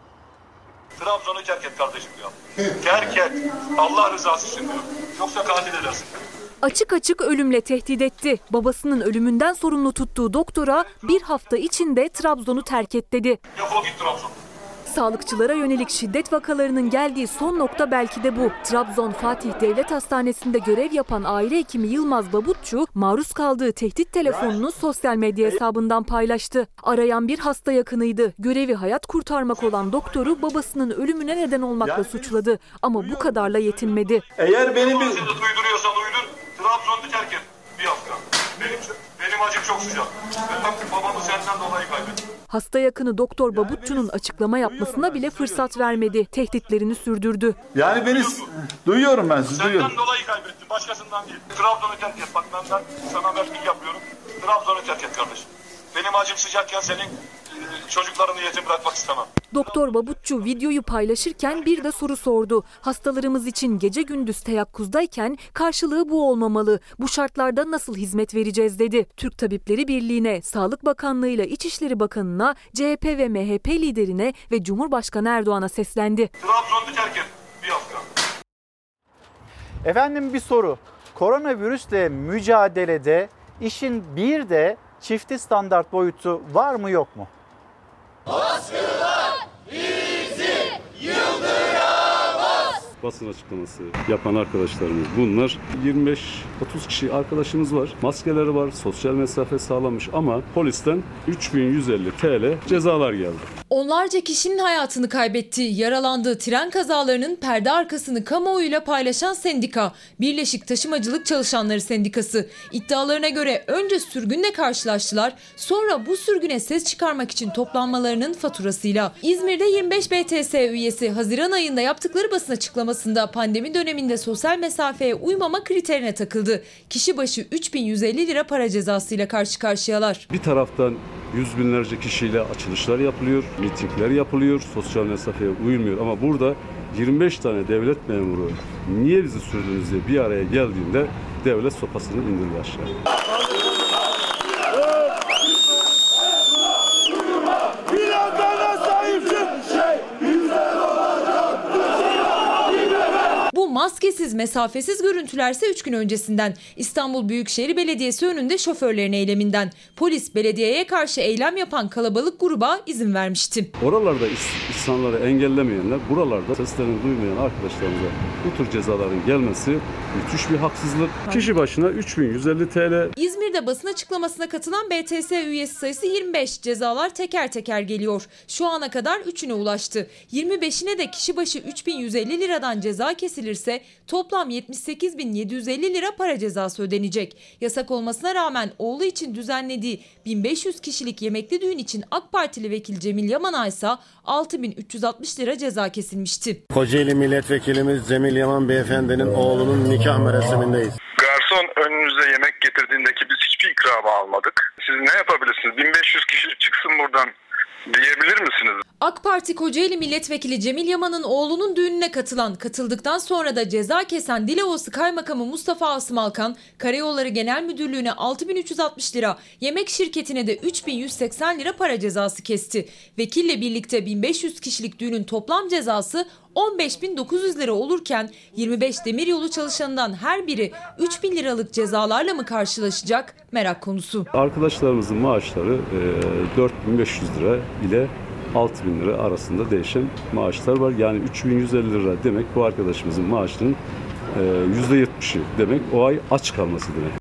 Trabzon'u terk et kardeşim ya. Terk et. Allah rızası için diyor. Yoksa katil edersin. Açık açık ölümle tehdit etti. Babasının ölümünden sorumlu tuttuğu doktora bir hafta içinde Trabzon'u terk et dedi. Defol git Trabzon. Sağlıkçılara yönelik şiddet vakalarının geldiği son nokta belki de bu. Trabzon Fatih Devlet Hastanesi'nde görev yapan aile hekimi Yılmaz Babutçu maruz kaldığı tehdit telefonunu sosyal medya hesabından paylaştı. Arayan bir hasta yakınıydı. Görevi hayat kurtarmak olan doktoru babasının ölümüne neden olmakla suçladı. Ama bu kadarla yetinmedi. Eğer benim bir... uyduruyorsan uydur, Trabzon'u terk et bir hafta. Benim, benim acım çok sıcak. Ben babamı senden dolayı kaybettim. Hasta yakını Doktor Babutçu'nun açıklama yapmasına bile fırsat vermedi. Tehditlerini sürdürdü. Yani beni duyuyorum ben sizi duyuyorum. Senden dolayı kaybettim, başkasından değil. Trabzon'u terk et. Bak ben, ben sana verdik yapıyorum. Trabzon'u terk et kardeşim. Benim acım sıcakken senin çocuklarını yetim bırakmak istemem. Doktor Babutçu videoyu paylaşırken bir de soru sordu. Hastalarımız için gece gündüz teyakkuzdayken karşılığı bu olmamalı. Bu şartlarda nasıl hizmet vereceğiz dedi. Türk Tabipleri Birliği'ne, Sağlık Bakanlığı ile İçişleri Bakanı'na, C H P ve M H P liderine ve Cumhurbaşkanı Erdoğan'a seslendi. Trabzon'u terk et bir hafta. Efendim bir soru. Koronavirüsle mücadelede işin bir de çifte standart boyutu var mı yok mu? Baskılar bizi yıldıramaz. Basın açıklaması yapan arkadaşlarımız bunlar. yirmi beş otuz kişi arkadaşımız var. Maskeleri var, sosyal mesafe sağlamış ama polisten üç bin yüz elli TL cezalar geldi. Onlarca kişinin hayatını kaybettiği, yaralandığı tren kazalarının perde arkasını kamuoyuyla paylaşan sendika, Birleşik Taşımacılık Çalışanları Sendikası. İddialarına göre önce sürgünle karşılaştılar, sonra bu sürgüne ses çıkarmak için toplanmalarının faturasıyla. İzmir'de yirmi beş B T S üyesi Haziran ayında yaptıkları basın açıklaması açıklamasında pandemi döneminde sosyal mesafeye uymama kriterine takıldı. Kişi başı üç bin yüz elli lira para cezasıyla karşı karşıyalar. Bir taraftan yüz binlerce kişiyle açılışlar yapılıyor, mitingler yapılıyor, sosyal mesafeye uyulmuyor. Ama burada yirmi beş tane devlet memuru niye bizi sürdünüz diye bir araya geldiğinde devlet sopasını indirdi aşağı. Bu maskesiz, mesafesiz görüntülerse üç gün öncesinden. İstanbul Büyükşehir Belediyesi önünde şoförlerin eyleminden. Polis belediyeye karşı eylem yapan kalabalık gruba izin vermişti. Oralarda insanları engellemeyenler, buralarda seslerini duymayan arkadaşlarımıza bu tür cezaların gelmesi müthiş bir haksızlık. Kişi başına üç bin yüz elli TL. İzmir'de basın açıklamasına katılan B T S üyesi sayısı yirmi beş. Cezalar teker teker geliyor. Şu ana kadar üçüne ulaştı. yirmi beşine de kişi başı üç bin yüz elli liradan ceza kesilirse toplam yetmiş sekiz bin yedi yüz elli lira para cezası ödenecek. Yasak olmasına rağmen oğlu için düzenlediği bin beş yüz kişilik yemekli düğün için AK Partili vekil Cemil Yaman'a ise altı bin üç yüz altmış lira ceza kesilmişti. Kocaeli Milletvekilimiz Cemil Yaman Beyefendinin oğlunun nikah merasimindeyz. Garson önünüze yemek getirdiğindeki biz hiçbir ikramı almadık. Siz ne yapabilirsiniz? bin beş yüz kişi çıksın buradan diyebilir misiniz? AK Parti Kocaeli Milletvekili Cemil Yaman'ın oğlunun düğününe katılan, katıldıktan sonra da ceza kesen Dilovası Kaymakamı Mustafa Asım Alkan, Karayolları Genel Müdürlüğü'ne altı bin üç yüz altmış lira, yemek şirketine de üç bin yüz seksen lira para cezası kesti. Vekille birlikte bin beş yüz kişilik düğünün toplam cezası on beş bin dokuz yüz lira olurken yirmi beş demiryolu çalışanından her biri üç bin liralık cezalarla mı karşılaşacak merak konusu. Arkadaşlarımızın maaşları dört bin beş yüz lira ile altı bin lira arasında değişen maaşlar var. Yani üç bin yüz elli lira demek bu arkadaşımızın maaşının yüzde yetmişi demek, o ay aç kalması demek.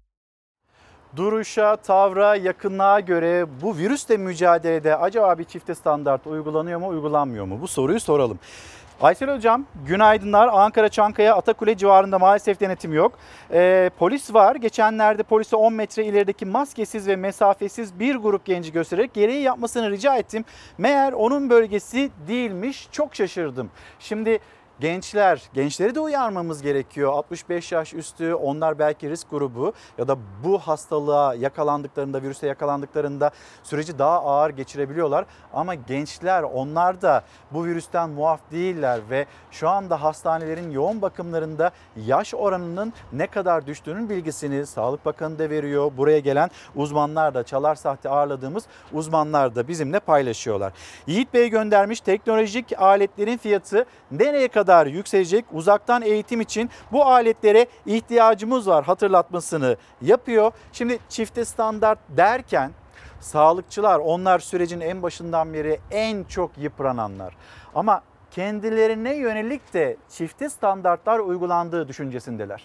Duruşa, tavra, yakınlığa göre bu virüsle mücadelede acaba bir çifte standart uygulanıyor mu, uygulanmıyor mu? Bu soruyu soralım. Aysel Hocam, günaydınlar. Ankara Çankaya Atakule civarında maalesef denetim yok. Ee, polis var. Geçenlerde polise on metre ilerideki maskesiz ve mesafesiz bir grup genci göstererek gereği yapmasını rica ettim. Meğer onun bölgesi değilmiş. Çok şaşırdım. Şimdi gençler, gençleri de uyarmamız gerekiyor. altmış beş yaş üstü, onlar belki risk grubu ya da bu hastalığa yakalandıklarında, virüse yakalandıklarında süreci daha ağır geçirebiliyorlar. Ama gençler, onlar da bu virüsten muaf değiller ve şu anda hastanelerin yoğun bakımlarında yaş oranının ne kadar düştüğünün bilgisini Sağlık Bakanı da veriyor. Buraya gelen uzmanlar da, Çalar Saat'te ağırladığımız uzmanlar da bizimle paylaşıyorlar. Yiğit Bey göndermiş, teknolojik aletlerin fiyatı nereye kadar yükselecek? Uzaktan eğitim için bu aletlere ihtiyacımız var hatırlatmasını yapıyor. Şimdi çifte standart derken sağlıkçılar, onlar sürecin en başından beri en çok yıprananlar. Ama kendilerine yönelik de çifte standartlar uygulandığı düşüncesindeler.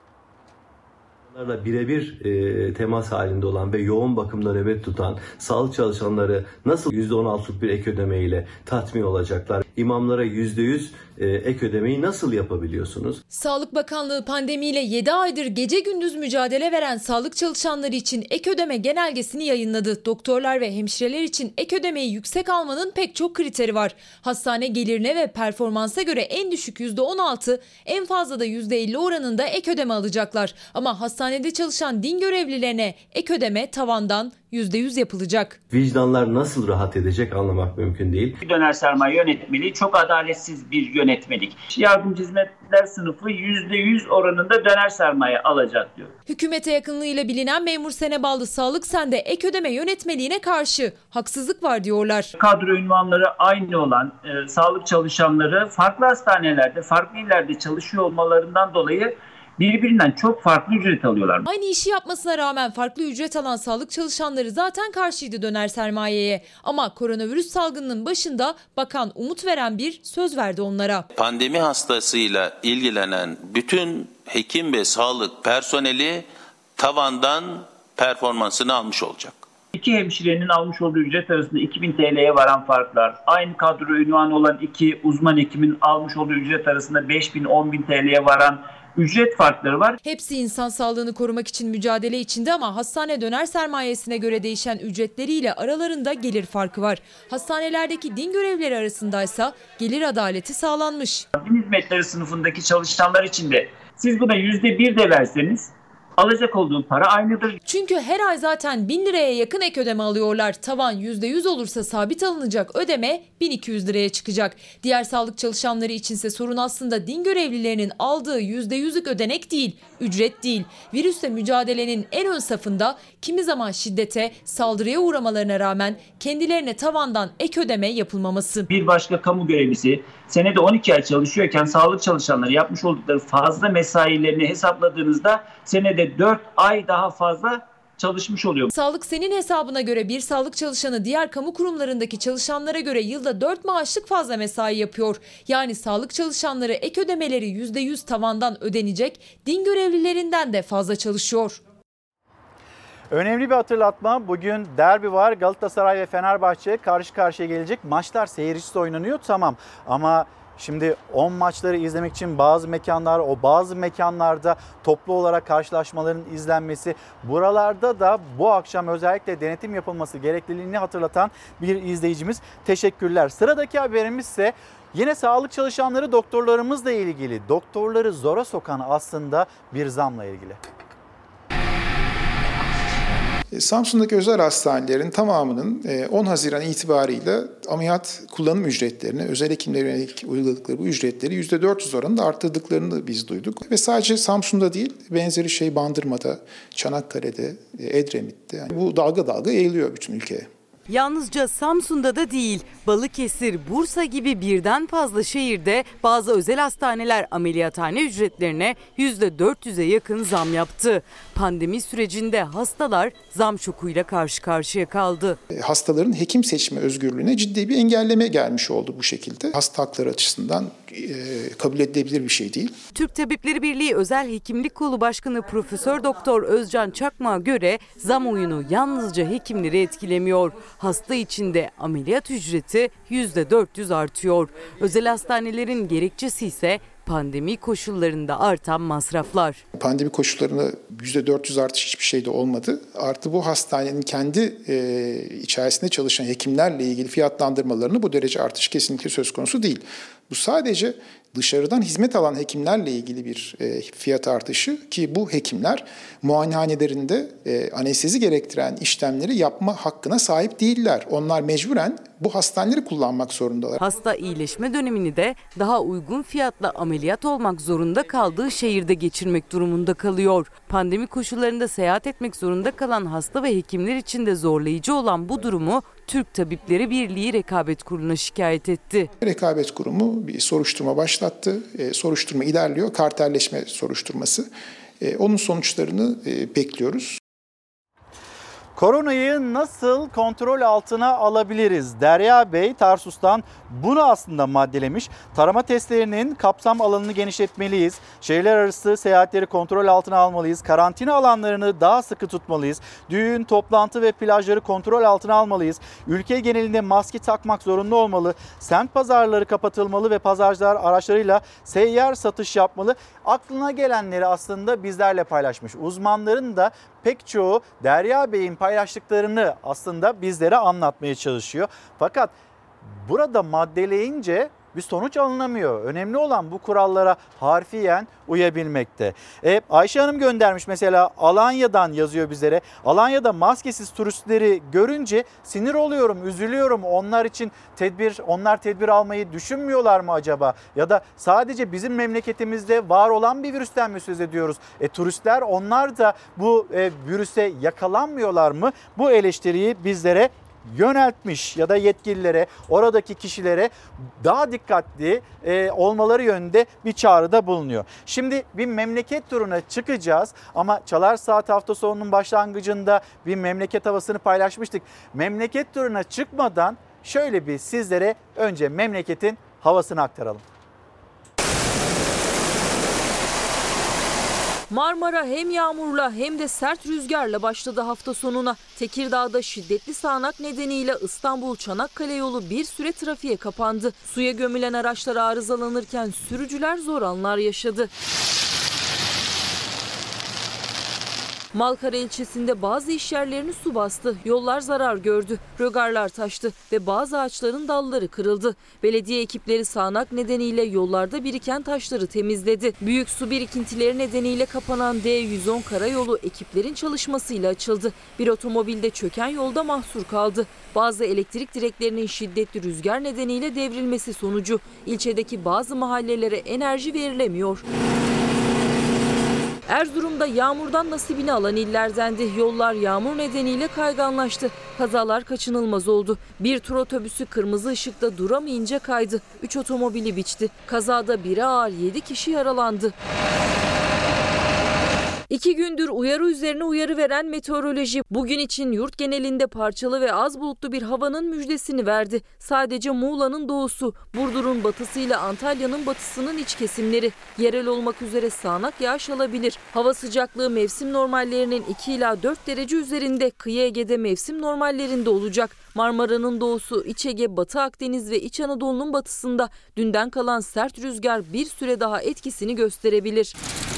Birebir e, temas halinde olan ve yoğun bakımda nöbet tutan sağlık çalışanları nasıl yüzde on altılık bir ek ödemeyle tatmin olacaklar? İmamlara yüzde yüz e, ek ödemeyi nasıl yapabiliyorsunuz? Sağlık Bakanlığı pandemiyle yedi aydır gece gündüz mücadele veren sağlık çalışanları için ek ödeme genelgesini yayınladı. Doktorlar ve hemşireler için ek ödemeyi yüksek almanın pek çok kriteri var. Hastane gelirine ve performansa göre en düşük yüzde on altı, en fazla da yüzde elli oranında ek ödeme alacaklar. Ama hastanede çalışan din görevlilerine ek ödeme tavandan yüzde yüz yapılacak. Vicdanlar nasıl rahat edecek anlamak mümkün değil. Döner sermaye yönetmeliği çok adaletsiz bir yönetmelik. Yardımcı hizmetler sınıfı yüzde yüz oranında döner sermaye alacak diyor. Hükümete yakınlığıyla bilinen Memur Seneballı Sağlık Sen'de ek ödeme yönetmeliğine karşı haksızlık var diyorlar. Kadro ünvanları aynı olan e, sağlık çalışanları farklı hastanelerde, farklı illerde çalışıyor olmalarından dolayı birbirinden çok farklı ücret alıyorlar. Aynı işi yapmasına rağmen farklı ücret alan sağlık çalışanları zaten karşıydı döner sermayeye. Ama koronavirüs salgınının başında bakan umut veren bir söz verdi onlara. Pandemi hastasıyla ilgilenen bütün hekim ve sağlık personeli tavandan performansını almış olacak. İki hemşirenin almış olduğu ücret arasında iki bin T L'ye varan farklar, aynı kadro ünvanı olan iki uzman hekimin almış olduğu ücret arasında beş bin on bin T L'ye varan ücret farkları var. Hepsi insan sağlığını korumak için mücadele içinde ama hastane döner sermayesine göre değişen ücretleriyle aralarında gelir farkı var. Hastanelerdeki din görevlileri arasındaysa gelir adaleti sağlanmış. Din hizmetleri sınıfındaki çalışanlar için de siz buna yüzde bir de verseniz alacak olduğun para aynıdır. Çünkü her ay zaten bin liraya yakın ek ödeme alıyorlar. Tavan yüzde yüz olursa sabit alınacak ödeme bin iki yüz liraya çıkacak. Diğer sağlık çalışanları içinse sorun aslında din görevlilerinin aldığı yüzde yüzlük ödenek değil, ücret değil. Virüsle mücadelenin en ön safında kimi zaman şiddete, saldırıya uğramalarına rağmen kendilerine tavandan ek ödeme yapılmaması. Bir başka kamu görevlisi senede on iki ay çalışıyorken sağlık çalışanları yapmış oldukları fazla mesailerini hesapladığınızda senede dört ay daha fazla çalışmış oluyor. Sağlık Sen'in hesabına göre bir sağlık çalışanı diğer kamu kurumlarındaki çalışanlara göre yılda dört maaşlık fazla mesai yapıyor. Yani sağlık çalışanları ek ödemeleri yüzde yüz tavandan ödenecek, din görevlilerinden de fazla çalışıyor. Önemli bir hatırlatma. Bugün derbi var. Galatasaray ve Fenerbahçe karşı karşıya gelecek. Maçlar seyircisiz oynanıyor, tamam. Ama şimdi on maçları izlemek için bazı mekanlar, o bazı mekanlarda toplu olarak karşılaşmaların izlenmesi, buralarda da bu akşam özellikle denetim yapılması gerekliliğini hatırlatan bir izleyicimiz. Teşekkürler. Sıradaki haberimiz ise yine sağlık çalışanları, doktorlarımızla ilgili. Doktorları zora sokan aslında bir zamla ilgili. Samsun'daki özel hastanelerin tamamının on Haziran itibarıyla ameliyat kullanım ücretlerini, özel hekimlere yönelik uyguladıkları bu ücretleri yüzde dört yüz oranında arttırdıklarını biz duyduk. Ve sadece Samsun'da değil, benzeri şey Bandırma'da, Çanakkale'de, Edremit'te. Yani bu dalga dalga yayılıyor bütün ülkeye. Yalnızca Samsun'da da değil, Balıkesir, Bursa gibi birden fazla şehirde bazı özel hastaneler ameliyathane ücretlerine yüzde dört yüze yakın zam yaptı. Pandemi sürecinde hastalar zam şokuyla karşı karşıya kaldı. Hastaların hekim seçme özgürlüğüne ciddi bir engelleme gelmiş oldu bu şekilde. Hasta hakları açısından e, kabul edilebilir bir şey değil. Türk Tabipleri Birliği Özel Hekimlik Kolu Başkanı Profesör Doktor Özcan Çakmak'a göre zam oyunu yalnızca hekimleri etkilemiyor. Hasta için de ameliyat ücreti yüzde dört yüz artıyor. Özel hastanelerin gerekçesi ise pandemi koşullarında artan masraflar. Pandemi koşullarında yüzde dört yüz artış hiçbir şey de olmadı. Artı bu hastanenin kendi e, içerisinde çalışan hekimlerle ilgili fiyatlandırmalarını bu derece artış kesinlikle söz konusu değil. Bu sadece dışarıdan hizmet alan hekimlerle ilgili bir e, fiyat artışı ki bu hekimler muayenehanelerinde e, anestezi gerektiren işlemleri yapma hakkına sahip değiller. Onlar mecburen bu hastaneleri kullanmak zorundalar. Hasta iyileşme dönemini de daha uygun fiyatla ameliyat olmak zorunda kaldığı şehirde geçirmek durumunda kalıyor. Pandemi koşullarında seyahat etmek zorunda kalan hasta ve hekimler için de zorlayıcı olan bu durumu Türk Tabipleri Birliği Rekabet Kurulu'na şikayet etti. Rekabet Kurumu bir soruşturma başlattı. E, soruşturma ilerliyor. Kartelleşme soruşturması. E, onun sonuçlarını e, bekliyoruz. Koronayı nasıl kontrol altına alabiliriz? Derya Bey Tarsus'tan bunu aslında maddelemiş. Tarama testlerinin kapsam alanını genişletmeliyiz. Şehirler arası seyahatleri kontrol altına almalıyız. Karantina alanlarını daha sıkı tutmalıyız. Düğün, toplantı ve plajları kontrol altına almalıyız. Ülke genelinde maske takmak zorunlu olmalı. Semt pazarları kapatılmalı ve pazarcılar araçlarıyla seyyar satış yapmalı. Aklına gelenleri aslında bizlerle paylaşmış. Uzmanların da pek çoğu Derya Bey'in paylaştıklarını aslında bizlere anlatmaya çalışıyor. Fakat burada maddeleyince bir sonuç alınamıyor. Önemli olan bu kurallara harfiyen uyabilmekte. E, Ayşe Hanım göndermiş mesela, Alanya'dan yazıyor bizlere. Alanya'da maskesiz turistleri görünce sinir oluyorum, üzülüyorum. Onlar için tedbir, onlar tedbir almayı düşünmüyorlar mı acaba? Ya da sadece bizim memleketimizde var olan bir virüsten mi söz ediyoruz? E, turistler, onlar da bu e, virüse yakalanmıyorlar mı? Bu eleştiriyi bizlere yöneltmiş ya da yetkililere, oradaki kişilere daha dikkatli e, olmaları yönünde bir çağrıda bulunuyor. Şimdi bir memleket turuna çıkacağız ama Çalar Saat hafta sonunun başlangıcında bir memleket havasını paylaşmıştık. Memleket turuna çıkmadan şöyle bir sizlere önce memleketin havasını aktaralım. Marmara hem yağmurla hem de sert rüzgarla başladı hafta sonuna. Tekirdağ'da şiddetli sağanak nedeniyle İstanbul-Çanakkale yolu bir süre trafiğe kapandı. Suya gömülen araçlar arızalanırken sürücüler zor anlar yaşadı. Malkara ilçesinde bazı iş yerlerini su bastı, yollar zarar gördü, rögarlar taştı ve bazı ağaçların dalları kırıldı. Belediye ekipleri sağanak nedeniyle yollarda biriken taşları temizledi. Büyük su birikintileri nedeniyle kapanan D yüz on karayolu ekiplerin çalışmasıyla açıldı. Bir otomobilde çöken yolda mahsur kaldı. Bazı elektrik direklerinin şiddetli rüzgar nedeniyle devrilmesi sonucu ilçedeki bazı mahallelere enerji verilemiyor. Erzurum'da yağmurdan nasibini alan illerdendi. Yollar yağmur nedeniyle kayganlaştı. Kazalar kaçınılmaz oldu. Bir tur otobüsü kırmızı ışıkta duramayınca kaydı. Üç otomobili biçti. Kazada biri ağır, yedi kişi yaralandı. İki gündür uyarı üzerine uyarı veren meteoroloji bugün için yurt genelinde parçalı ve az bulutlu bir havanın müjdesini verdi. Sadece Muğla'nın doğusu, Burdur'un batısıyla Antalya'nın batısının iç kesimleri yerel olmak üzere sağanak yağış alabilir. Hava sıcaklığı mevsim normallerinin iki ila dört derece üzerinde, kıyı Ege'de mevsim normallerinde olacak. Marmara'nın doğusu, İç Ege, Batı Akdeniz ve İç Anadolu'nun batısında dünden kalan sert rüzgar bir süre daha etkisini gösterebilir.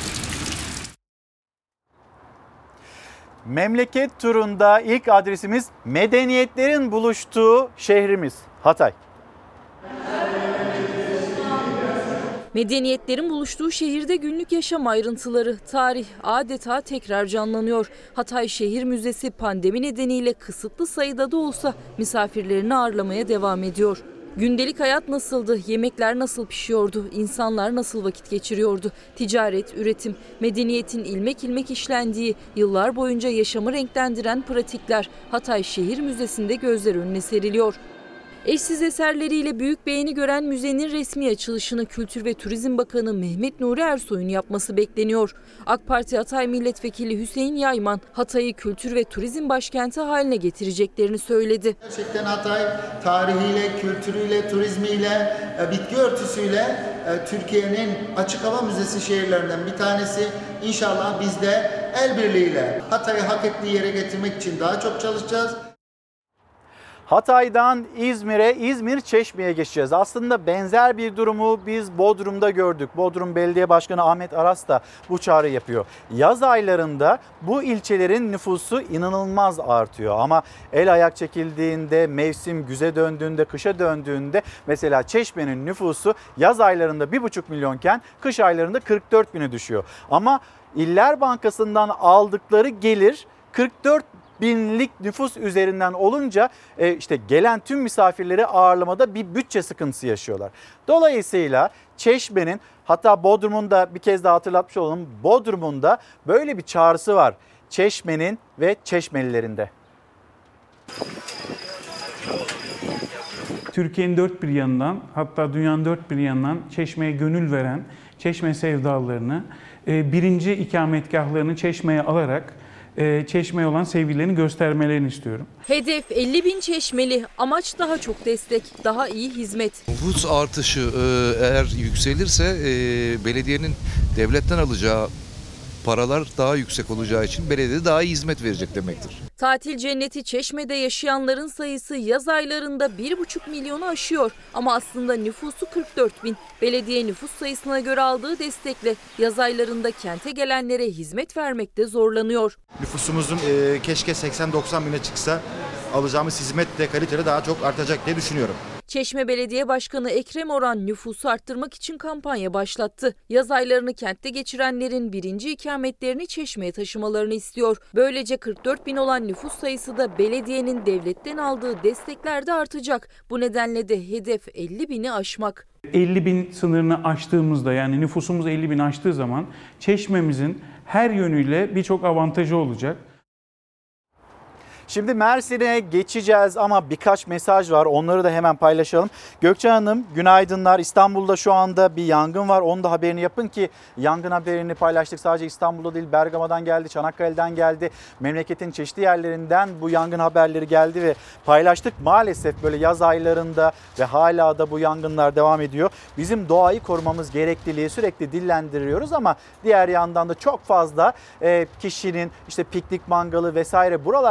Memleket turunda ilk adresimiz medeniyetlerin buluştuğu şehrimiz Hatay. Medeniyetlerin buluştuğu şehirde günlük yaşam ayrıntıları, tarih adeta tekrar canlanıyor. Hatay Şehir Müzesi pandemi nedeniyle kısıtlı sayıda da olsa misafirlerini ağırlamaya devam ediyor. Gündelik hayat nasıldı? Yemekler nasıl pişiyordu? İnsanlar nasıl vakit geçiriyordu? Ticaret, üretim, medeniyetin ilmek ilmek işlendiği, yıllar boyunca yaşamı renklendiren pratikler Hatay Şehir Müzesi'nde gözler önüne seriliyor. Eşsiz eserleriyle büyük beğeni gören müzenin resmi açılışını Kültür ve Turizm Bakanı Mehmet Nuri Ersoy'un yapması bekleniyor. AK Parti Hatay Milletvekili Hüseyin Yayman, Hatay'ı kültür ve turizm başkenti haline getireceklerini söyledi. Gerçekten Hatay tarihiyle, kültürüyle, turizmiyle, bitki örtüsüyle Türkiye'nin açık hava müzesi şehirlerinden bir tanesi. İnşallah biz de el birliğiyle Hatay'ı hak ettiği yere getirmek için daha çok çalışacağız. Hatay'dan İzmir'e, İzmir Çeşme'ye geçeceğiz. Aslında benzer bir durumu biz Bodrum'da gördük. Bodrum Belediye Başkanı Ahmet Aras da bu çağrı yapıyor. Yaz aylarında bu ilçelerin nüfusu inanılmaz artıyor. Ama el ayak çekildiğinde, mevsim güze döndüğünde, kışa döndüğünde mesela Çeşme'nin nüfusu yaz aylarında bir buçuk milyonken kış aylarında kırk dört bine düşüyor. Ama İller Bankası'ndan aldıkları gelir kırk dört binlik nüfus üzerinden olunca işte gelen tüm misafirleri ağırlamada bir bütçe sıkıntısı yaşıyorlar. Dolayısıyla Çeşme'nin, hatta Bodrum'un da bir kez daha hatırlatmış olalım, Bodrum'un da böyle bir çağrısı var. Çeşme'nin ve Çeşmelilerinde. Türkiye'nin dört bir yanından, hatta dünyanın dört bir yanından Çeşme'ye gönül veren Çeşme sevdalarını, birinci ikametgahlarını Çeşme'ye alarak Çeşme'ye olan sevgilerini göstermelerini istiyorum. Hedef elli bin Çeşmeli, amaç daha çok destek, daha iyi hizmet. Nüfus artışı eğer yükselirse belediyenin devletten alacağı paralar daha yüksek olacağı için belediye daha iyi hizmet verecek demektir. Tatil cenneti Çeşme'de yaşayanların sayısı yaz aylarında bir buçuk milyonu aşıyor. Ama aslında nüfusu kırk dört bin. Belediye nüfus sayısına göre aldığı destekle yaz aylarında kente gelenlere hizmet vermekte zorlanıyor. Nüfusumuzun e, keşke seksen doksan bine çıksa alacağımız hizmet de kaliteli daha çok artacak diye düşünüyorum. Çeşme Belediye Başkanı Ekrem Oran nüfusu arttırmak için kampanya başlattı. Yaz aylarını kentte geçirenlerin birinci ikametlerini Çeşme'ye taşımalarını istiyor. Böylece kırk dört bin olan nüfus sayısı da belediyenin devletten aldığı destekler de artacak. Bu nedenle de hedef elli bini aşmak. elli bin sınırını aştığımızda, yani nüfusumuz elli bin aştığı zaman Çeşme'mizin her yönüyle birçok avantajı olacak. Şimdi Mersin'e geçeceğiz ama birkaç mesaj var. Onları da hemen paylaşalım. Gökçe Hanım, günaydınlar. İstanbul'da şu anda bir yangın var. Onun da haberini yapın ki yangın haberini paylaştık. Sadece İstanbul'da değil, Bergama'dan geldi, Çanakkale'den geldi. Memleketin çeşitli yerlerinden bu yangın haberleri geldi ve paylaştık. Maalesef böyle yaz aylarında ve hala da bu yangınlar devam ediyor. Bizim doğayı korumamız gerekliliği sürekli dillendiriyoruz ama diğer yandan da çok fazla kişinin işte piknik mangalı vesaire buralarda dikkat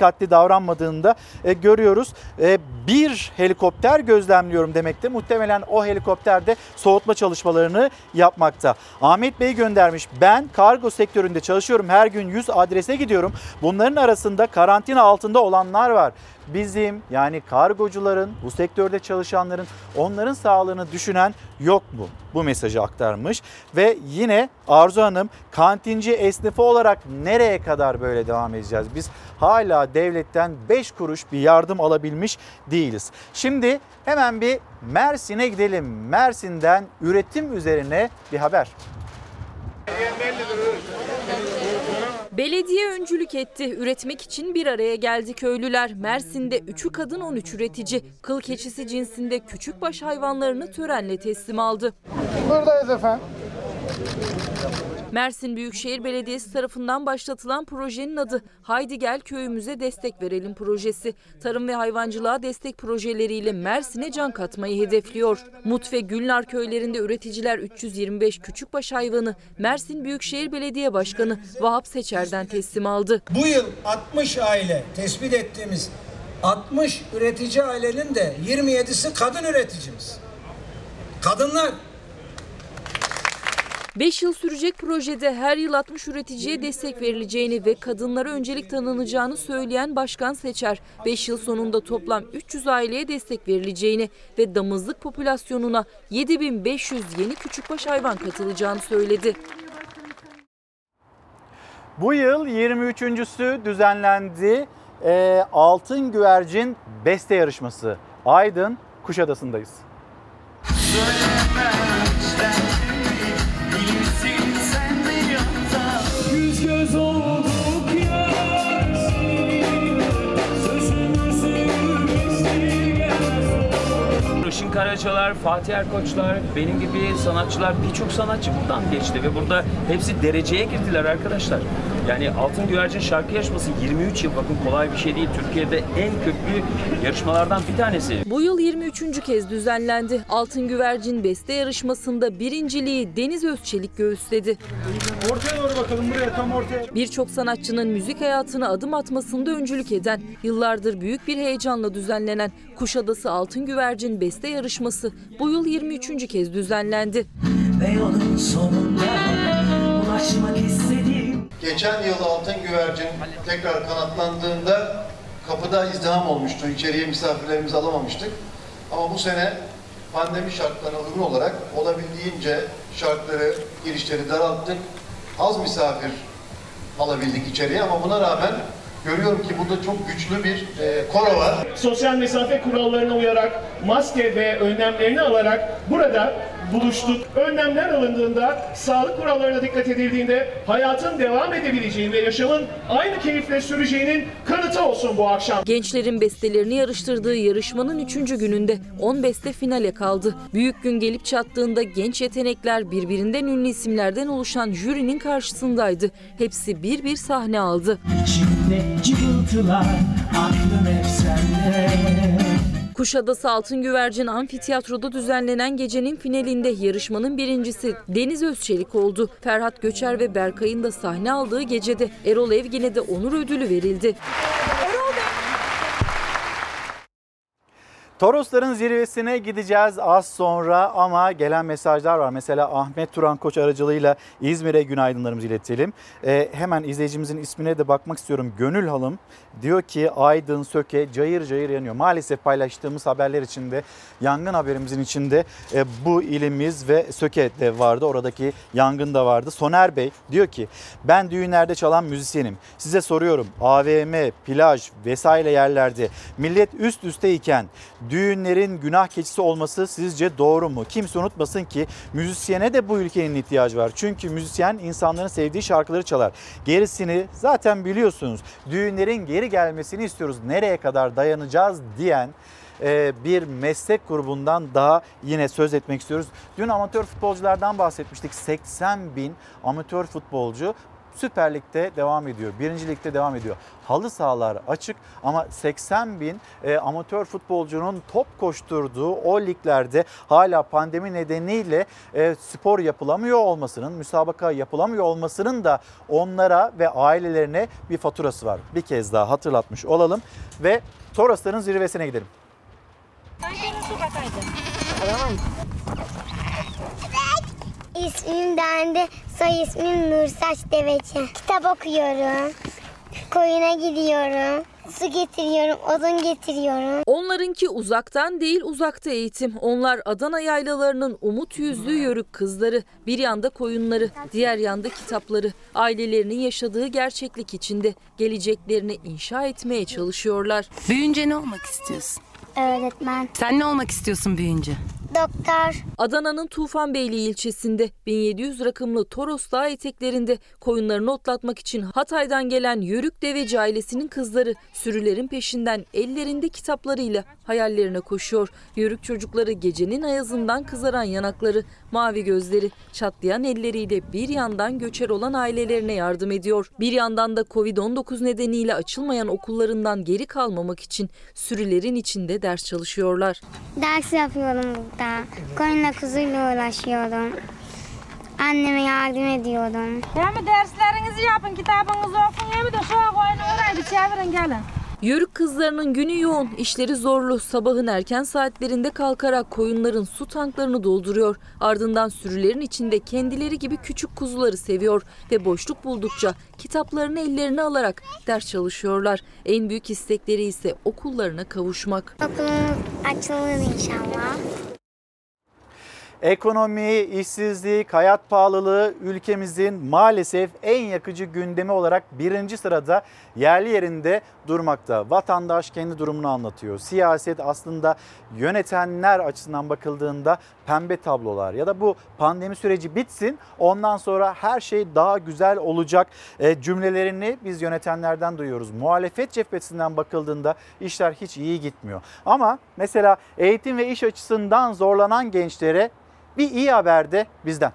dikkatli davranmadığını da e, görüyoruz. E, bir helikopter gözlemliyorum demekte. Muhtemelen o helikopter de soğutma çalışmalarını yapmakta. Ahmet Bey göndermiş. Ben kargo sektöründe çalışıyorum. Her gün yüz adrese gidiyorum. Bunların arasında karantina altında olanlar var. Bizim yani kargocuların, bu sektörde çalışanların, onların sağlığını düşünen yok mu? Bu mesajı aktarmış. Ve yine Arzu Hanım, kantinci esnafı olarak nereye kadar böyle devam edeceğiz? Biz hala devletten beş kuruş bir yardım alabilmiş değiliz. Şimdi hemen bir Mersin'e gidelim. Mersin'den üretim üzerine bir haber. Belediye öncülük etti. Üretmek için bir araya geldi köylüler. Mersin'de üçü kadın on üç üretici. Kıl keçisi cinsinde küçükbaş hayvanlarını törenle teslim aldı. Buradayız efendim. Mersin Büyükşehir Belediyesi tarafından başlatılan projenin adı Haydi Gel Köyümüze Destek Verelim projesi. Tarım ve hayvancılığa destek projeleriyle Mersin'e can katmayı hedefliyor. Mut ve Gülnar köylerinde üreticiler üç yüz yirmi beş küçükbaş hayvanı Mersin Büyükşehir Belediye Başkanı Vahap Seçer'den teslim aldı. Bu yıl altmış aile tespit ettiğimiz altmış üretici ailenin de yirmi yedisi kadın üreticimiz. Kadınlar. beş yıl sürecek projede her yıl altmış üreticiye destek verileceğini ve kadınlara öncelik tanınacağını söyleyen Başkan Seçer, beş yıl sonunda toplam üç yüz aileye destek verileceğini ve damızlık popülasyonuna yedi bin beş yüz yeni küçükbaş hayvan katılacağını söyledi. Bu yıl yirmi üçüncüsü düzenlendi. E, Altın Güvercin Beste Yarışması. Aydın, Kuşadası'ndayız. Yüz göz olduk yarsın, sözümüzü esirgemez. Işın Karacalar, Fatih Erkoçlar, benim gibi sanatçılar, birçok sanatçı buradan geçti ve burada hepsi dereceye girdiler arkadaşlar. Yani Altın Güvercin şarkı yarışması yirmi üç yıl, bakın kolay bir şey değil. Türkiye'de en köklü yarışmalardan bir tanesi. Bu yıl yirmi üçüncü kez düzenlendi. Altın Güvercin Beste Yarışması'nda birinciliği Deniz Özçelik göğüsledi. Ortaya doğru bakalım, buraya tam ortaya. Birçok sanatçının müzik hayatına adım atmasında öncülük eden, yıllardır büyük bir heyecanla düzenlenen Kuşadası Altın Güvercin Beste Yarışması bu yıl yirmi üçüncü kez düzenlendi. Ve yolun sonunda ulaşmak istediğim. Geçen yıl Altın Güvercin tekrar kanatlandığında kapıda izdiham olmuştu. İçeriye misafirlerimizi alamamıştık. Ama bu sene pandemi şartlarına uygun olarak olabildiğince şartları, girişleri daralttık. Az misafir alabildik içeriye ama buna rağmen görüyorum ki burada çok güçlü bir e, koro var. Sosyal mesafe kurallarına uyarak, maske ve önlemlerini alarak burada buluştuk. Önlemler alındığında, sağlık kurallarına dikkat edildiğinde hayatın devam edebileceğini ve yaşamın aynı keyifle süreceğinin kanıtı olsun bu akşam. Gençlerin bestelerini yarıştırdığı yarışmanın üçüncü gününde on beste finale kaldı. Büyük gün gelip çattığında genç yetenekler birbirinden ünlü isimlerden oluşan jürinin karşısındaydı. Hepsi bir bir sahne aldı. İçimde cıvıltılar, aklım hep sende. Kuşadası Altın Güvercin Amfiteyatro'da düzenlenen gecenin finalinde yarışmanın birincisi Deniz Özçelik oldu. Ferhat Göçer ve Berkay'ın da sahne aldığı gecede Erol Evgin'e de onur ödülü verildi. Torosların zirvesine gideceğiz az sonra ama gelen mesajlar var. Mesela Ahmet Turan Koç aracılığıyla İzmir'e günaydınlarımızı iletelim. Ee, hemen izleyicimizin ismine de bakmak istiyorum. Gönül Hanım diyor ki Aydın, Söke cayır cayır yanıyor. Maalesef paylaştığımız haberler içinde, yangın haberimizin içinde e, bu ilimiz ve Söke de vardı. Oradaki yangın da vardı. Soner Bey diyor ki ben düğünlerde çalan müzisyenim. Size soruyorum, A V M, plaj vesaire yerlerde millet üst üsteyken düğünlerin günah keçisi olması sizce doğru mu? Kimse unutmasın ki müzisyene de bu ülkenin ihtiyacı var. Çünkü müzisyen insanların sevdiği şarkıları çalar. Gerisini zaten biliyorsunuz. Düğünlerin geri gelmesini istiyoruz. Nereye kadar dayanacağız diyen bir meslek grubundan daha yine söz etmek istiyoruz. Dün amatör futbolculardan bahsetmiştik. seksen bin amatör futbolcu Süper Lig'de devam ediyor. Birinci Lig'de devam ediyor. Halı sahalar açık ama seksen bin e, amatör futbolcunun top koşturduğu o liglerde hala pandemi nedeniyle e, spor yapılamıyor olmasının, müsabaka yapılamıyor olmasının da onlara ve ailelerine bir faturası var. Bir kez daha hatırlatmış olalım ve Torosların zirvesine gidelim. İsmim Dende, soy ismim Nursaç Deveci. Kitap okuyorum, koyuna gidiyorum, su getiriyorum, odun getiriyorum. Onlarınki uzaktan değil uzakta eğitim. Onlar Adana yaylalarının umut yüzlü yörük kızları. Bir yanda koyunları, diğer yanda kitapları. Ailelerinin yaşadığı gerçeklik içinde geleceklerini inşa etmeye çalışıyorlar. Büyüyünce ne olmak istiyorsun? Öğretmen. Sen ne olmak istiyorsun büyüyünce? Doktor. Adana'nın Tufanbeyli ilçesinde bin yedi yüz rakımlı Toros Dağı eteklerinde koyunlarını otlatmak için Hatay'dan gelen Yörük Deveci ailesinin kızları sürülerin peşinden ellerinde kitaplarıyla hayallerine koşuyor. Yörük çocukları gecenin ayazından kızaran yanakları, mavi gözleri, çatlayan elleriyle bir yandan göçer olan ailelerine yardım ediyor. Bir yandan da kovid on dokuz nedeniyle açılmayan okullarından geri kalmamak için sürülerin içinde ders çalışıyorlar. Ders yapıyorum burada. Koyunla kuzuyla uğraşıyorum. Anneme yardım ediyorum. Hem derslerinizi yapın, kitabınızı okuyun, hem de şu koyunu orayı bir çevirin gelin. Yörük kızlarının günü yoğun, işleri zorlu. Sabahın erken saatlerinde kalkarak koyunların su tanklarını dolduruyor. Ardından sürülerin içinde kendileri gibi küçük kuzuları seviyor ve boşluk buldukça kitaplarını ellerine alarak ders çalışıyorlar. En büyük istekleri ise okullarına kavuşmak. Okulumuz açılır inşallah. Ekonomi, işsizlik, hayat pahalılığı ülkemizin maalesef en yakıcı gündemi olarak birinci sırada yerli yerinde durmakta. Vatandaş kendi durumunu anlatıyor. Siyaset aslında yönetenler açısından bakıldığında pembe tablolar ya da bu pandemi süreci bitsin ondan sonra her şey daha güzel olacak e, cümlelerini biz yönetenlerden duyuyoruz. Muhalefet cephesinden bakıldığında işler hiç iyi gitmiyor. Ama mesela eğitim ve iş açısından zorlanan gençlere bir iyi haber de bizden.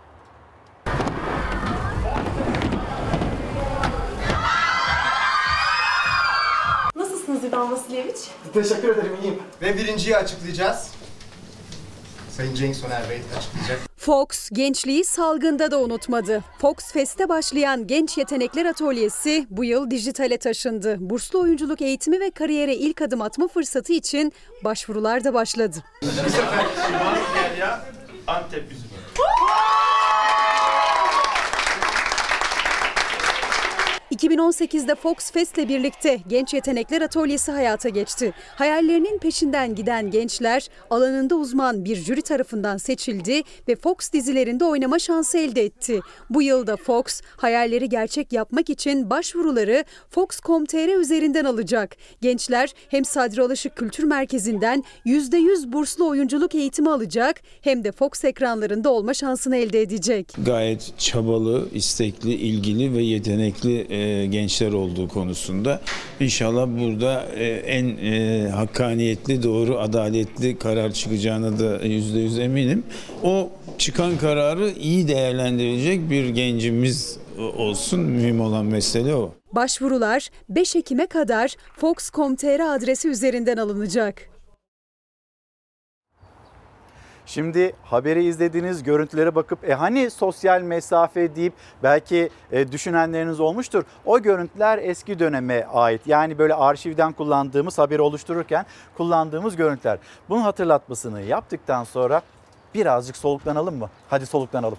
Nasılsınız İvan Vasilyeviç? Teşekkür ederim, iyiyim. Ve birinciyi açıklayacağız. Sayın Cenk Soner Bey açıklayacak. Fox gençliği salgında da unutmadı. Fox Fest'te başlayan Genç Yetenekler Atölyesi bu yıl dijitale taşındı. Burslu oyunculuk eğitimi ve kariyere ilk adım atma fırsatı için başvurular da başladı. Bu sefer Şimal ya Antep üzümü. iki bin on sekizde Fox Fest'le birlikte Genç Yetenekler Atölyesi hayata geçti. Hayallerinin peşinden giden gençler alanında uzman bir jüri tarafından seçildi ve Fox dizilerinde oynama şansı elde etti. Bu yılda Fox hayalleri gerçek yapmak için başvuruları fox nokta com nokta tr üzerinden alacak. Gençler hem Sadri Alışık Kültür Merkezi'nden yüzde yüz burslu oyunculuk eğitimi alacak hem de Fox ekranlarında olma şansını elde edecek. Gayet çabalı, istekli, ilgili ve yetenekli e, gençler olduğu konusunda inşallah burada e, en e, hakkaniyetli, doğru, adaletli karar çıkacağına da yüzde yüz eminim. O çıkan kararı iyi değerlendirecek bir gencimiz olsun, mühim olan mesele o. Başvurular beş Ekim'e kadar fox nokta com nokta tr adresi üzerinden alınacak. Şimdi haberi izlediğiniz görüntülere bakıp e hani sosyal mesafe deyip belki e, düşünenleriniz olmuştur. O görüntüler eski döneme ait. Yani böyle arşivden kullandığımız, haberi oluştururken kullandığımız görüntüler. Bunun hatırlatmasını yaptıktan sonra birazcık soluklanalım mı? Hadi soluklanalım.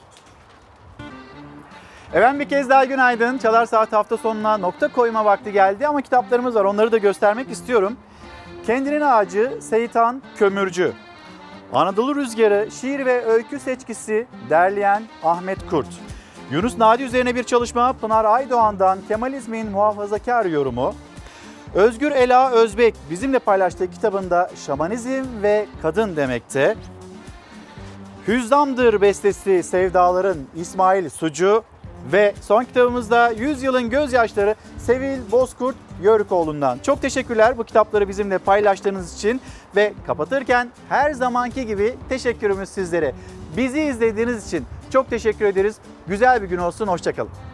Efendim bir kez daha günaydın. Çalar Saat hafta sonuna nokta koyma vakti geldi ama kitaplarımız var. Onları da göstermek istiyorum. Kendinin Ağacı Seyitan Kömürcü. Anadolu Rüzgarı şiir ve öykü seçkisi derleyen Ahmet Kurt. Yunus Nadi üzerine bir çalışma Pınar Aydoğan'dan Kemalizmin muhafazakar yorumu. Özgür Ela Özbek bizimle paylaştığı kitabında şamanizm ve kadın demekte. Hüzzamdır bestesi Sevdaların İsmail Sucu. Ve son kitabımızda Yüzyılın Gözyaşları Sevil Bozkurt Yörükoğlu'ndan. Çok teşekkürler bu kitapları bizimle paylaştığınız için ve kapatırken her zamanki gibi teşekkürümüz sizlere. Bizi izlediğiniz için çok teşekkür ederiz. Güzel bir gün olsun, hoşça kalın.